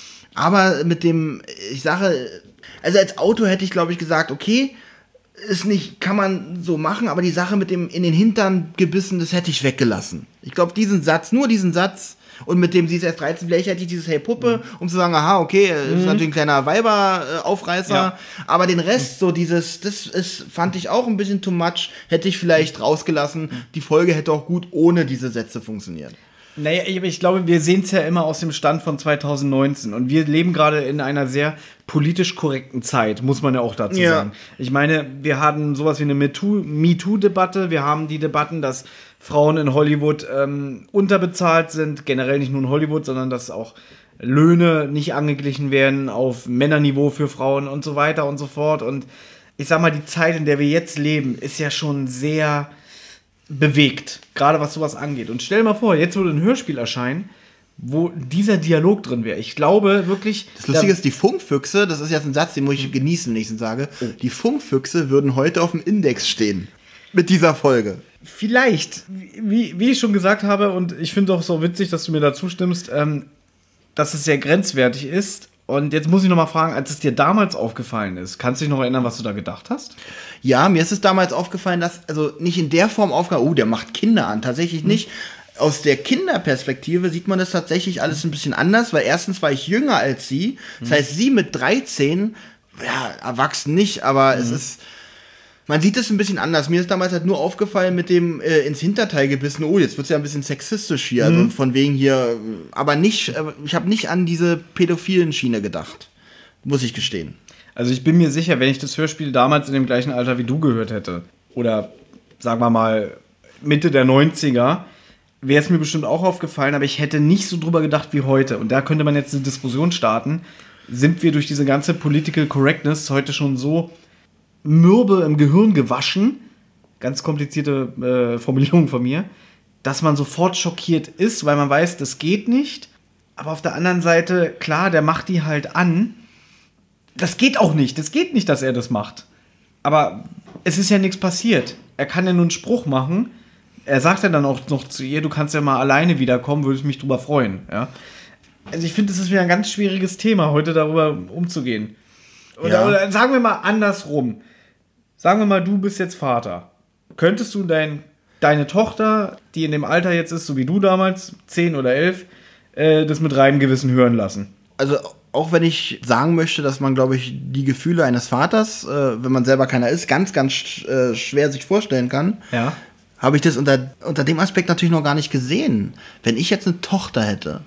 Aber mit dem, ich sage, also als Autor hätte ich, glaube ich, gesagt, okay, ist nicht, kann man so machen, aber die Sache mit dem in den Hintern gebissen, das hätte ich weggelassen. Ich glaube, diesen Satz, nur diesen Satz und mit dem sie ist erst dreizehn, vielleicht hätte ich dieses Hey Puppe, um zu sagen, aha, okay, das ist natürlich ein kleiner Weiberaufreißer, Ja. aber den Rest, so dieses, das ist, fand ich auch ein bisschen too much, hätte ich vielleicht rausgelassen. Die Folge hätte auch gut ohne diese Sätze funktioniert. Naja, ich, ich glaube, wir sehen es ja immer aus dem Stand von zwanzig neunzehn und wir leben gerade in einer sehr politisch korrekten Zeit, muss man ja auch dazu Ja. sagen. Ich meine, wir hatten sowas wie eine MeToo- MeToo-Debatte, wir haben die Debatten, dass Frauen in Hollywood ähm, unterbezahlt sind, generell nicht nur in Hollywood, sondern dass auch Löhne nicht angeglichen werden auf Männerniveau für Frauen und so weiter und so fort. Und ich sag mal, die Zeit, in der wir jetzt leben, ist ja schon sehr bewegt, gerade was sowas angeht. Und stell dir mal vor, jetzt würde ein Hörspiel erscheinen, wo dieser Dialog drin wäre. Ich glaube wirklich... Das Lustige ist, die Funkfüchse, das ist jetzt ein Satz, den muss ich genießen, wenn ich ihn sage, die Funkfüchse würden heute auf dem Index stehen. Mit dieser Folge. Vielleicht, wie, wie ich schon gesagt habe, und ich finde auch so witzig, dass du mir da zustimmst, ähm, dass es sehr grenzwertig ist. Und jetzt muss ich noch mal fragen, als es dir damals aufgefallen ist, kannst du dich noch erinnern, was du da gedacht hast? Ja, mir ist es damals aufgefallen, dass, also nicht in der Form aufgefallen, oh, der macht Kinder an, tatsächlich nicht. Aus der Kinderperspektive sieht man das tatsächlich alles ein bisschen anders, weil erstens war ich jünger als sie. Das heißt, sie mit dreizehn, ja, erwachsen nicht, aber es ist, man sieht es ein bisschen anders. Mir ist damals halt nur aufgefallen mit dem äh, ins Hinterteil gebissen, oh, jetzt wird es ja ein bisschen sexistisch hier, also von wegen hier, aber nicht, äh, ich habe nicht an diese pädophilen Schiene gedacht, muss ich gestehen. Also ich bin mir sicher, wenn ich das Hörspiel damals in dem gleichen Alter wie du gehört hätte, oder sagen wir mal Mitte der neunziger, wäre es mir bestimmt auch aufgefallen, aber ich hätte nicht so drüber gedacht wie heute. Und da könnte man jetzt eine Diskussion starten. Sind wir durch diese ganze Political Correctness heute schon so mürbe im Gehirn gewaschen, ganz komplizierte äh, Formulierung von mir, dass man sofort schockiert ist, weil man weiß, das geht nicht. Aber auf der anderen Seite, klar, der macht die halt an. Das geht auch nicht. Das geht nicht, dass er das macht. Aber es ist ja nichts passiert. Er kann ja nur einen Spruch machen. Er sagt ja dann auch noch zu ihr, du kannst ja mal alleine wiederkommen, würde ich mich drüber freuen. Ja? Also ich finde, das ist wieder ein ganz schwieriges Thema, heute darüber umzugehen. Oder, Ja. oder sagen wir mal andersrum. Sagen wir mal, du bist jetzt Vater. Könntest du dein, deine Tochter, die in dem Alter jetzt ist, so wie du damals, zehn oder elf, äh, das mit reinem Gewissen hören lassen? Also auch wenn ich sagen möchte, dass man, glaube ich, die Gefühle eines Vaters, äh, wenn man selber keiner ist, ganz, ganz sch- äh, schwer sich vorstellen kann, Ja. habe ich das unter, unter dem Aspekt natürlich noch gar nicht gesehen. Wenn ich jetzt eine Tochter hätte.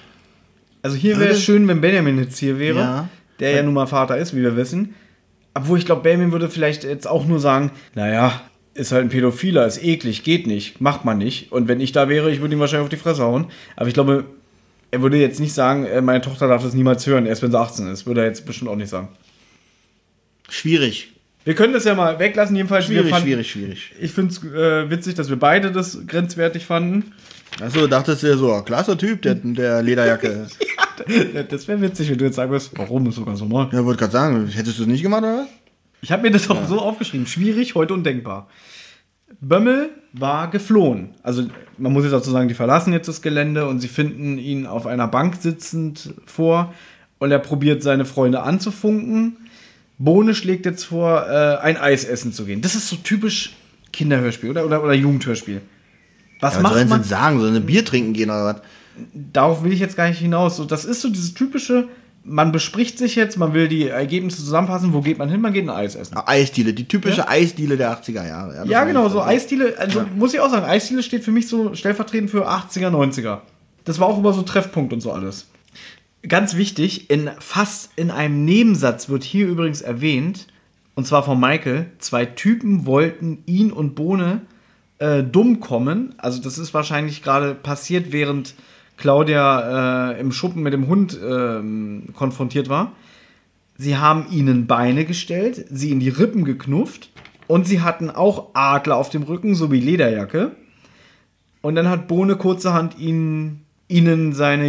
Also hier wäre es schön, wenn Benjamin jetzt hier wäre, Ja. der ja nun mal Vater ist, wie wir wissen. Obwohl ich glaube, Benjamin würde vielleicht jetzt auch nur sagen, naja, ist halt ein Pädophiler, ist eklig, geht nicht, macht man nicht. Und wenn ich da wäre, ich würde ihm wahrscheinlich auf die Fresse hauen. Aber ich glaube, er würde jetzt nicht sagen, äh, meine Tochter darf das niemals hören, erst wenn sie achtzehn ist. Würde er jetzt bestimmt auch nicht sagen. Schwierig. Wir können das ja mal weglassen, jedenfalls. wir Schwierig, fanden, schwierig, schwierig. Ich finde es äh, witzig, dass wir beide das grenzwertig fanden. Achso, dachtest du ja so, klasser Typ, der, der Lederjacke. Das wäre witzig, wenn du jetzt sagen würdest, warum ist sogar so mal. Ja, wollte gerade sagen, hättest du es nicht gemacht, oder was? Ich habe mir das auch so aufgeschrieben. Schwierig, heute undenkbar. Bömmel war geflohen. Also man muss jetzt dazu sagen, die verlassen jetzt das Gelände und sie finden ihn auf einer Bank sitzend vor und er probiert seine Freunde anzufunken. Bohne schlägt jetzt vor, äh, ein Eis essen zu gehen. Das ist so typisch Kinderhörspiel oder, oder, oder Jugendhörspiel. Was Ja, was macht sollen sie man? denn sagen? Sollen sie ein Bier trinken gehen oder was? Darauf will ich jetzt gar nicht hinaus. So, das ist so dieses typische, man bespricht sich jetzt, man will die Ergebnisse zusammenfassen. Wo geht man hin? Man geht ein Eis essen. Ah, Eisdiele, die typische Ja. Eisdiele der achtziger Jahre. das Ja, war genau, jetzt so also- Eisdiele, also muss ich auch sagen, Eisdiele steht für mich so stellvertretend für achtziger, neunziger. Das war auch immer so Treffpunkt und so alles. Ganz wichtig, in fast in einem Nebensatz wird hier übrigens erwähnt, und zwar von Michael, zwei Typen wollten ihn und Bohne äh, dumm kommen. Also das ist wahrscheinlich gerade passiert, während Claudia äh, im Schuppen mit dem Hund ähm, konfrontiert war. Sie haben ihnen Beine gestellt, sie in die Rippen geknufft und sie hatten auch Adler auf dem Rücken sowie Lederjacke. Und dann hat Bohne kurzerhand ihnen, ihnen seine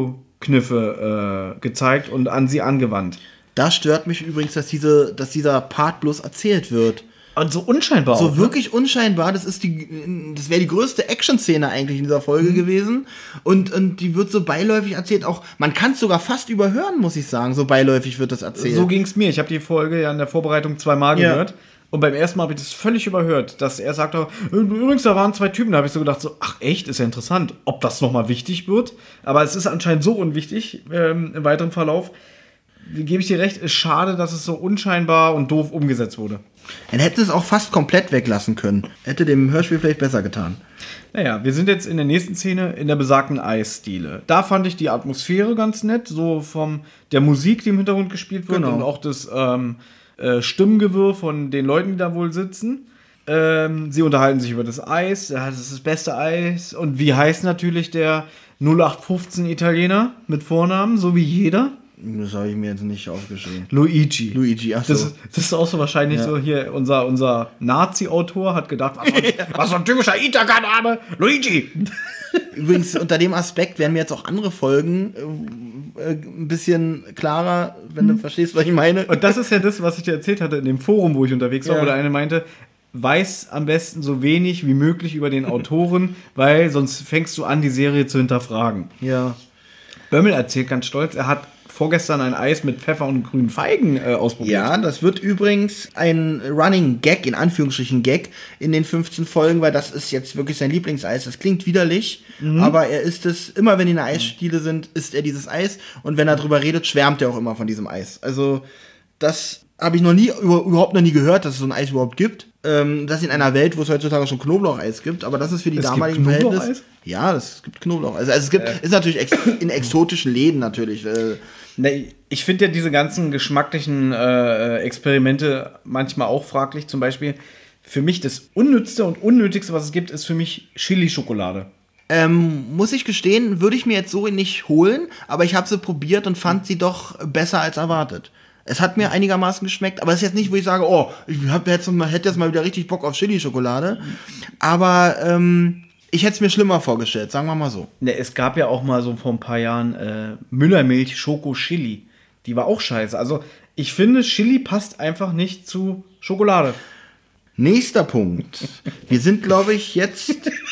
Judo-Kniffe äh, gezeigt und an sie angewandt. Da stört mich übrigens, dass, diese, dass dieser Part bloß erzählt wird. Und so unscheinbar So auch, wirklich unscheinbar. Das ist die, das wäre die größte Action-Szene eigentlich in dieser Folge gewesen. Und, und die wird so beiläufig erzählt. Auch man kann es sogar fast überhören, muss ich sagen. So beiläufig wird das ne? erzählt. So ging es mir. Ich habe die Folge ja in der Vorbereitung zweimal Ja. gehört. Und beim ersten Mal habe ich das völlig überhört, dass er sagte, übrigens, da waren zwei Typen. Da habe ich so gedacht, so, ach echt, ist ja interessant, ob das nochmal wichtig wird. Aber es ist anscheinend so unwichtig ähm, im weiteren Verlauf. Gebe ich dir recht, ist schade, dass es so unscheinbar und doof umgesetzt wurde. Er hätte es auch fast komplett weglassen können. Hätte dem Hörspiel vielleicht besser getan. Naja, wir sind jetzt in der nächsten Szene in der besagten Eisdiele. Da fand ich die Atmosphäre ganz nett, so vom der Musik, die im Hintergrund gespielt wird Genau. und auch das ähm, äh, Stimmengewirr von den Leuten, die da wohl sitzen. Ähm, sie unterhalten sich über das Eis, ja, das ist das beste Eis. Und wie heißt natürlich der null acht fünfzehn Italiener mit Vornamen, so wie jeder? Das habe ich mir jetzt nicht aufgeschrieben. Luigi. Luigi, ach so. Das, ist- das ist auch so wahrscheinlich Ja. so hier, unser, unser Nazi-Autor hat gedacht, was für, ein- was für ein typischer Ithaka-Name, Luigi. Übrigens, unter dem Aspekt werden mir jetzt auch andere Folgen äh, äh, ein bisschen klarer, wenn du verstehst, was ich meine. Und das ist ja das, was ich dir erzählt hatte in dem Forum, wo ich unterwegs war, Ja. wo der eine meinte, weiß am besten so wenig wie möglich über den Autoren, weil sonst fängst du an, die Serie zu hinterfragen. Ja. Bömmel erzählt ganz stolz, er hat vorgestern ein Eis mit Pfeffer und grünen Feigen äh, ausprobiert. Ja, das wird übrigens ein Running Gag, in Anführungsstrichen Gag, in den fünfzehn Folgen, weil das ist jetzt wirklich sein Lieblingseis. Das klingt widerlich, aber er isst es, immer wenn die in der Eisdiele sind, isst er dieses Eis und wenn er drüber redet, schwärmt er auch immer von diesem Eis. Also, das habe ich noch nie, über, überhaupt noch nie gehört, dass es so ein Eis überhaupt gibt. Ähm, das in einer Welt, wo es heutzutage schon Knoblaucheis gibt, aber das ist für die Es gibt damaligen Knoblaucheis? Verhältnisse. Ja, es gibt Knoblaucheis. Also es gibt, ist natürlich ex in exotischen Läden natürlich. Äh, Ne, ich finde ja diese ganzen geschmacklichen äh, Experimente manchmal auch fraglich. Zum Beispiel Für mich das Unnützte und Unnötigste, was es gibt, ist für mich Chili-Schokolade. Ähm, muss ich gestehen, würde ich mir jetzt so nicht holen, aber ich habe sie probiert und fand sie doch besser als erwartet. Es hat mir einigermaßen geschmeckt, aber es ist jetzt nicht, wo ich sage, oh, ich hab jetzt mal, hätte jetzt mal wieder richtig Bock auf Chili-Schokolade. Aber ähm, ich hätte es mir schlimmer vorgestellt, sagen wir mal so. Ne, es gab ja auch mal so vor ein paar Jahren äh, Müllermilch Schoko-Chili. Die war auch scheiße. Also ich finde, Chili passt einfach nicht zu Schokolade. Nächster Punkt. Wir sind, glaube ich, jetzt...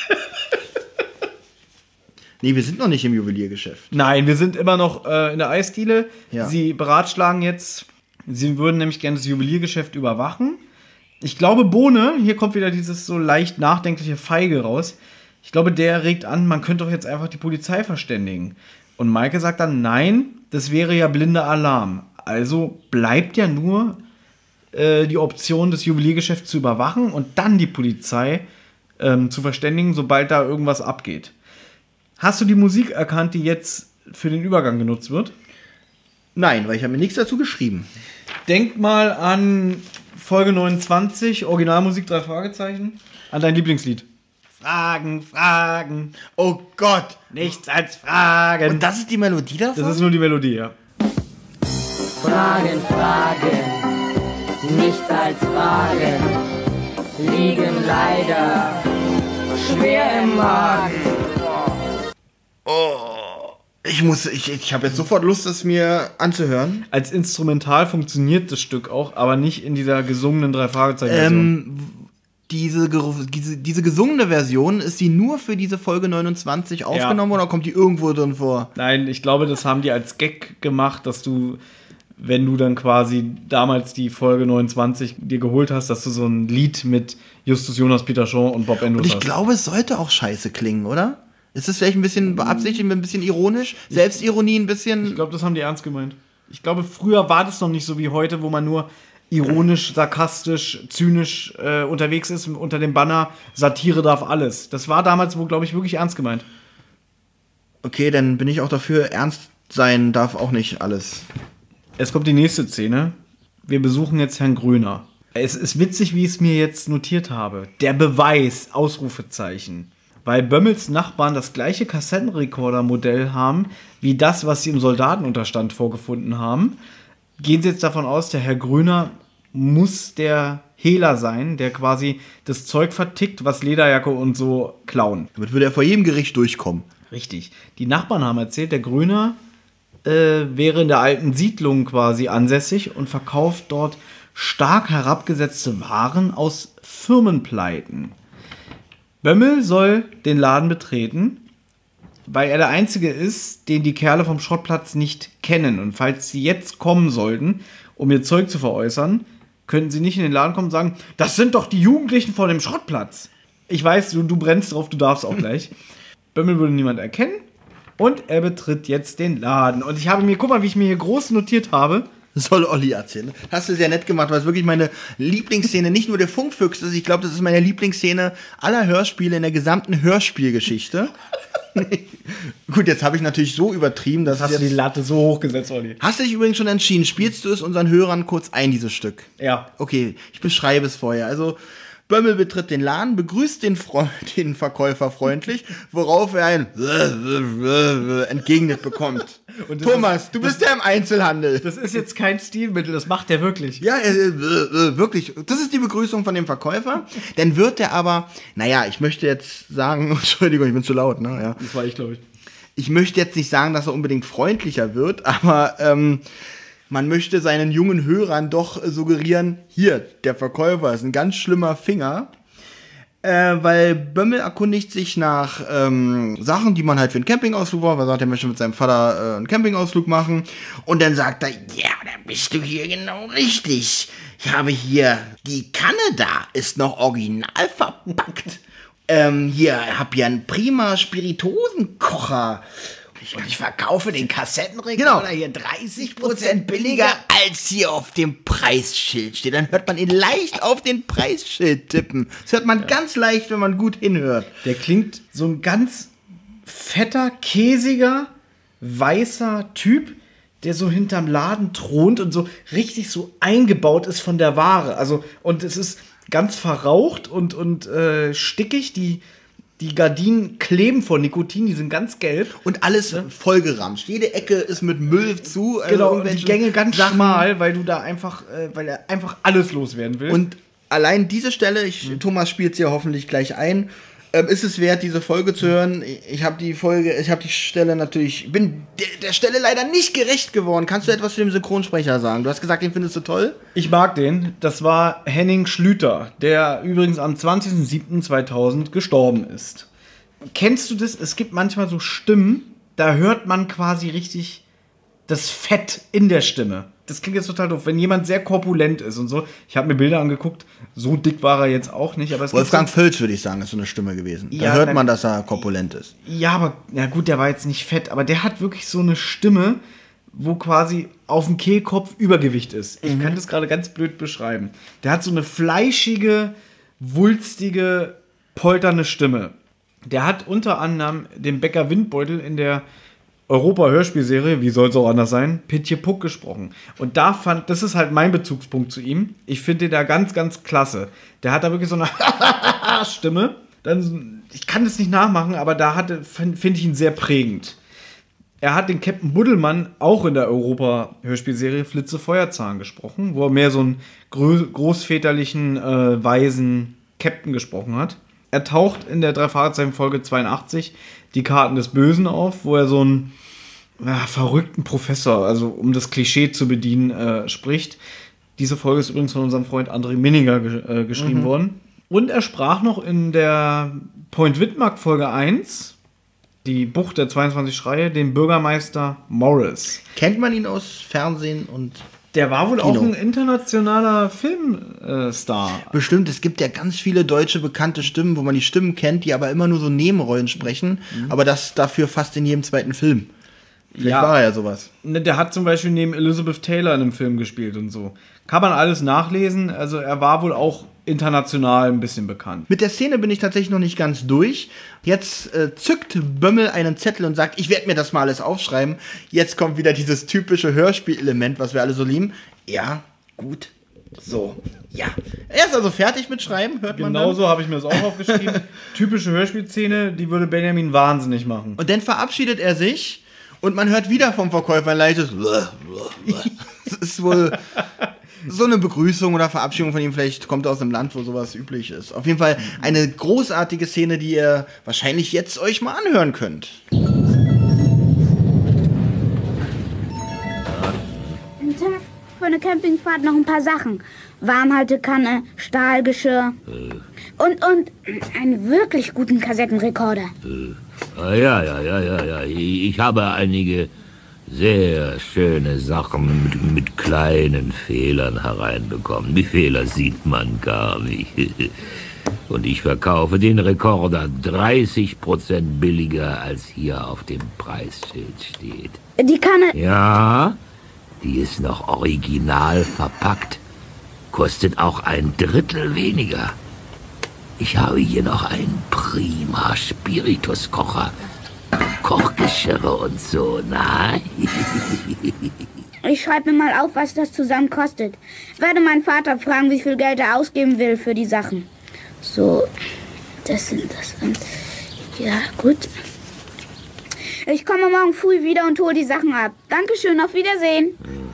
Nee, wir sind noch nicht im Juweliergeschäft. Nein, wir sind immer noch äh, in der Eisdiele. Ja. Sie beratschlagen jetzt, sie würden nämlich gerne das Juweliergeschäft überwachen. Ich glaube, Bohne, hier kommt wieder dieses so leicht nachdenkliche Feige raus. Ich glaube, der regt an, man könnte doch jetzt einfach die Polizei verständigen. Und Maike sagt dann, nein, das wäre ja blinder Alarm. Also bleibt ja nur äh, die Option, das Juweliergeschäft zu überwachen und dann die Polizei ähm, zu verständigen, sobald da irgendwas abgeht. Hast du die Musik erkannt, die jetzt für den Übergang genutzt wird? Nein, weil ich habe mir nichts dazu geschrieben. Denk mal an Folge neunundzwanzig, Originalmusik, drei Fragezeichen, an dein Lieblingslied. Fragen, Fragen, Oh Gott! nichts als Fragen. Und das ist die Melodie davon? Das ist nur die Melodie, ja. Fragen, Fragen, nichts als Fragen, liegen leider schwer im Magen. Ich muss, ich, ich habe jetzt sofort Lust, das mir anzuhören. Als Instrumental funktioniert das Stück auch, aber nicht in dieser gesungenen drei Fragezeichen-Version. Ähm, diese, ge- diese, diese gesungene Version, ist die nur für diese Folge neunundzwanzig aufgenommen oder kommt die irgendwo drin vor? Nein, ich glaube, das haben die als Gag gemacht, dass du, wenn du dann quasi damals die Folge neunundzwanzig dir geholt hast, dass du so ein Lied mit Justus Jonas, Peter Shaw und Bob Andrews Und ich hast. glaube, es sollte auch scheiße klingen, oder? Ist das vielleicht ein bisschen beabsichtigt, ein bisschen ironisch? Selbstironie ein bisschen? Ich glaube, das haben die ernst gemeint. Ich glaube, früher war das noch nicht so wie heute, wo man nur ironisch, sarkastisch, zynisch äh, unterwegs ist unter dem Banner Satire darf alles. Das war damals wohl, glaube ich, wirklich ernst gemeint. Okay, dann bin ich auch dafür, ernst sein darf auch nicht alles. Es kommt die nächste Szene. Wir besuchen jetzt Herrn Gröner. Es ist witzig, wie ich es mir jetzt notiert habe. Der Beweis, Ausrufezeichen. Weil Bömmels Nachbarn das gleiche Kassettenrekorder-Modell haben, wie das, was sie im Soldatenunterstand vorgefunden haben, gehen sie jetzt davon aus, der Herr Gröner muss der Hehler sein, der quasi das Zeug vertickt, was Lederjacke und so klauen. Damit würde er vor jedem Gericht durchkommen. Richtig. Die Nachbarn haben erzählt, der Gröner äh, wäre in der alten Siedlung quasi ansässig und verkauft dort stark herabgesetzte Waren aus Firmenpleiten. Bömmel soll den Laden betreten, weil er der Einzige ist, den die Kerle vom Schrottplatz nicht kennen. Und falls sie jetzt kommen sollten, um ihr Zeug zu veräußern, könnten sie nicht in den Laden kommen und sagen, das sind doch die Jugendlichen vor dem Schrottplatz. Ich weiß, du, du brennst drauf, du darfst auch gleich. Bömmel würde niemand erkennen und er betritt jetzt den Laden. Und ich habe mir, guck mal, wie ich mir hier groß notiert habe. Soll Olli erzählen. Hast du sehr nett gemacht, weil es wirklich meine Lieblingsszene, nicht nur der Funkfüchs ist, ich glaube, das ist meine Lieblingsszene aller Hörspiele in der gesamten Hörspielgeschichte. Gut, jetzt habe ich natürlich so übertrieben, dass Hast jetzt du die Latte so hochgesetzt, Olli? Hast du dich übrigens schon entschieden? Spielst du es unseren Hörern kurz ein, dieses Stück? Ja. Okay, ich beschreibe es vorher. Also, Bömmel betritt den Laden, begrüßt den, Fre- den Verkäufer freundlich, worauf er ein entgegnet bekommt. Und das Thomas, du bist ja im Einzelhandel. Das ist jetzt kein Stilmittel, das macht er wirklich. Ja, äh, äh, äh, wirklich. Das ist die Begrüßung von dem Verkäufer. Dann wird er aber, naja, ich möchte jetzt sagen, Entschuldigung, ich bin zu laut, ne? Ja. Das war ich, glaube ich. Ich möchte jetzt nicht sagen, dass er unbedingt freundlicher wird, aber ähm, man möchte seinen jungen Hörern doch suggerieren, hier, der Verkäufer ist ein ganz schlimmer Finger. Äh, weil Bömmel erkundigt sich nach ähm, Sachen, die man halt für einen Campingausflug braucht. Er sagt, er möchte mit seinem Vater äh, einen Campingausflug machen. Und dann sagt er, ja, da bist du hier genau richtig. Ich habe hier, die Kanne da ist noch original verpackt. ähm, hier, ich habe hier einen prima Spirituosenkocher. Und ich verkaufe den Kassettenrekorder genau. hier dreißig Prozent billiger, als hier auf dem Preisschild steht. Dann hört man ihn leicht auf den Preisschild tippen. Das hört man ja. ganz leicht, wenn man gut hinhört. Der klingt so ein ganz fetter, käsiger, weißer Typ, der so hinterm Laden thront und so richtig so eingebaut ist von der Ware. Also, und es ist ganz verraucht und, und äh, stickig. Die, die Gardinen kleben vor Nikotin, die sind ganz gelb. Und alles ja. vollgeramscht. Jede Ecke ist mit Müll zu. Also genau, und die Gänge ganz Sachen. schmal, weil du da einfach, äh, weil er einfach alles loswerden will. Und allein diese Stelle, ich, mhm. Thomas spielt sie ja hoffentlich gleich ein, ähm, ist es wert, diese Folge zu hören. Ich habe die Folge, ich habe die Stelle natürlich, bin der, der Stelle leider nicht gerecht geworden. Kannst du etwas zu dem Synchronsprecher sagen? Du hast gesagt, den findest du toll? Ich mag den. Das war Henning Schlüter, der übrigens am zwanzigsten siebten zweitausend gestorben ist. Kennst du das? Es gibt manchmal so Stimmen, da hört man quasi richtig das Fett in der Stimme. Das klingt jetzt total doof, wenn jemand sehr korpulent ist und so. Ich habe mir Bilder angeguckt, so dick war er jetzt auch nicht. Aber es Wolfgang so Völz, würde ich sagen, ist so eine Stimme gewesen. Da ja, hört man, dass er korpulent ist. Ja, aber, ja gut, der war jetzt nicht fett, aber der hat wirklich so eine Stimme, wo quasi auf dem Kehlkopf Übergewicht ist. Ich mhm. kann das gerade ganz blöd beschreiben. Der hat so eine fleischige, wulstige, polternde Stimme. Der hat unter anderem den Bäcker Windbeutel in der Europa-Hörspielserie, wie soll es auch anders sein, Pitje Puck gesprochen. Und da fand, das ist halt mein Bezugspunkt zu ihm. Ich finde den da ganz, ganz klasse. Der hat da wirklich so eine Stimme. Dann, ich kann das nicht nachmachen, aber da finde find ich ihn sehr prägend. Er hat den Captain Buddelmann auch in der Europa-Hörspielserie Flitze Feuerzahn gesprochen, wo er mehr so einen grö- großväterlichen, äh, weisen Captain gesprochen hat. Er taucht in der Drei-Fragezeichen-Folge zweiundachtzig die Karten des Bösen auf, wo er so einen ja, verrückten Professor, also um das Klischee zu bedienen, äh, spricht. Diese Folge ist übrigens von unserem Freund André Minninger ge- äh, geschrieben mhm. worden. Und er sprach noch in der Point Widmark Folge eins, die Bucht der zweiundzwanzig Schreie, den Bürgermeister Morris. Kennt man ihn aus Fernsehen und Der war wohl Kino. Auch ein internationaler Filmstar. Äh, Bestimmt, es gibt ja ganz viele deutsche bekannte Stimmen, wo man die Stimmen kennt, die aber immer nur so Nebenrollen sprechen, mhm. aber das dafür fast in jedem zweiten Film. Vielleicht ja. war er ja sowas. Der hat zum Beispiel neben Elizabeth Taylor in einem Film gespielt und so. Kann man alles nachlesen, also er war wohl auch international ein bisschen bekannt. Mit der Szene bin ich tatsächlich noch nicht ganz durch. Jetzt äh, zückt Bömmel einen Zettel und sagt, ich werde mir das mal alles aufschreiben. Jetzt kommt wieder dieses typische Hörspielelement, was wir alle so lieben. Ja, gut. So, ja. Er ist also fertig mit Schreiben, hört man dann. Genau so habe ich mir das auch aufgeschrieben. Typische Hörspielszene, die würde Benjamin wahnsinnig machen. Und dann verabschiedet er sich und man hört wieder vom Verkäufer ein leichtes Das ist wohl so eine Begrüßung oder Verabschiedung von ihm. Vielleicht kommt er aus einem Land, wo sowas üblich ist. Auf jeden Fall eine großartige Szene, die ihr wahrscheinlich jetzt euch mal anhören könnt. Für eine Campingfahrt noch ein paar Sachen. Warmhaltekanne, Stahlgeschirr und, und einen wirklich guten Kassettenrekorder. Äh, ja, ja, ja, ja, ja. Ich habe einige sehr schöne Sachen mit, mit kleinen Fehlern hereinbekommen. Die Fehler sieht man gar nicht. Und ich verkaufe den Rekorder dreißig Prozent billiger, als hier auf dem Preisschild steht. Die Kanne... Ja, die ist noch original verpackt. Kostet auch ein Drittel weniger. Ich habe hier noch einen prima Spirituskocher. Kochgeschirre und so, nein. Ich schreibe mir mal auf, was das zusammen kostet. Ich werde meinen Vater fragen, wie viel Geld er ausgeben will für die Sachen. So, das sind das. Ja, gut. Ich komme morgen früh wieder und hole die Sachen ab. Dankeschön, auf Wiedersehen.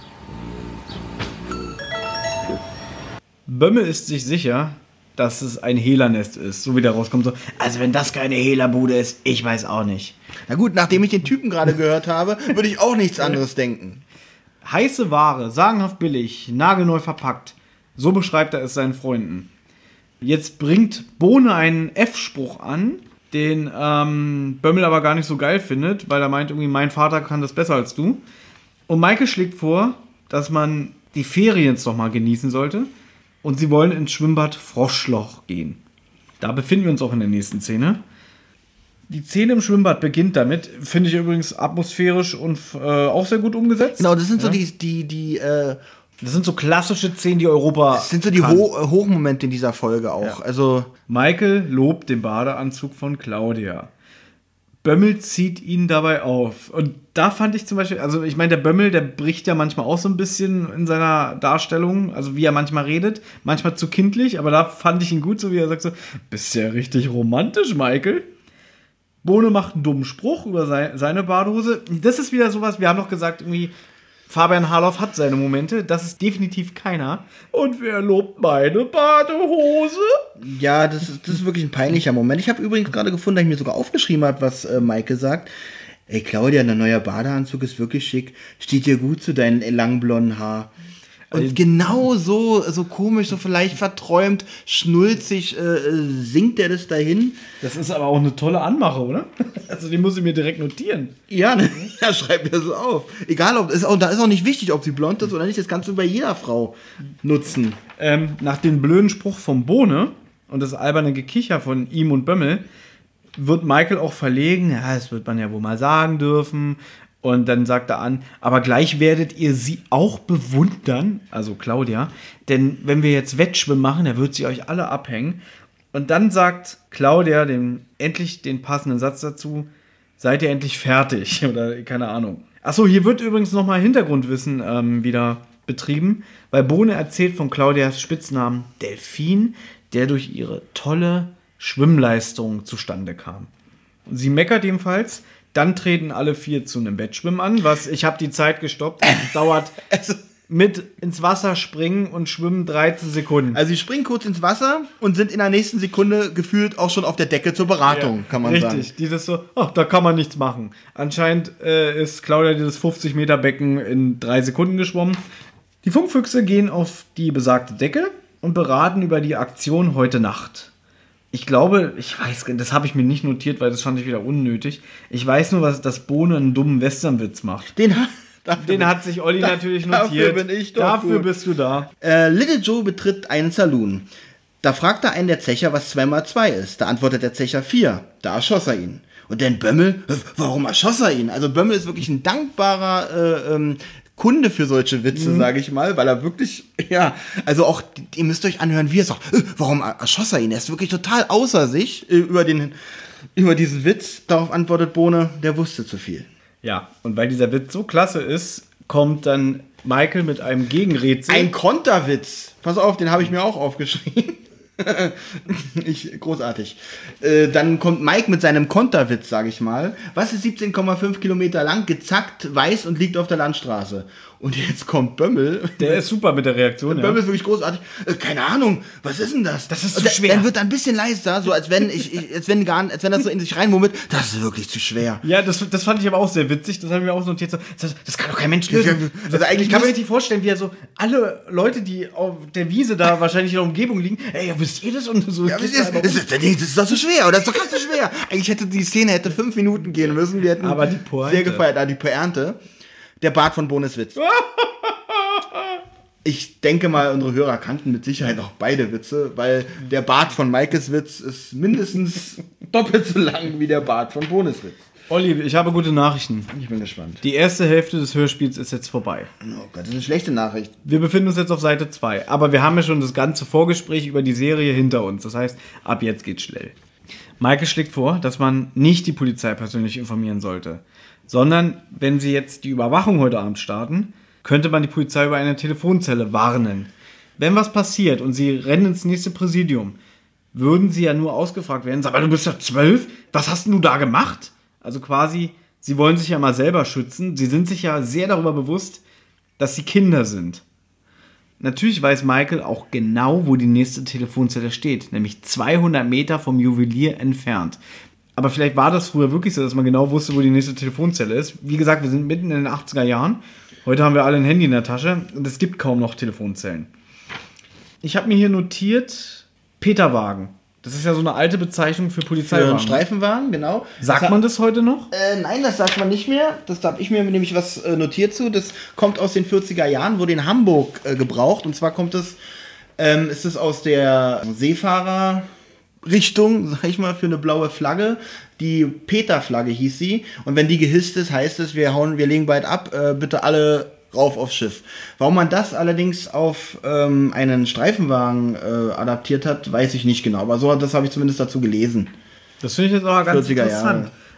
Bömmel ist sich sicher, dass es ein Hehlernest ist, so wie der rauskommt. So, also wenn das keine Hehlerbude ist, ich weiß auch nicht. Na gut, nachdem ich den Typen gerade gehört habe, würde ich auch nichts anderes denken. Heiße Ware, sagenhaft billig, nagelneu verpackt. So beschreibt er es seinen Freunden. Jetzt bringt Bohne einen F-Spruch an, den ähm, Bömmel aber gar nicht so geil findet, weil er meint irgendwie, mein Vater kann das besser als du. Und Maike schlägt vor, dass man die Ferien jetzt noch mal genießen sollte. Und sie wollen ins Schwimmbad Froschloch gehen. Da befinden wir uns auch in der nächsten Szene. Die Szene im Schwimmbad beginnt damit, finde ich übrigens atmosphärisch und äh, auch sehr gut umgesetzt. Genau, das sind ja. so die, die, die äh, das sind so klassische Szenen, die Europa Das sind so die Ho- Hochmomente in dieser Folge auch. Ja. Also Michael lobt den Badeanzug von Claudia. Bömmel zieht ihn dabei auf. Und da fand ich zum Beispiel, also ich meine, der Bömmel, der bricht ja manchmal auch so ein bisschen in seiner Darstellung, also wie er manchmal redet, manchmal zu kindlich, aber da fand ich ihn gut, so wie er sagt so, bist ja richtig romantisch, Michael. Bohne macht einen dummen Spruch über sei, seine Badehose. Das ist wieder sowas, wir haben doch gesagt, irgendwie, Fabian Harloff hat seine Momente, das ist definitiv keiner. Und wer lobt meine Badehose? Ja, das ist, das ist wirklich ein peinlicher Moment. Ich habe übrigens gerade gefunden, dass ich mir sogar aufgeschrieben habe, was äh, Maike sagt. Ey, Claudia, dein neuer Badeanzug ist wirklich schick. Steht dir gut zu deinem langen blonden Haar. Und also, genau so, so komisch, so vielleicht verträumt, schnulzig äh, singt der das dahin. Das ist aber auch eine tolle Anmache, oder? Also die muss ich mir direkt notieren. Ja, ne? Ja, schreib mir so auf. Egal, ob ist auch, da ist auch nicht wichtig, ob sie blond ist oder nicht. Das kannst du bei jeder Frau nutzen. Ähm, nach dem blöden Spruch vom Bohne und das alberne Gekicher von ihm und Bömmel wird Michael auch verlegen. Ja, das wird man ja wohl mal sagen dürfen. Und dann sagt er an, aber gleich werdet ihr sie auch bewundern, also Claudia, denn wenn wir jetzt Wettschwimmen machen, da wird sie euch alle abhängen. Und dann sagt Claudia dem endlich den passenden Satz dazu, seid ihr endlich fertig oder keine Ahnung. Achso, hier wird übrigens nochmal Hintergrundwissen ähm, wieder betrieben, weil Bohne erzählt von Claudias Spitznamen Delfin, der durch ihre tolle Schwimmleistung zustande kam. Und sie meckert ebenfalls. Dann treten alle vier zu einem Wettschwimmen an, was, ich habe die Zeit gestoppt, dauert mit ins Wasser springen und schwimmen dreizehn Sekunden. Also sie springen kurz ins Wasser und sind in der nächsten Sekunde gefühlt auch schon auf der Decke zur Beratung, ja, kann man richtig. sagen. Richtig, dieses so, ach, da kann man nichts machen. Anscheinend äh, ist Claudia dieses fünfzig Meter Becken in drei Sekunden geschwommen. Die Funkfüchse gehen auf die besagte Decke und beraten über die Aktion heute Nacht. Ich glaube, ich weiß, das habe ich mir nicht notiert, weil das fand ich wieder unnötig. Ich weiß nur, was das Bohne einen dummen Westernwitz macht. Den, ha- Den hat sich Olli da, natürlich notiert. Dafür bin ich doch Dafür gut. bist du da. Äh, Little Joe betritt einen Saloon. Da fragt er einen der Zecher, was zwei mal zwei ist. Da antwortet der Zecher vier. Da erschoss er ihn. Und dann Bömmel, warum erschoss er ihn? Also Bömmel ist wirklich ein dankbarer äh, ähm, Kunde für solche Witze, mhm. sage ich mal, weil er wirklich, ja, also auch, ihr müsst euch anhören, wie er sagt, äh, warum erschoss er ihn? Er ist wirklich total außer sich äh, über, den, über diesen Witz. Darauf antwortet Bohne, der wusste zu viel. Ja, und weil dieser Witz so klasse ist, kommt dann Michael mit einem Gegenrätsel. Ein Konterwitz. Pass auf, den habe ich mir auch aufgeschrieben. ich, großartig. Äh, dann kommt Mike mit seinem Konterwitz, sage ich mal. Was ist siebzehn Komma fünf Kilometer lang, gezackt, weiß und liegt auf der Landstraße? Und jetzt kommt Bömmel. Der ist super mit der Reaktion. Bömmel ja. ist wirklich großartig. Äh, keine Ahnung, was ist denn das? Das ist und zu da, schwer. Dann wird er ein bisschen leiser, so als wenn ich, ich als wenn gar, als wenn das so in sich reinmummelt. Das ist wirklich zu schwer. Ja, das, das fand ich aber auch sehr witzig. Das haben wir auch notiert. So, das, das kann doch kein Mensch lösen. Also eigentlich ich kann mir richtig vorstellen, wie er so alle Leute, die auf der Wiese da wahrscheinlich in der Umgebung liegen, ey, wisst ihr das? Und so. Ja, das, ist, das, ist, das ist doch so schwer, oder? Das ist doch ganz so schwer. Eigentlich hätte die Szene hätte fünf Minuten gehen müssen. Wir hätten aber die Pointe. Sehr gefeiert. Ah, die Pointe. Der Bart von Bohnes Witz. Ich denke mal, unsere Hörer kannten mit Sicherheit auch beide Witze, weil der Bart von Maikes Witz ist mindestens doppelt so lang wie der Bart von Bohnes Witz. Olli, ich habe gute Nachrichten. Ich bin gespannt. Die erste Hälfte des Hörspiels ist jetzt vorbei. Oh Gott, das ist eine schlechte Nachricht. Wir befinden uns jetzt auf Seite zwei, aber wir haben ja schon das ganze Vorgespräch über die Serie hinter uns. Das heißt, ab jetzt geht's schnell. Maike schlägt vor, dass man nicht die Polizei persönlich informieren sollte, sondern wenn sie jetzt die Überwachung heute Abend starten, könnte man die Polizei über eine Telefonzelle warnen. Wenn was passiert und sie rennen ins nächste Präsidium, würden sie ja nur ausgefragt werden, sag mal, du bist doch zwölf, was hast denn du da gemacht? Also quasi, sie wollen sich ja mal selber schützen, sie sind sich ja sehr darüber bewusst, dass sie Kinder sind. Natürlich weiß Michael auch genau, wo die nächste Telefonzelle steht, nämlich zweihundert Meter vom Juwelier entfernt. Aber vielleicht war das früher wirklich so, dass man genau wusste, wo die nächste Telefonzelle ist. Wie gesagt, wir sind mitten in den achtziger Jahren. Heute haben wir alle ein Handy in der Tasche und es gibt kaum noch Telefonzellen. Ich habe mir hier notiert, Peterwagen. Das ist ja so eine alte Bezeichnung für Polizeiwagen. Für einen Streifenwagen, genau. Sagt das man das heute noch? Äh, nein, das sagt man nicht mehr. Das habe ich mir nämlich was äh, notiert zu. Das kommt aus den vierziger Jahren, wurde in Hamburg äh, gebraucht. Und zwar kommt es, ähm, ist es aus der Seefahrerrichtung, sag ich mal, für eine blaue Flagge. Die Peter-Flagge hieß sie. Und wenn die gehisst ist, heißt es, wir hauen, wir legen bald ab, äh, bitte alle rauf aufs Schiff. Warum man das allerdings auf ähm, einen Streifenwagen äh, adaptiert hat, weiß ich nicht genau. Aber so, das habe ich zumindest dazu gelesen. Das finde ich jetzt aber ganz vierziger interessant. Jahre.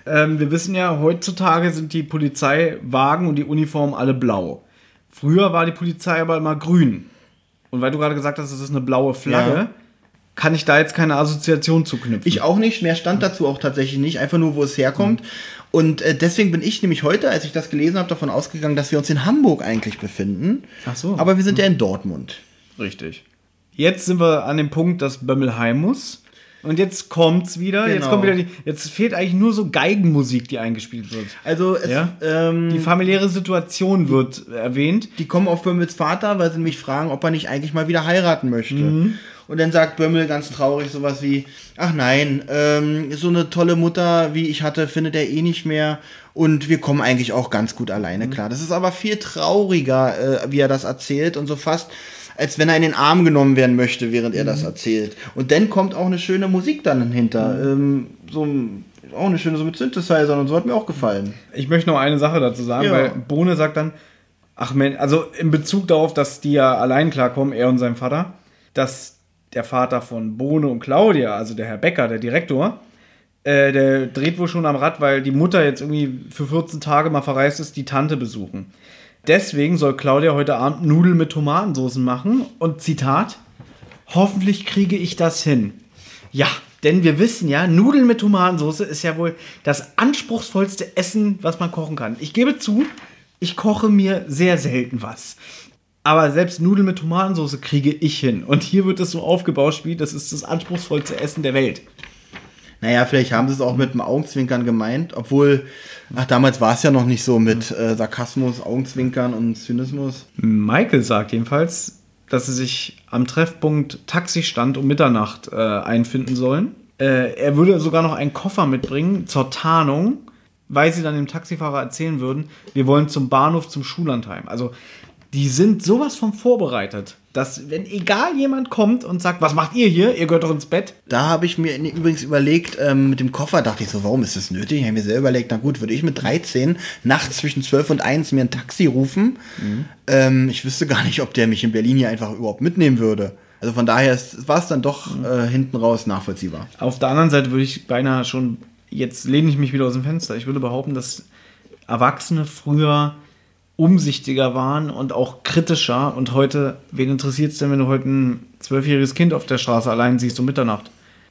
Ähm, wir wissen ja, heutzutage sind die Polizeiwagen und die Uniformen alle blau. Früher war die Polizei aber immer grün. Und weil du gerade gesagt hast, es ist eine blaue Flagge, ja. kann ich da jetzt keine Assoziation zu knüpfen. Ich auch nicht, mehr stand dazu auch tatsächlich nicht, einfach nur, wo es herkommt. Mhm. Und äh, deswegen bin ich nämlich heute, als ich das gelesen habe, davon ausgegangen, dass wir uns in Hamburg eigentlich befinden. Ach so. Aber wir sind ja in Dortmund. Richtig. Jetzt sind wir an dem Punkt, dass Bömmel heim muss. Und jetzt kommt's wieder. Genau. Jetzt kommt wieder die. Jetzt fehlt eigentlich nur so Geigenmusik, die eingespielt wird. Also es, ja? ähm, die familiäre Situation wird erwähnt. Die kommen auf Bömmels Vater, weil sie mich fragen, ob er nicht eigentlich mal wieder heiraten möchte. Mhm. Und dann sagt Bömmel ganz traurig sowas wie, ach nein, ähm, so eine tolle Mutter, wie ich hatte, findet er eh nicht mehr. Und wir kommen eigentlich auch ganz gut alleine klar. Das ist aber viel trauriger, äh, wie er das erzählt und so fast, als wenn er in den Arm genommen werden möchte, während er das erzählt. Und dann kommt auch eine schöne Musik dann hinter. Ähm, so auch eine schöne so mit Synthesizern und so, hat mir auch gefallen. Ich möchte noch eine Sache dazu sagen, ja. weil Bohne sagt dann, ach Mensch, also in Bezug darauf, dass die ja allein klarkommen, er und sein Vater, dass der Vater von Bohne und Claudia, also der Herr Becker, der Direktor, äh, der dreht wohl schon am Rad, weil die Mutter jetzt irgendwie für vierzehn Tage mal verreist ist, die Tante besuchen. Deswegen soll Claudia heute Abend Nudeln mit Tomatensauce machen und Zitat, hoffentlich kriege ich das hin. Ja, denn wir wissen ja, Nudeln mit Tomatensauce ist ja wohl das anspruchsvollste Essen, was man kochen kann. Ich gebe zu, ich koche mir sehr selten was. Aber selbst Nudeln mit Tomatensauce kriege ich hin. Und hier wird es so aufgebaut, wie das ist das anspruchsvollste Essen der Welt. Naja, vielleicht haben sie es auch mit dem Augenzwinkern gemeint, obwohl, ach, damals war es ja noch nicht so mit äh, Sarkasmus, Augenzwinkern und Zynismus. Michael sagt jedenfalls, dass sie sich am Treffpunkt Taxistand um Mitternacht äh, einfinden sollen. Äh, er würde sogar noch einen Koffer mitbringen zur Tarnung, weil sie dann dem Taxifahrer erzählen würden, wir wollen zum Bahnhof, zum Schullandheim. Also die sind sowas von vorbereitet, dass, wenn egal jemand kommt und sagt, was macht ihr hier? Ihr gehört doch ins Bett. Da habe ich mir übrigens überlegt, ähm, mit dem Koffer dachte ich so, warum ist das nötig? Ich habe mir selber überlegt, na gut, würde ich mit dreizehn nachts zwischen zwölf und eins mir ein Taxi rufen. Mhm. Ähm, ich wüsste gar nicht, ob der mich in Berlin hier einfach überhaupt mitnehmen würde. Also von daher war es dann doch mhm. äh, hinten raus nachvollziehbar. Auf der anderen Seite würde ich beinahe schon, jetzt lehne ich mich wieder aus dem Fenster, ich würde behaupten, dass Erwachsene früher umsichtiger waren und auch kritischer. Und heute, wen interessiert es denn, wenn du heute ein zwölfjähriges Kind auf der Straße allein siehst um Mitternacht?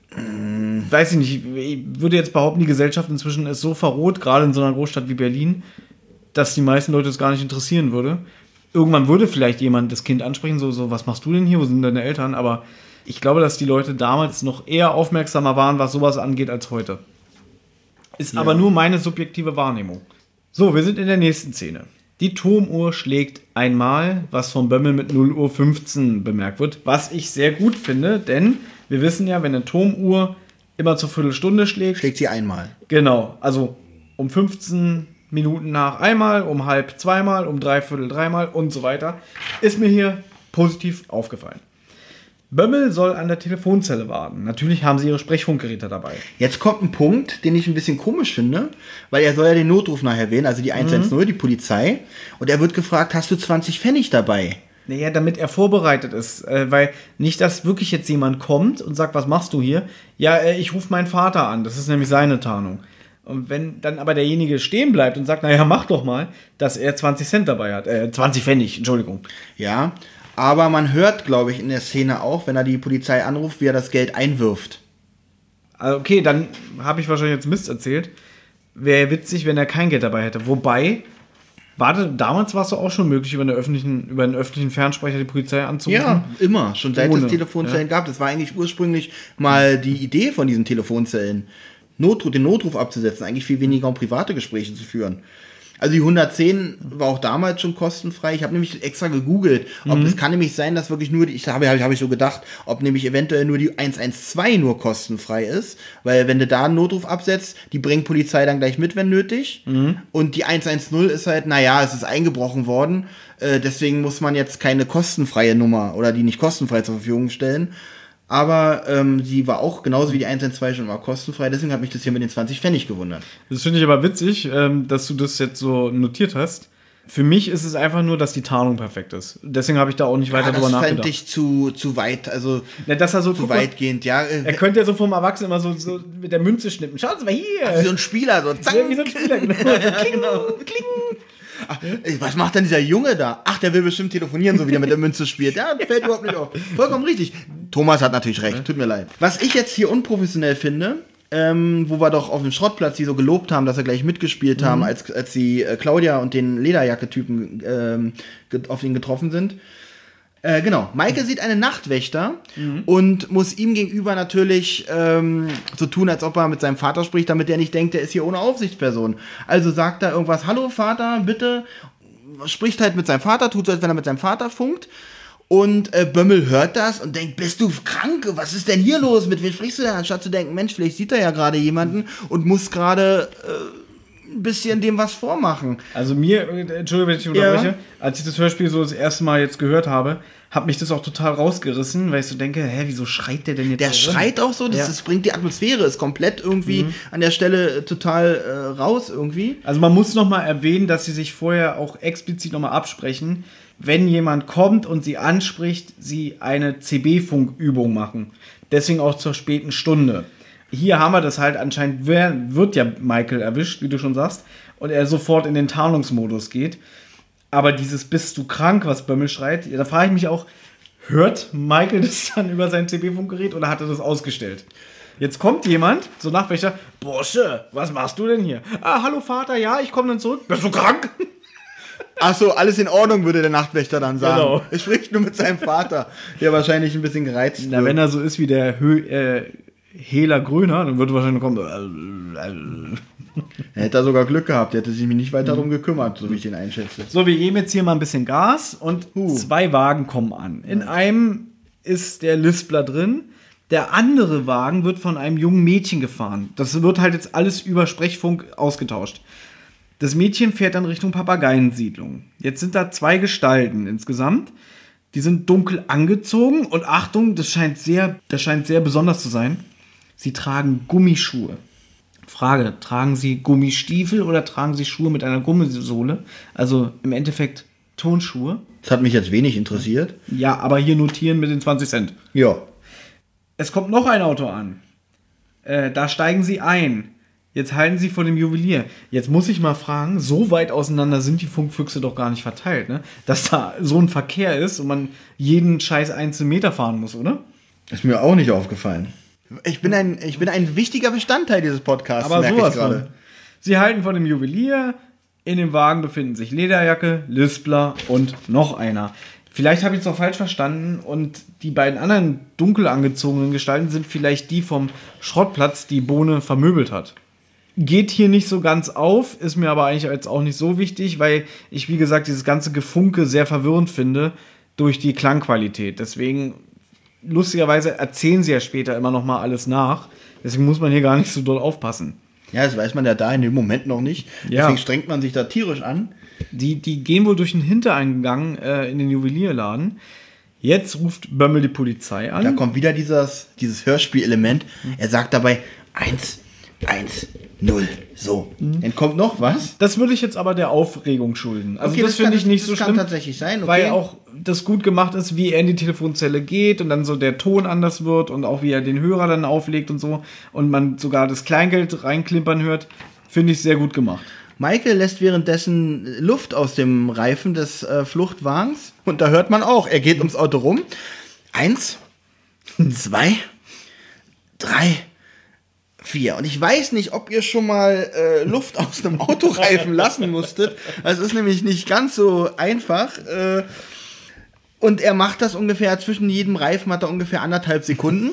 Hm. Weiß ich nicht. Ich würde jetzt behaupten, die Gesellschaft inzwischen ist so verroht, gerade in so einer Großstadt wie Berlin, dass die meisten Leute es gar nicht interessieren würde. Irgendwann würde vielleicht jemand das Kind ansprechen, so, so, was machst du denn hier, wo sind deine Eltern? Aber ich glaube, dass die Leute damals noch eher aufmerksamer waren, was sowas angeht, als heute. Ist ja aber nur meine subjektive Wahrnehmung. So, wir sind in der nächsten Szene. Die Turmuhr schlägt einmal, was von Bömmel mit null Uhr fünfzehn bemerkt wird, was ich sehr gut finde, denn wir wissen ja, wenn eine Turmuhr immer zur Viertelstunde schlägt... Schlägt sie einmal. Genau, also um fünfzehn Minuten nach einmal, um halb zweimal, um dreiviertel dreimal und so weiter, ist mir hier positiv aufgefallen. Bömmel soll an der Telefonzelle warten. Natürlich haben sie ihre Sprechfunkgeräte dabei. Jetzt kommt ein Punkt, den ich ein bisschen komisch finde, weil er soll ja den Notruf nachher wählen, also die eins eins null, mhm. die Polizei. Und er wird gefragt, hast du zwanzig Pfennig dabei? Naja, damit er vorbereitet ist. Äh, weil nicht, dass wirklich jetzt jemand kommt und sagt, was machst du hier? Ja, äh, ich rufe meinen Vater an. Das ist nämlich seine Tarnung. Und wenn dann aber derjenige stehen bleibt und sagt, naja, mach doch mal, dass er zwanzig Cent dabei hat. Äh, zwanzig Pfennig, Entschuldigung. Ja, aber man hört, glaube ich, in der Szene auch, wenn er die Polizei anruft, wie er das Geld einwirft. Also okay, dann habe ich wahrscheinlich jetzt Mist erzählt. Wäre witzig, wenn er kein Geld dabei hätte. Wobei, warte, damals war es doch auch schon möglich, über, eine öffentlichen, über einen öffentlichen Fernsprecher die Polizei anzurufen. Ja, immer. Schon seit Ohne, es Telefonzellen ja. gab. Das war eigentlich ursprünglich mal die Idee von diesen Telefonzellen. Notruf, den Notruf abzusetzen, eigentlich viel weniger um private Gespräche zu führen. Also die hundertzehn war auch damals schon kostenfrei. Ich habe nämlich extra gegoogelt, ob mhm. es kann nämlich sein, dass wirklich nur, die, ich habe, habe ich so gedacht, ob nämlich eventuell nur die eins eins zwei nur kostenfrei ist, weil wenn du da einen Notruf absetzt, die bringt Polizei dann gleich mit, wenn nötig. Mhm. Und die eins eins null ist halt, naja, es ist eingebrochen worden, äh, deswegen muss man jetzt keine kostenfreie Nummer oder die nicht kostenfrei zur Verfügung stellen. Aber ähm, sie war auch genauso wie die eins eins zwei schon mal kostenfrei. Deswegen hat mich das hier mit den zwanzig Pfennig gewundert. Das finde ich aber witzig, ähm, dass du das jetzt so notiert hast. Für mich ist es einfach nur, dass die Tarnung perfekt ist. Deswegen habe ich da auch nicht weiter Ja, drüber das nachgedacht. fände ich zu, zu weit, also Ja, dass er so zu guck mal, weitgehend, ja. äh, Er könnte ja so vom Erwachsenen immer so, so mit der Münze schnippen. Schauen Sie mal hier. Wie so ein Spieler, so zack. Ja, wie so ein Spieler, genau. So kling, Genau. kling. Ach, ey, was macht denn dieser Junge da? Ach, der will bestimmt telefonieren, so wie der mit der Münze spielt. Ja, fällt überhaupt nicht auf. Vollkommen richtig. Thomas hat natürlich recht, tut mir leid. Was ich jetzt hier unprofessionell finde, ähm, wo wir doch auf dem Schrottplatz die so gelobt haben, dass sie gleich mitgespielt mhm. haben, als, als die äh, Claudia und den Lederjacke-Typen ähm, get- auf ihn getroffen sind. Äh, genau, Maike sieht einen Nachtwächter mhm. und muss ihm gegenüber natürlich ähm, so tun, als ob er mit seinem Vater spricht, damit er nicht denkt, er ist hier ohne Aufsichtsperson. Also sagt er irgendwas, hallo Vater, bitte, spricht halt mit seinem Vater, tut so, als wenn er mit seinem Vater funkt. Und äh, Bömmel hört das und denkt, bist du krank? Was ist denn hier los? Mit wem sprichst du denn? Anstatt zu denken, Mensch, vielleicht sieht er ja gerade jemanden und muss gerade äh, ein bisschen dem was vormachen. Also mir, Entschuldigung, wenn ich unterbreche, ja. als ich das Hörspiel so das erste Mal jetzt gehört habe, hat mich das auch total rausgerissen, weil ich so denke, hä, wieso schreit der denn jetzt Der so schreit auch so, das, ja. das bringt die Atmosphäre, ist komplett irgendwie mhm. an der Stelle äh, total äh, raus irgendwie. Also man muss nochmal erwähnen, dass sie sich vorher auch explizit nochmal absprechen, wenn jemand kommt und sie anspricht, sie eine C B-Funkübung machen. Deswegen auch zur späten Stunde. Hier haben wir das halt anscheinend, wer, wird ja Michael erwischt, wie du schon sagst, und er sofort in den Tarnungsmodus geht. Aber dieses bist du krank, was Bömmel schreit, ja, da frage ich mich auch, hört Michael das dann über sein C B-Funkgerät oder hat er das ausgestellt? Jetzt kommt jemand, so Nachtwächter, Bursche, was machst du denn hier? Ah, hallo Vater, ja, ich komme dann zurück. Bist du krank? Ach so, alles in Ordnung, würde der Nachtwächter dann sagen. Genau. Er spricht nur mit seinem Vater, der wahrscheinlich ein bisschen gereizt Na, wird. wenn er so ist wie der Hö äh, Hehler Gröner, dann würde wahrscheinlich kommen. Äh, Er hätte da sogar Glück gehabt, der hätte sich nicht weiter darum gekümmert, so wie ich ihn einschätze. So, wir geben jetzt hier mal ein bisschen Gas und Huh. zwei Wagen kommen an. In einem ist der Lispler drin. Der andere Wagen wird von einem jungen Mädchen gefahren. Das wird halt jetzt alles über Sprechfunk ausgetauscht. Das Mädchen fährt dann Richtung Papageiensiedlung. Jetzt sind da zwei Gestalten insgesamt. Die sind dunkel angezogen und Achtung, das scheint sehr, das scheint sehr besonders zu sein. Sie tragen Gummischuhe. Frage, tragen Sie Gummistiefel oder tragen Sie Schuhe mit einer Gummisohle? Also im Endeffekt Turnschuhe. Das hat mich jetzt wenig interessiert. Ja, aber hier notieren mit den zwanzig Cent. Ja. Es kommt noch ein Auto an. Äh, da steigen Sie ein. Jetzt halten Sie vor dem Juwelier. Jetzt muss ich mal fragen, so weit auseinander sind die Funkfüchse doch gar nicht verteilt, ne? Dass da so ein Verkehr ist und man jeden scheiß einzelnen Meter fahren muss, oder? Ist mir auch nicht aufgefallen. Ich bin ein, ich bin ein wichtiger Bestandteil dieses Podcasts, Aber merke sowas ich gerade. von. Sie halten vor dem Juwelier. In dem Wagen befinden sich Lederjacke, Lispler und noch einer. Vielleicht habe ich es auch falsch verstanden und die beiden anderen dunkel angezogenen Gestalten sind vielleicht die vom Schrottplatz, die Bohne vermöbelt hat. Geht hier nicht so ganz auf, ist mir aber eigentlich jetzt auch nicht so wichtig, weil ich, wie gesagt, dieses ganze Gefunke sehr verwirrend finde durch die Klangqualität. Deswegen, lustigerweise, erzählen sie ja später immer noch mal alles nach. Deswegen muss man hier gar nicht so doll aufpassen. Ja, das weiß man ja da in dem Moment noch nicht. Ja. Deswegen strengt man sich da tierisch an. Die, die gehen wohl durch den Hintereingang äh, in den Juwelierladen. Jetzt ruft Bömmel die Polizei an. Da kommt wieder dieses, dieses Hörspielelement. Er sagt dabei eins, eins, null. So. Mhm. Dann kommt noch was. Das würde ich jetzt aber der Aufregung schulden. Also Okay, das, das finde kann- ich nicht das so kann schlimm. tatsächlich sein, okay. Weil auch das gut gemacht ist, wie er in die Telefonzelle geht und dann so der Ton anders wird und auch wie er den Hörer dann auflegt und so. Und man sogar das Kleingeld reinklimpern hört. Finde ich sehr gut gemacht. Michael lässt währenddessen Luft aus dem Reifen des äh, Fluchtwagens. Und da hört man auch, er geht ums Auto rum. Eins, zwei, drei, vier. Und ich weiß nicht, ob ihr schon mal äh, Luft aus einem Autoreifen lassen musstet. Das ist nämlich nicht ganz so einfach. Äh, und er macht das ungefähr, zwischen jedem Reifen hat er ungefähr anderthalb Sekunden.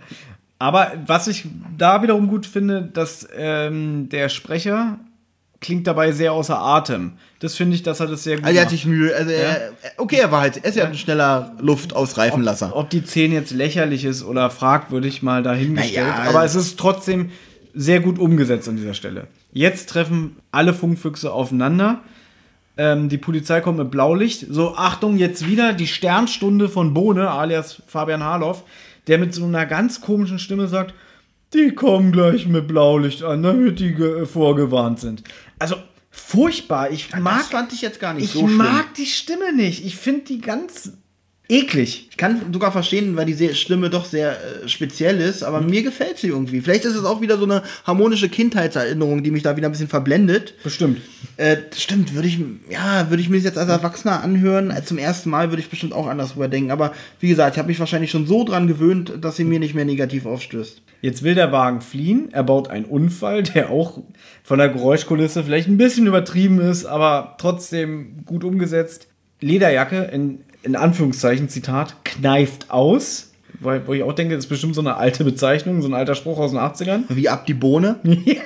Aber was ich da wiederum gut finde, dass ähm, der Sprecher klingt dabei sehr außer Atem. Das finde ich, dass er das sehr gut Also er hat macht. sich Mühe. Also er, okay, er war halt, er ist ja ein schneller Luft aus Reifenlasser. Ob die Szene jetzt lächerlich ist oder fragwürdig mal dahingestellt. Naja, aber es ist trotzdem sehr gut umgesetzt an dieser Stelle. Jetzt treffen alle Funkfüchse aufeinander. Ähm, die Polizei kommt mit Blaulicht. So, Achtung, jetzt wieder die Sternstunde von Bohne, alias Fabian Harloff, der mit so einer ganz komischen Stimme sagt, die kommen gleich mit Blaulicht an, damit die ge- vorgewarnt sind. Also furchtbar. Ich mag, Das fand ich jetzt gar nicht ich so schlimm. mag die Stimme nicht. Ich finde die ganz eklig. Ich kann sogar verstehen, weil die sehr- Stimme doch sehr äh, speziell ist, aber mir gefällt sie irgendwie. Vielleicht ist es auch wieder so eine harmonische Kindheitserinnerung, die mich da wieder ein bisschen verblendet. Bestimmt. Äh, stimmt, würde ich, ja, würde ich mir das jetzt als Erwachsener anhören, als zum ersten Mal würde ich bestimmt auch anders drüber denken. Aber wie gesagt, ich habe mich wahrscheinlich schon so dran gewöhnt, dass sie mir nicht mehr negativ aufstößt. Jetzt will der Wagen fliehen. Er baut einen Unfall, der auch von der Geräuschkulisse vielleicht ein bisschen übertrieben ist, aber trotzdem gut umgesetzt. Lederjacke, in, in Anführungszeichen, Zitat, kneift aus. Weil, wo ich auch denke, das ist bestimmt so eine alte Bezeichnung, so ein alter Spruch aus den achtzigern. Wie ab die Bohne. Ja.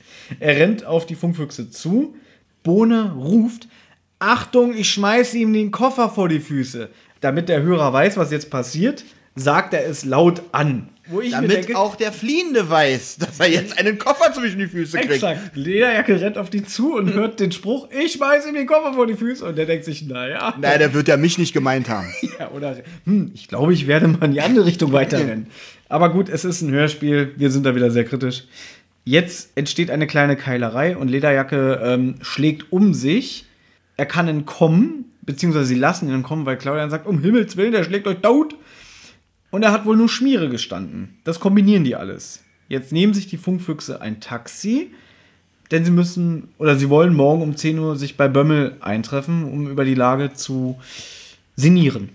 Er rennt auf die Funkfüchse zu. Bohne ruft: Achtung, ich schmeiße ihm den Koffer vor die Füße. Damit der Hörer weiß, was jetzt passiert, sagt er es laut an. Wo ich Damit mir denke, auch der Fliehende weiß, dass er jetzt einen Koffer zwischen die Füße kriegt. exakt, Lederjacke rennt auf die zu und hört den Spruch: Ich schmeiße ihm den Koffer vor die Füße. Und der denkt sich, naja. Nein, der wird ja mich nicht gemeint haben. Ja, oder, hm, ich glaube, ich werde mal in die andere Richtung weiterrennen. Aber gut, es ist ein Hörspiel. Wir sind da wieder sehr kritisch. Jetzt entsteht eine kleine Keilerei und Lederjacke ähm, schlägt um sich. Er kann entkommen, beziehungsweise sie lassen ihn entkommen, weil Claudia dann sagt: Um Himmels Willen, der schlägt euch tot. Und er hat wohl nur Schmiere gestanden. Das kombinieren die alles. Jetzt nehmen sich die Funkfüchse ein Taxi, denn sie müssen, oder sie wollen morgen um zehn Uhr sich bei Bömmel eintreffen, um über die Lage zu sinnieren.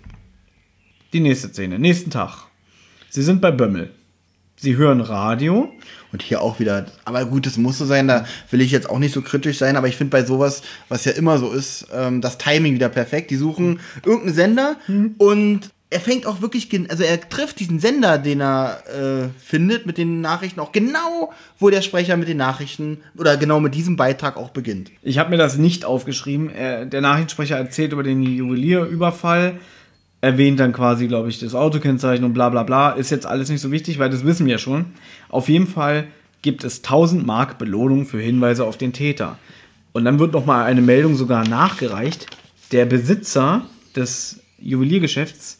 Die nächste Szene, nächsten Tag. Sie sind bei Bömmel. Sie hören Radio. Und hier auch wieder, aber gut, das muss so sein, da will ich jetzt auch nicht so kritisch sein, aber ich finde bei sowas, was ja immer so ist, ähm, das Timing wieder perfekt. Die suchen irgendeinen Sender Mhm. und er fängt auch wirklich, gen- also er trifft diesen Sender, den er äh, findet mit den Nachrichten, auch genau, wo der Sprecher mit den Nachrichten oder genau mit diesem Beitrag auch beginnt. Ich habe mir das nicht aufgeschrieben. Er, der Nachrichtensprecher erzählt über den Juwelierüberfall, erwähnt dann quasi, glaube ich, das Autokennzeichen und bla bla bla. Ist jetzt alles nicht so wichtig, weil das wissen wir schon. Auf jeden Fall gibt es tausend Mark Belohnung für Hinweise auf den Täter. Und dann wird noch mal eine Meldung sogar nachgereicht. Der Besitzer des Juweliergeschäfts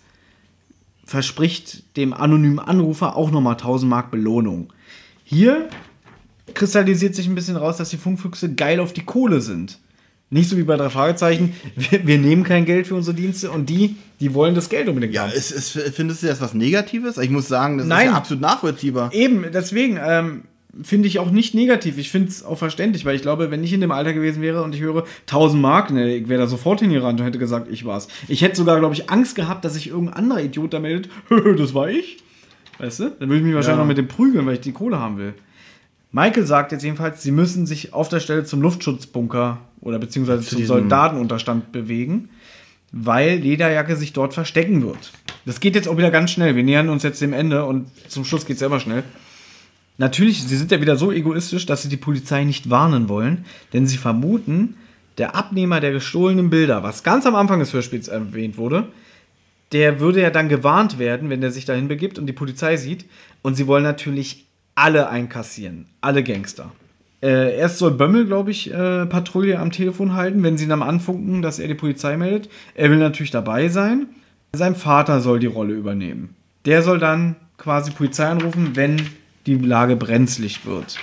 verspricht dem anonymen Anrufer auch noch mal tausend Mark Belohnung. Hier kristallisiert sich ein bisschen raus, dass die Funkfüchse geil auf die Kohle sind. Nicht so wie bei drei Fragezeichen, wir, wir nehmen kein Geld für unsere Dienste und die, die wollen das Geld unbedingt Ja, haben. ist, ist, findest du das was Negatives? Ich muss sagen, das Nein. ist ja absolut nachvollziehbar. Eben, deswegen ähm, finde ich auch nicht negativ. Ich finde es auch verständlich, weil ich glaube, wenn ich in dem Alter gewesen wäre und ich höre tausend Mark, ne, ich wäre da sofort hingerannt und hätte gesagt, ich war's. Ich hätte sogar, glaube ich, Angst gehabt, dass sich irgendein anderer Idiot da meldet, das war ich. Weißt du? Dann würde ich mich wahrscheinlich Ja. noch mit dem prügeln, weil ich die Kohle haben will. Michael sagt jetzt jedenfalls, sie müssen sich auf der Stelle zum Luftschutzbunker oder beziehungsweise zum diesem- Soldatenunterstand bewegen, weil Lederjacke sich dort verstecken wird. Das geht jetzt auch wieder ganz schnell. Wir nähern uns jetzt dem Ende und zum Schluss geht es immer schnell. Natürlich, sie sind ja wieder so egoistisch, dass sie die Polizei nicht warnen wollen, denn sie vermuten, der Abnehmer der gestohlenen Bilder, was ganz am Anfang des Hörspiels erwähnt wurde, der würde ja dann gewarnt werden, wenn der sich dahin begibt und die Polizei sieht. Und sie wollen natürlich alle einkassieren. Alle Gangster. Äh, erst soll Bömmel, glaube ich, äh, Patrouille am Telefon halten, wenn sie ihn dann anfunken, dass er die Polizei meldet. Er will natürlich dabei sein. Sein Vater soll die Rolle übernehmen. Der soll dann quasi Polizei anrufen, wenn die Lage brenzlig wird.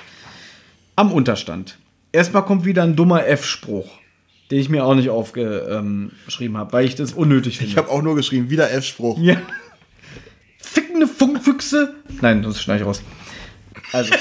Am Unterstand. Erstmal kommt wieder ein dummer F-Spruch, den ich mir auch nicht aufgeschrieben habe, weil ich das unnötig finde. Ich habe auch nur geschrieben, wieder F-Spruch. Ja. Fickende Funkfüchse. Nein, das schneide ich raus. Also.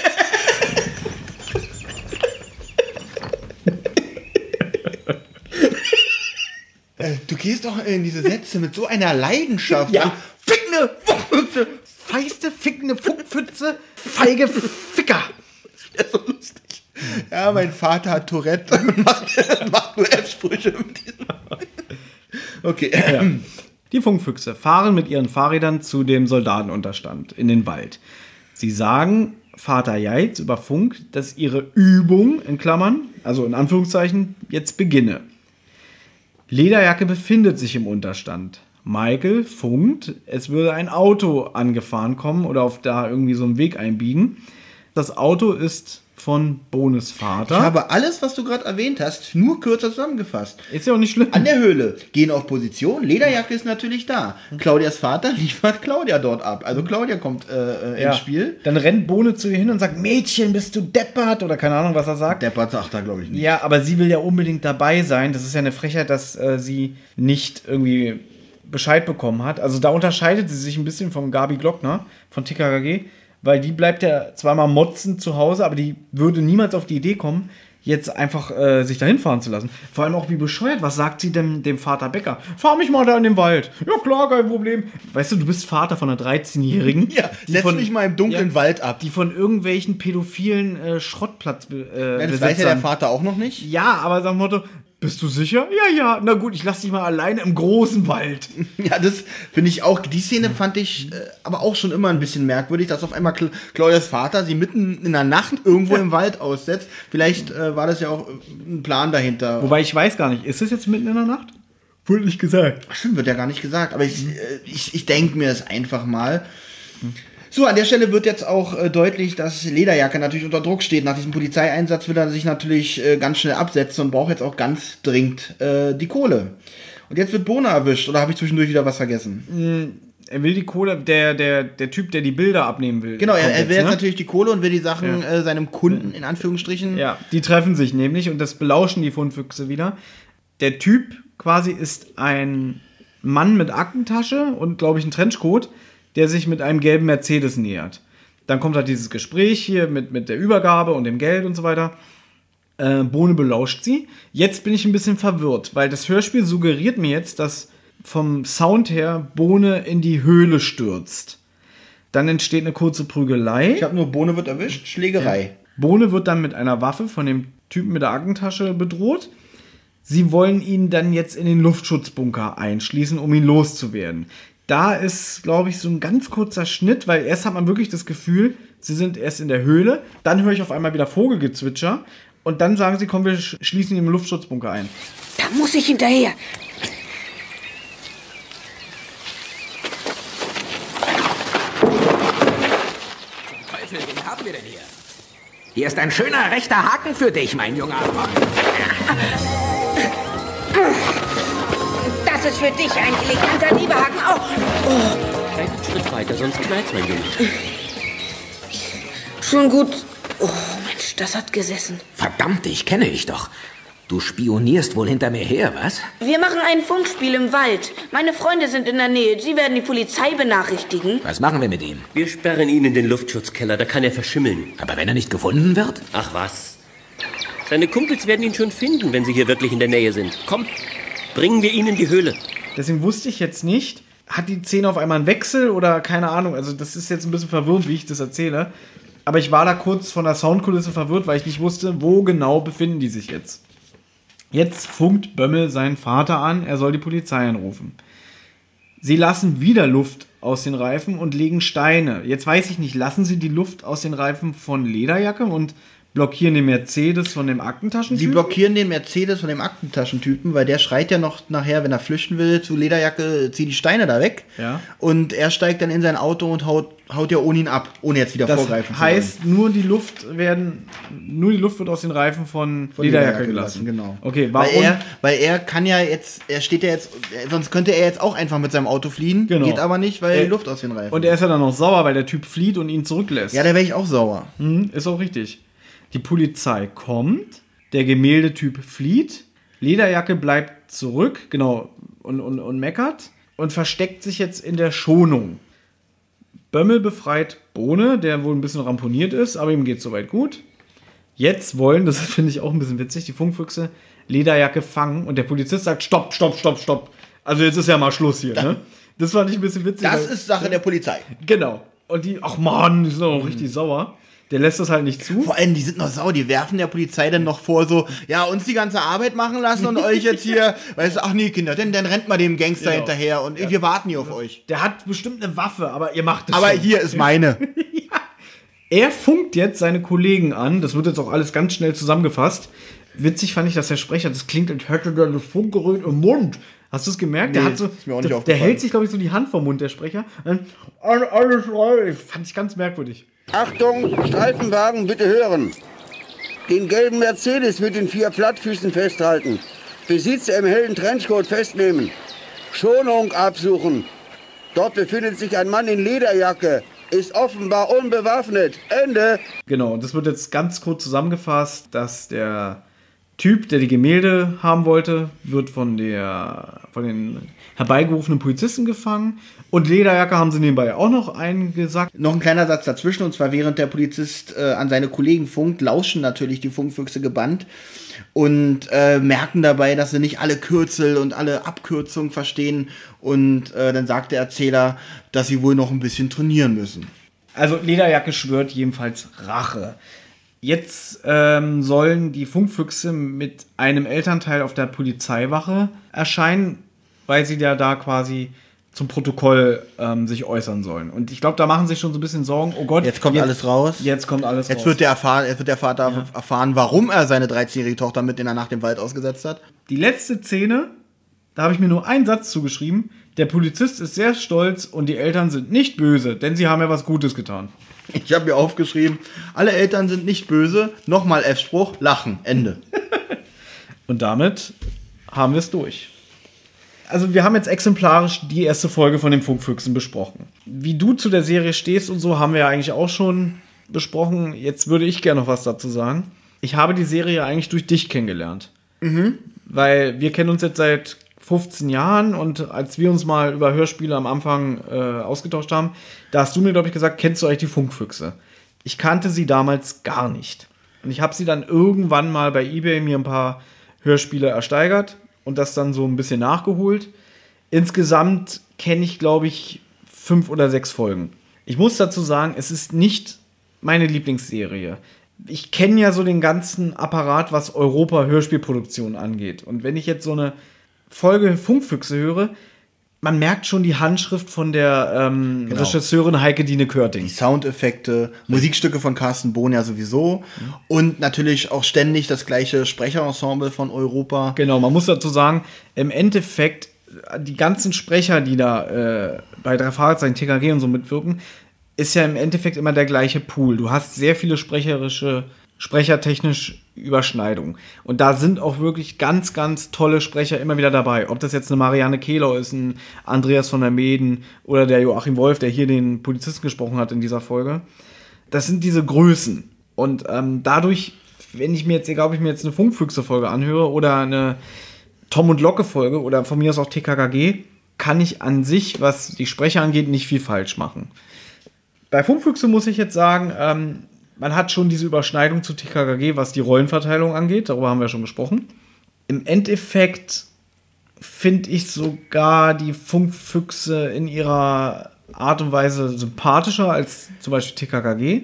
Äh, Du gehst doch in diese Sätze mit so einer Leidenschaft. Ja. Fickende Funkfüchse. Feiste, fickende Funkpfütze, feige Ficker. Ja, so lustig. Ja, mein Vater hat Tourette und macht, macht nur F-Sprüche mit diesem. Okay. Ja. Die Funkfüchse fahren mit ihren Fahrrädern zu dem Soldatenunterstand in den Wald. Sie sagen Vater Jeitz über Funk, dass ihre Übung, in Klammern, also in Anführungszeichen, jetzt beginne. Lederjacke befindet sich im Unterstand. Michael funkt, es würde ein Auto angefahren kommen oder auf da irgendwie so einen Weg einbiegen. Das Auto ist von Bohnes Vater. Ich habe alles, was du gerade erwähnt hast, nur kürzer zusammengefasst. Ist ja auch nicht schlimm. An der Höhle, gehen auf Position, Lederjacke ist natürlich da. Claudias Vater liefert Claudia dort ab. Also Claudia kommt äh, ins ja. Spiel. Dann rennt Bohne zu ihr hin und sagt, Mädchen, bist du deppert? Oder keine Ahnung, was er sagt. Deppert sagt er, glaube ich, nicht. Ja, aber sie will ja unbedingt dabei sein. Das ist ja eine Frechheit, dass äh, sie nicht irgendwie Bescheid bekommen hat. Also da unterscheidet sie sich ein bisschen von Gabi Glockner von T K K G, weil die bleibt ja zweimal motzend zu Hause, aber die würde niemals auf die Idee kommen, jetzt einfach äh, sich dahin fahren zu lassen. Vor allem auch wie bescheuert. Was sagt sie denn dem Vater Becker? Fahr mich mal da in den Wald. Ja klar, kein Problem. Weißt du, du bist Vater von einer dreizehnjährigen. Ja, setz von, mich mal im dunklen ja, Wald ab. Die von irgendwelchen pädophilen äh, Schrottplatz äh, Ja, das weiß ja der Vater auch noch nicht. Ja, aber sag Motto, bist du sicher? Ja, ja. Na gut, ich lass dich mal alleine im großen Wald. Ja, das finde ich auch, die Szene fand ich äh, aber auch schon immer ein bisschen merkwürdig, dass auf einmal Cla- Claudias Vater sie mitten in der Nacht irgendwo im Wald aussetzt. Vielleicht äh, war das ja auch ein Plan dahinter. Wobei ich weiß gar nicht, ist es jetzt mitten in der Nacht? Wurde nicht gesagt. Ach, stimmt, wird ja gar nicht gesagt, aber ich, äh, ich, ich denke mir das einfach mal. So, an der Stelle wird jetzt auch äh, deutlich, dass Lederjacke natürlich unter Druck steht. Nach diesem Polizeieinsatz will er sich natürlich äh, ganz schnell absetzen und braucht jetzt auch ganz dringend äh, die Kohle. Und jetzt wird Bohne erwischt, oder habe ich zwischendurch wieder was vergessen? Er will die Kohle, der, der, der Typ, der die Bilder abnehmen will. Genau, er, kommt er will jetzt, jetzt ne? natürlich die Kohle und will die Sachen Ja. äh, seinem Kunden, in Anführungsstrichen... Ja, die treffen sich nämlich und das belauschen die Fundfüchse wieder. Der Typ quasi ist ein Mann mit Aktentasche und, glaube ich, ein Trenchcoat, der sich mit einem gelben Mercedes nähert. Dann kommt halt dieses Gespräch hier mit, mit der Übergabe und dem Geld und so weiter. Äh, Bohne belauscht sie. Jetzt bin ich ein bisschen verwirrt, weil das Hörspiel suggeriert mir jetzt, dass vom Sound her Bohne in die Höhle stürzt. Dann entsteht eine kurze Prügelei. Ich habe nur, Bohne wird erwischt, Schlägerei. Bohne wird dann mit einer Waffe von dem Typen mit der Aktentasche bedroht. Sie wollen ihn dann jetzt in den Luftschutzbunker einschließen, um ihn loszuwerden. Da ist, glaube ich, so ein ganz kurzer Schnitt, weil erst hat man wirklich das Gefühl, sie sind erst in der Höhle, dann höre ich auf einmal wieder Vogelgezwitscher und dann sagen sie, komm, wir sch- schließen ihn im Luftschutzbunker ein. Da muss ich hinterher. Teufel, wen haben wir denn hier? Hier ist ein schöner rechter Haken für dich, mein junger Freund. Das ist für dich ein eleganter Liebehaken. Oh. Oh. Keinen Schritt weiter, sonst knallt's, mein Junge. Schon gut. Oh, Mensch, das hat gesessen. Verdammt, ich kenne dich doch. Du spionierst wohl hinter mir her, was? Wir machen ein Funkspiel im Wald. Meine Freunde sind in der Nähe. Sie werden die Polizei benachrichtigen. Was machen wir mit ihm? Wir sperren ihn in den Luftschutzkeller, da kann er verschimmeln. Aber wenn er nicht gefunden wird? Ach was. Seine Kumpels werden ihn schon finden, wenn sie hier wirklich in der Nähe sind. Komm, bringen wir ihn in die Höhle. Deswegen wusste ich jetzt nicht, hat die Szene auf einmal einen Wechsel oder keine Ahnung. Also das ist jetzt ein bisschen verwirrend, wie ich das erzähle. Aber ich war da kurz von der Soundkulisse verwirrt, weil ich nicht wusste, wo genau befinden die sich jetzt. Jetzt funkt Bömmel seinen Vater an, er soll die Polizei anrufen. Sie lassen wieder Luft aus den Reifen und legen Steine. Jetzt weiß ich nicht, lassen sie die Luft aus den Reifen von Lederjacke und blockieren den Mercedes von dem Aktentaschentypen? Sie blockieren den Mercedes von dem Aktentaschentypen, weil der schreit ja noch nachher, wenn er flüchten will, zu Lederjacke, zieh die Steine da weg. Ja. Und er steigt dann in sein Auto und haut, haut ja ohne ihn ab, ohne jetzt wieder Das vorgreifen zu heißt, nur die Luft werden, nur die Luft wird aus den Reifen von, Von Lederjacke gelassen. Genau. Okay, warum? Weil er, weil er kann ja jetzt, er steht ja jetzt, sonst könnte er jetzt auch einfach mit seinem Auto fliehen. Genau. Geht aber nicht, weil Er- die Luft aus den Reifen. Und er ist ja dann noch sauer, weil der Typ flieht und ihn zurücklässt. ja, da wäre ich auch sauer. Mhm, ist auch richtig. Die Polizei kommt, der Gemäldetyp flieht, Lederjacke bleibt zurück, genau, und, und, und meckert und versteckt sich jetzt in der Schonung. Bömmel befreit Bohne, der wohl ein bisschen ramponiert ist, aber ihm geht soweit gut. Jetzt wollen, das finde ich auch ein bisschen witzig, die Funkfüchse Lederjacke fangen und der Polizist sagt, stopp, stopp, stopp, stopp. Also jetzt ist ja mal Schluss hier, ne? Das fand ich ein bisschen witzig. Das weil- ist Sache der Polizei. Genau. Und die, ach Mann, die sind auch richtig sauer. Der lässt das halt nicht zu. Vor allem, die sind noch sauer, die werfen der Polizei dann noch vor, so, ja, uns die ganze Arbeit machen lassen und euch jetzt hier, weißt du, ach nee, Kinder, dann, dann rennt mal dem Gangster Genau. hinterher und wir warten hier auf euch. Der hat bestimmt eine Waffe, aber ihr macht es Aber schon. hier ist meine. Er funkt jetzt seine Kollegen an. Das wird jetzt auch alles ganz schnell zusammengefasst. Witzig fand ich, dass der Sprecher, das klingt, als hätte der das Funkgerät im Mund. Hast du es gemerkt? Nee, der hat so, ist mir auch nicht der, der aufgefallen. hält sich, glaube ich, so die Hand vom Mund, der Sprecher. Und alles rein. Fand ich ganz merkwürdig. Achtung, Streifenwagen, bitte hören. Den gelben Mercedes mit den vier Plattfüßen festhalten. Besitzer im hellen Trenchcoat festnehmen. Schonung absuchen. Dort befindet sich ein Mann in Lederjacke. Ist offenbar unbewaffnet. Ende. Genau, und das wird jetzt ganz kurz zusammengefasst, dass der Typ, der die Gemälde haben wollte, wird von der von den herbeigerufenen Polizisten gefangen. Und Lederjacke haben sie nebenbei auch noch eingesackt. Noch ein kleiner Satz dazwischen, und zwar während der Polizist äh, an seine Kollegen funkt, lauschen natürlich die Funkfüchse gebannt und äh, merken dabei, dass sie nicht alle Kürzel und alle Abkürzungen verstehen. Und äh, dann sagt der Erzähler, dass sie wohl noch ein bisschen trainieren müssen. Also Lederjacke schwört jedenfalls Rache. Jetzt ähm, sollen die Funkfüchse mit einem Elternteil auf der Polizeiwache erscheinen, weil sie ja da quasi zum Protokoll ähm, sich äußern sollen. Und ich glaube, da machen sich schon so ein bisschen Sorgen. Oh Gott, jetzt kommt jetzt, alles raus. Jetzt kommt alles jetzt raus. Wird der erfahren, jetzt wird der Vater ja. erfahren, warum er seine dreizehnjährige Tochter mit in der Nacht im Wald ausgesetzt hat. Die letzte Szene, da habe ich mir nur einen Satz zugeschrieben. Der Polizist ist sehr stolz und die Eltern sind nicht böse, denn sie haben ja was Gutes getan. Ich habe mir aufgeschrieben, alle Eltern sind nicht böse. Nochmal F-Spruch, lachen, Ende. Und damit haben wir es durch. Also wir haben jetzt exemplarisch die erste Folge von den Funkfüchsen besprochen. Wie du zu der Serie stehst und so, haben wir ja eigentlich auch schon besprochen. Jetzt würde ich gerne noch was dazu sagen. Ich habe die Serie eigentlich durch dich kennengelernt. Mhm. Weil wir kennen uns jetzt seit fünfzehn Jahren und als wir uns mal über Hörspiele am Anfang äh, ausgetauscht haben, da hast du mir, glaube ich, gesagt, kennst du eigentlich die Funkfüchse? Ich kannte sie damals gar nicht. Und ich habe sie dann irgendwann mal bei eBay mir ein paar Hörspiele ersteigert und das dann so ein bisschen nachgeholt. Insgesamt kenne ich, glaube ich, fünf oder sechs Folgen. Ich muss dazu sagen, es ist nicht meine Lieblingsserie. Ich kenne ja so den ganzen Apparat, was Europa-Hörspielproduktion angeht. Und wenn ich jetzt so eine Folge Funkfüchse höre, man merkt schon die Handschrift von der ähm, genau. Regisseurin Heike Dine Körting. Die Soundeffekte, Musikstücke von Carsten Bohn ja sowieso. Mhm. Und natürlich auch ständig das gleiche Sprecherensemble von Europa. Genau, man muss dazu sagen, im Endeffekt, die ganzen Sprecher, die da äh, bei drei Fragezeichen, T K G und so mitwirken, ist ja im Endeffekt immer der gleiche Pool. Du hast sehr viele sprecherische, sprechertechnisch Überschneidungen. Und da sind auch wirklich ganz, ganz tolle Sprecher immer wieder dabei. Ob das jetzt eine Marianne Kehlau ist, ein Andreas von der Meeden oder der Joachim Wolf, der hier den Polizisten gesprochen hat in dieser Folge. Das sind diese Größen. Und ähm, dadurch, wenn ich mir jetzt, egal ob ich mir jetzt eine Funkfüchse-Folge anhöre oder eine Tom und Locke-Folge oder von mir aus auch T K K G, kann ich an sich, was die Sprecher angeht, nicht viel falsch machen. Bei Funkfüchse muss ich jetzt sagen, ähm, man hat schon diese Überschneidung zu T K K G, was die Rollenverteilung angeht. Darüber haben wir schon gesprochen. Im Endeffekt finde ich sogar die Funkfüchse in ihrer Art und Weise sympathischer als zum Beispiel T K K G.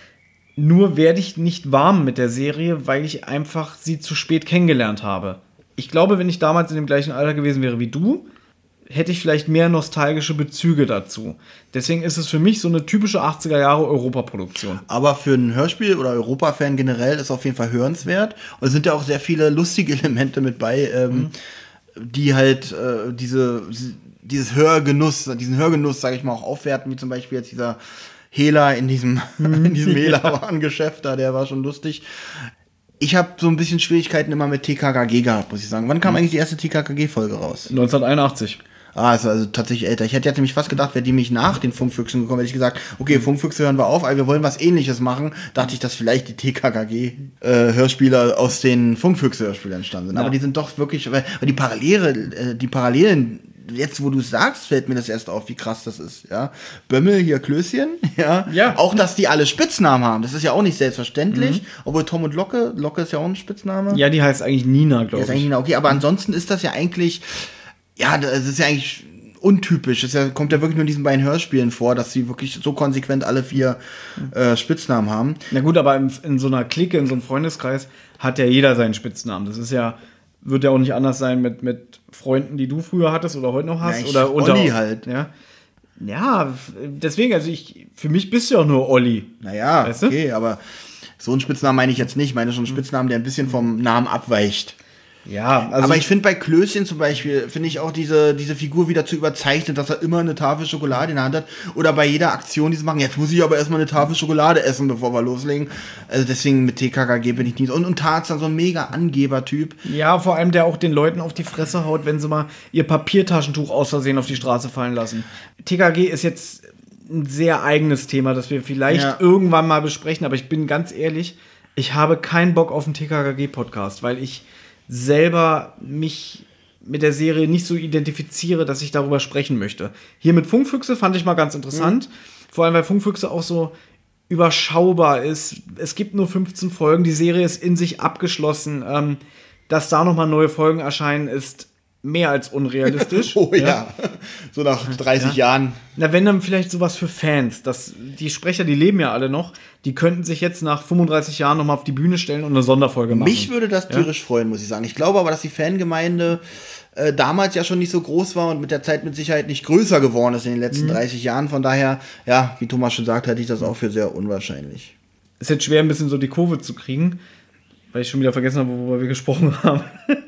Nur werde ich nicht warm mit der Serie, weil ich einfach sie zu spät kennengelernt habe. Ich glaube, wenn ich damals in dem gleichen Alter gewesen wäre wie du, hätte ich vielleicht mehr nostalgische Bezüge dazu. Deswegen ist es für mich so eine typische achtziger Jahre Europaproduktion. Aber für ein Hörspiel oder Europa-Fan generell ist es auf jeden Fall hörenswert. Und es sind ja auch sehr viele lustige Elemente mit bei, ähm, mhm. die halt äh, diese, dieses Hörgenuss, diesen Hörgenuss, sage ich mal, auch aufwerten, wie zum Beispiel jetzt dieser Hehler in diesem, in diesem Hehler-Warengeschäft da, der war schon lustig. Ich habe so ein bisschen Schwierigkeiten immer mit T K K G gehabt, muss ich sagen. Wann kam mhm. eigentlich die erste T K K G-Folge raus? neunzehnhunderteinundachtzig. Ah, ist also tatsächlich älter. Ich hätte jetzt nämlich fast gedacht, wäre die mich nach den Funkfüchsen gekommen, hätte ich gesagt, okay, Funkfüchse hören wir auf, aber wir wollen was Ähnliches machen. Dachte ich, dass vielleicht die T K K G-Hörspieler äh, aus den Funkfüchse-Hörspielen entstanden sind. Ja. Aber die sind doch wirklich, weil, weil die Parallele, äh, die Parallelen, jetzt wo du es sagst, fällt mir das erst auf, wie krass das ist, ja. Bömmel, hier Klößchen, ja. ja. Auch, dass die alle Spitznamen haben, das ist ja auch nicht selbstverständlich. Mhm. Obwohl Tom und Locke, Locke ist ja auch ein Spitzname. Ja, die heißt eigentlich Nina, glaube ich. Ist eigentlich Nina, okay, aber ansonsten ist das ja eigentlich, ja, das ist ja eigentlich untypisch. Das ja, kommt ja wirklich nur in diesen beiden Hörspielen vor, dass sie wirklich so konsequent alle vier äh, Spitznamen haben. Na gut, aber in, in so einer Clique, in so einem Freundeskreis hat ja jeder seinen Spitznamen. Das ist ja, wird ja auch nicht anders sein mit, mit Freunden, die du früher hattest oder heute noch hast. Ja, ich, oder unter, Olli halt. Ja. Ja, deswegen, also ich, für mich bist du ja auch nur Olli. Naja, weißt okay, du? aber so einen Spitznamen meine ich jetzt nicht. Ich meine schon einen Spitznamen, der ein bisschen vom Namen abweicht. Ja, also aber ich finde bei Klößchen zum Beispiel, finde ich auch diese, diese Figur wieder zu überzeichnet, dass er immer eine Tafel Schokolade in der Hand hat. Oder bei jeder Aktion, die sie machen, jetzt muss ich aber erstmal eine Tafel Schokolade essen, bevor wir loslegen. Also deswegen mit T K K G bin ich nicht. Und, und Tarzan, so ein mega Angeber-Typ. Ja, vor allem der auch den Leuten auf die Fresse haut, wenn sie mal ihr Papiertaschentuch aus Versehen auf die Straße fallen lassen. T K G ist jetzt ein sehr eigenes Thema, das wir vielleicht Ja. irgendwann mal besprechen, aber ich bin ganz ehrlich, ich habe keinen Bock auf einen T K K G-Podcast, weil ich selber mich mit der Serie nicht so identifiziere, dass ich darüber sprechen möchte. Hier mit Funkfüchse fand ich mal ganz interessant, mhm. vor allem weil Funkfüchse auch so überschaubar ist. Es gibt nur fünfzehn Folgen, die Serie ist in sich abgeschlossen. Ähm, dass da nochmal neue Folgen erscheinen, ist mehr als unrealistisch. Oh ja. ja. So nach dreißig ja. Jahren. Na, wenn dann vielleicht sowas für Fans. Das, die Sprecher, die leben ja alle noch. Die könnten sich jetzt nach fünfunddreißig Jahren nochmal auf die Bühne stellen und eine Sonderfolge machen. Mich würde das tierisch ja? freuen, muss ich sagen. Ich glaube aber, dass die Fangemeinde äh, damals ja schon nicht so groß war und mit der Zeit mit Sicherheit nicht größer geworden ist in den letzten mhm. dreißig Jahren. Von daher, ja, wie Thomas schon sagt, halte ich das auch für sehr unwahrscheinlich. Es ist jetzt schwer, ein bisschen so die Kurve zu kriegen, weil ich schon wieder vergessen habe, worüber wir gesprochen haben.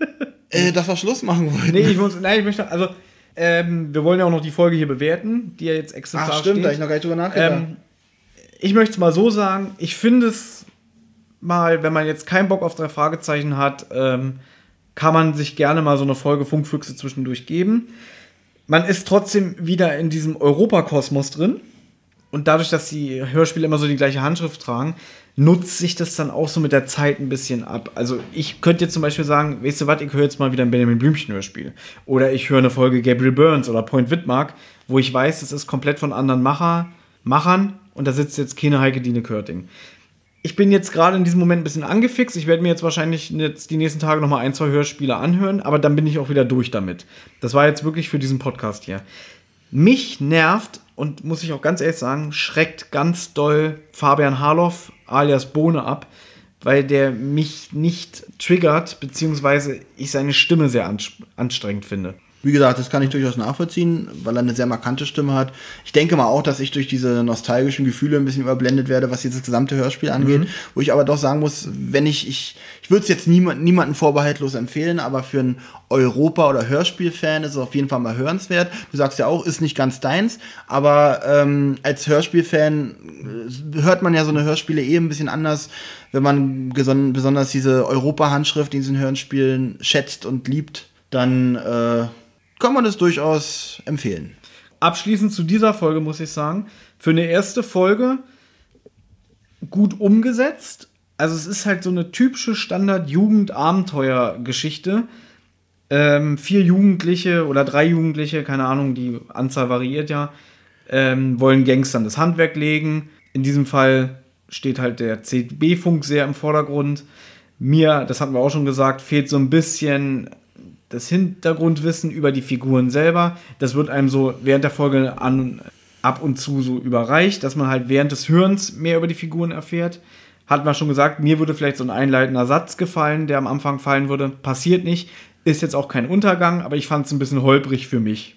Äh, dass wir Schluss machen wollen. Nee, ich muss, nein, ich möchte, also, ähm, wir wollen ja auch noch die Folge hier bewerten, die ja jetzt exemplarisch Ach, stimmt, steht. da hab ich noch gar nicht drüber nachgedacht. Ähm, ich möchte es mal so sagen, ich finde es mal, wenn man jetzt keinen Bock auf drei Fragezeichen hat, ähm, kann man sich gerne mal so eine Folge Funkfüchse zwischendurch geben. Man ist trotzdem wieder in diesem Europakosmos drin und dadurch, dass die Hörspiele immer so die gleiche Handschrift tragen, nutzt sich das dann auch so mit der Zeit ein bisschen ab. Also ich könnte jetzt zum Beispiel sagen, weißt du was, ich höre jetzt mal wieder ein Benjamin Blümchen-Hörspiel. Oder ich höre eine Folge Gabriel Burns oder Point Widmark, wo ich weiß, es ist komplett von anderen Macher, Machern und da sitzt jetzt keine Heike Dine Körting. Ich bin jetzt gerade in diesem Moment ein bisschen angefixt. Ich werde mir jetzt wahrscheinlich jetzt die nächsten Tage noch mal ein, zwei Hörspiele anhören, aber dann bin ich auch wieder durch damit. Das war jetzt wirklich für diesen Podcast hier. Mich nervt und muss ich auch ganz ehrlich sagen, schreckt ganz doll Fabian Harloff alias Bohne ab, weil der mich nicht triggert, beziehungsweise ich seine Stimme sehr anstrengend finde. Wie gesagt, das kann ich durchaus nachvollziehen, weil er eine sehr markante Stimme hat. Ich denke mal auch, dass ich durch diese nostalgischen Gefühle ein bisschen überblendet werde, was jetzt das gesamte Hörspiel angeht. Mhm. Wo ich aber doch sagen muss, wenn ich, ich, ich würde es jetzt niemand, niemanden vorbehaltlos empfehlen, aber für einen Europa- oder Hörspiel-Fan ist es auf jeden Fall mal hörenswert. Du sagst ja auch, ist nicht ganz deins, aber ähm, als Hörspiel-Fan hört man ja so eine Hörspiele eh ein bisschen anders, wenn man geson- besonders diese Europa-Handschrift in diesen Hörspielen schätzt und liebt, dann äh, kann man das durchaus empfehlen. Abschließend zu dieser Folge muss ich sagen, für eine erste Folge gut umgesetzt. Also es ist halt so eine typische Standard-Jugend-Abenteuer-Geschichte. Ähm, vier Jugendliche oder drei Jugendliche, keine Ahnung, die Anzahl variiert ja, ähm, wollen Gangstern das Handwerk legen. In diesem Fall steht halt der C B-Funk sehr im Vordergrund. Mir, das hatten wir auch schon gesagt, fehlt so ein bisschen das Hintergrundwissen über die Figuren selber. Das wird einem so während der Folge an, ab und zu so überreicht, dass man halt während des Hörens mehr über die Figuren erfährt. Hat man schon gesagt, mir würde vielleicht so ein einleitender Satz gefallen, der am Anfang fallen würde. Passiert nicht. Ist jetzt auch kein Untergang, aber ich fand es ein bisschen holprig für mich.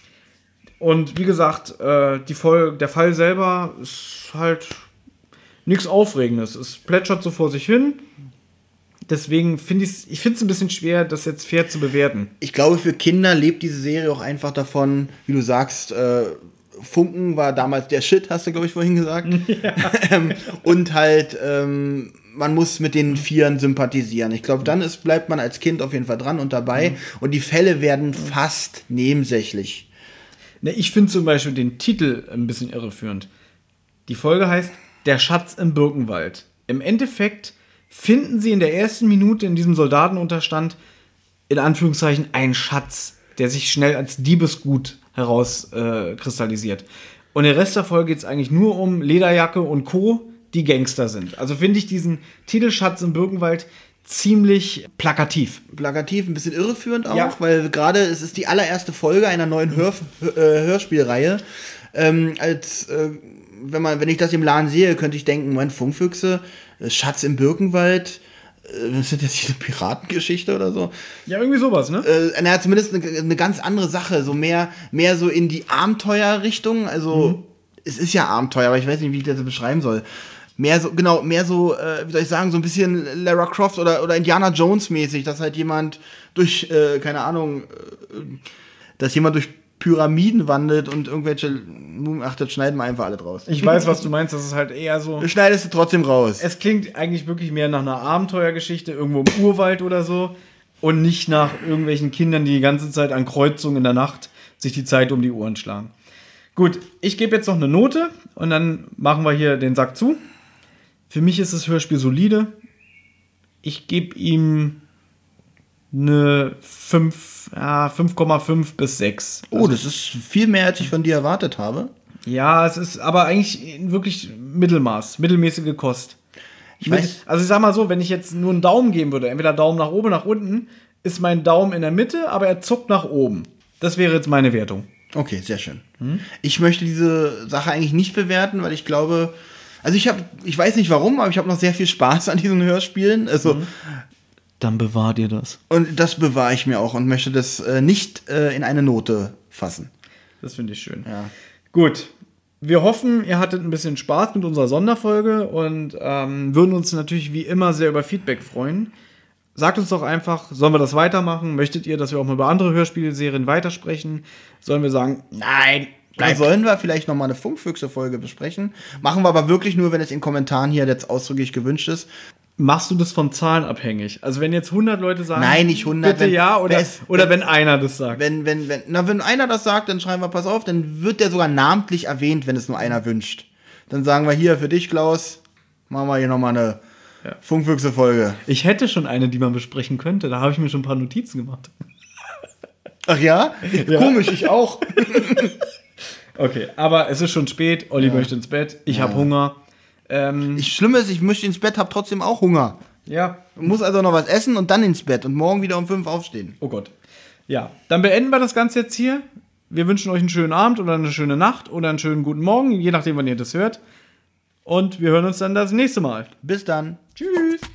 Und wie gesagt, äh, die Folge, der Fall selber ist halt nichts Aufregendes. Es plätschert so vor sich hin. Deswegen finde ich es ich finde es ein bisschen schwer, das jetzt fair zu bewerten. Ich glaube, für Kinder lebt diese Serie auch einfach davon, wie du sagst, äh, Funken war damals der Shit, hast du, glaube ich, vorhin gesagt. Ja. Und halt, ähm, man muss mit den Vieren sympathisieren. Ich glaube, dann ist, bleibt man als Kind auf jeden Fall dran und dabei. Mhm. Und die Fälle werden fast nebensächlich. Ne, ich finde zum Beispiel den Titel ein bisschen irreführend. Die Folge heißt Der Schatz im Birkenwald. Im Endeffekt finden sie in der ersten Minute in diesem Soldatenunterstand in Anführungszeichen einen Schatz, der sich schnell als Diebesgut herauskristallisiert. Äh, und der Rest der Folge geht es eigentlich nur um Lederjacke und Co., die Gangster sind. Also finde ich diesen Titel Schatz im Birkenwald ziemlich plakativ. Plakativ, ein bisschen irreführend auch, ja. Weil gerade es ist die allererste Folge einer neuen Hör, äh, Hörspielreihe. Ähm, als äh, wenn man, wenn ich das im Laden sehe, könnte ich denken, mein Funkfüchse, Schatz im Birkenwald, äh, ist das jetzt hier eine Piratengeschichte oder so? Ja, irgendwie sowas, ne? Äh, naja, zumindest eine, eine ganz andere Sache, so mehr, mehr so in die Abenteuerrichtung, also mhm. Es ist ja Abenteuer, aber ich weiß nicht, wie ich das beschreiben soll. mehr so, genau, mehr so, äh, wie soll ich sagen, so ein bisschen Lara Croft oder, oder Indiana Jones mäßig, dass halt jemand durch, äh, keine Ahnung, äh, dass jemand durch Pyramiden wandelt und irgendwelche, ach, das schneiden wir einfach alle draus. Ich weiß, was du meinst, das ist halt eher so. Das schneidest du trotzdem raus. Es klingt eigentlich wirklich mehr nach einer Abenteuergeschichte, irgendwo im Urwald oder so. Und nicht nach irgendwelchen Kindern, die die ganze Zeit an Kreuzungen in der Nacht sich die Zeit um die Ohren schlagen. Gut, ich gebe jetzt noch eine Note und dann machen wir hier den Sack zu. Für mich ist das Hörspiel solide. Ich gebe ihm eine fünf, ja, fünf Komma fünf bis sechs. Oh, das ist viel mehr, als ich von dir erwartet habe. Ja, es ist aber eigentlich wirklich Mittelmaß, mittelmäßige Kost. Ich weiß. Also ich sag mal so, wenn ich jetzt nur einen Daumen geben würde, entweder Daumen nach oben, nach unten, ist mein Daumen in der Mitte, aber er zuckt nach oben. Das wäre jetzt meine Wertung. Okay, sehr schön. Hm? Ich möchte diese Sache eigentlich nicht bewerten, weil ich glaube, also ich habe, ich weiß nicht warum, aber ich habe noch sehr viel Spaß an diesen Hörspielen. Also mhm. Dann bewahr dir das. Und das bewahre ich mir auch und möchte das äh, nicht äh, in eine Note fassen. Das finde ich schön. Ja. Gut. Wir hoffen, ihr hattet ein bisschen Spaß mit unserer Sonderfolge und ähm, würden uns natürlich wie immer sehr über Feedback freuen. Sagt uns doch einfach, sollen wir das weitermachen? Möchtet ihr, dass wir auch mal über andere Hörspielserien weitersprechen? Sollen wir sagen, nein, Oder sollen wir vielleicht noch mal eine Funkfüchse-Folge besprechen? Machen wir aber wirklich nur, wenn es in Kommentaren hier jetzt ausdrücklich gewünscht ist. Machst du das von Zahlen abhängig? Also wenn jetzt hundert Leute sagen, nein, nicht hundert, bitte wenn, ja, oder, es, oder wenn, wenn einer das sagt. Wenn, wenn, wenn, na, wenn einer das sagt, dann schreiben wir, pass auf, dann wird der sogar namentlich erwähnt, wenn es nur einer wünscht. Dann sagen wir hier für dich, Klaus, machen wir hier nochmal eine ja. Funkfüchse-Folge. Ich hätte schon eine, die man besprechen könnte, da habe ich mir schon ein paar Notizen gemacht. Ach ja? ja. Komisch, ich auch. Okay, aber es ist schon spät, Olli ja. möchte ins Bett, ich ja. habe Hunger. Ähm, ich Schlimme ist, ich möchte ins Bett, habe trotzdem auch Hunger. Ja. Muss also noch was essen und dann ins Bett und morgen wieder um fünf aufstehen. Oh Gott. Ja, dann beenden wir das Ganze jetzt hier. Wir wünschen euch einen schönen Abend oder eine schöne Nacht oder einen schönen guten Morgen, je nachdem, wann ihr das hört. Und wir hören uns dann das nächste Mal. Bis dann. Tschüss.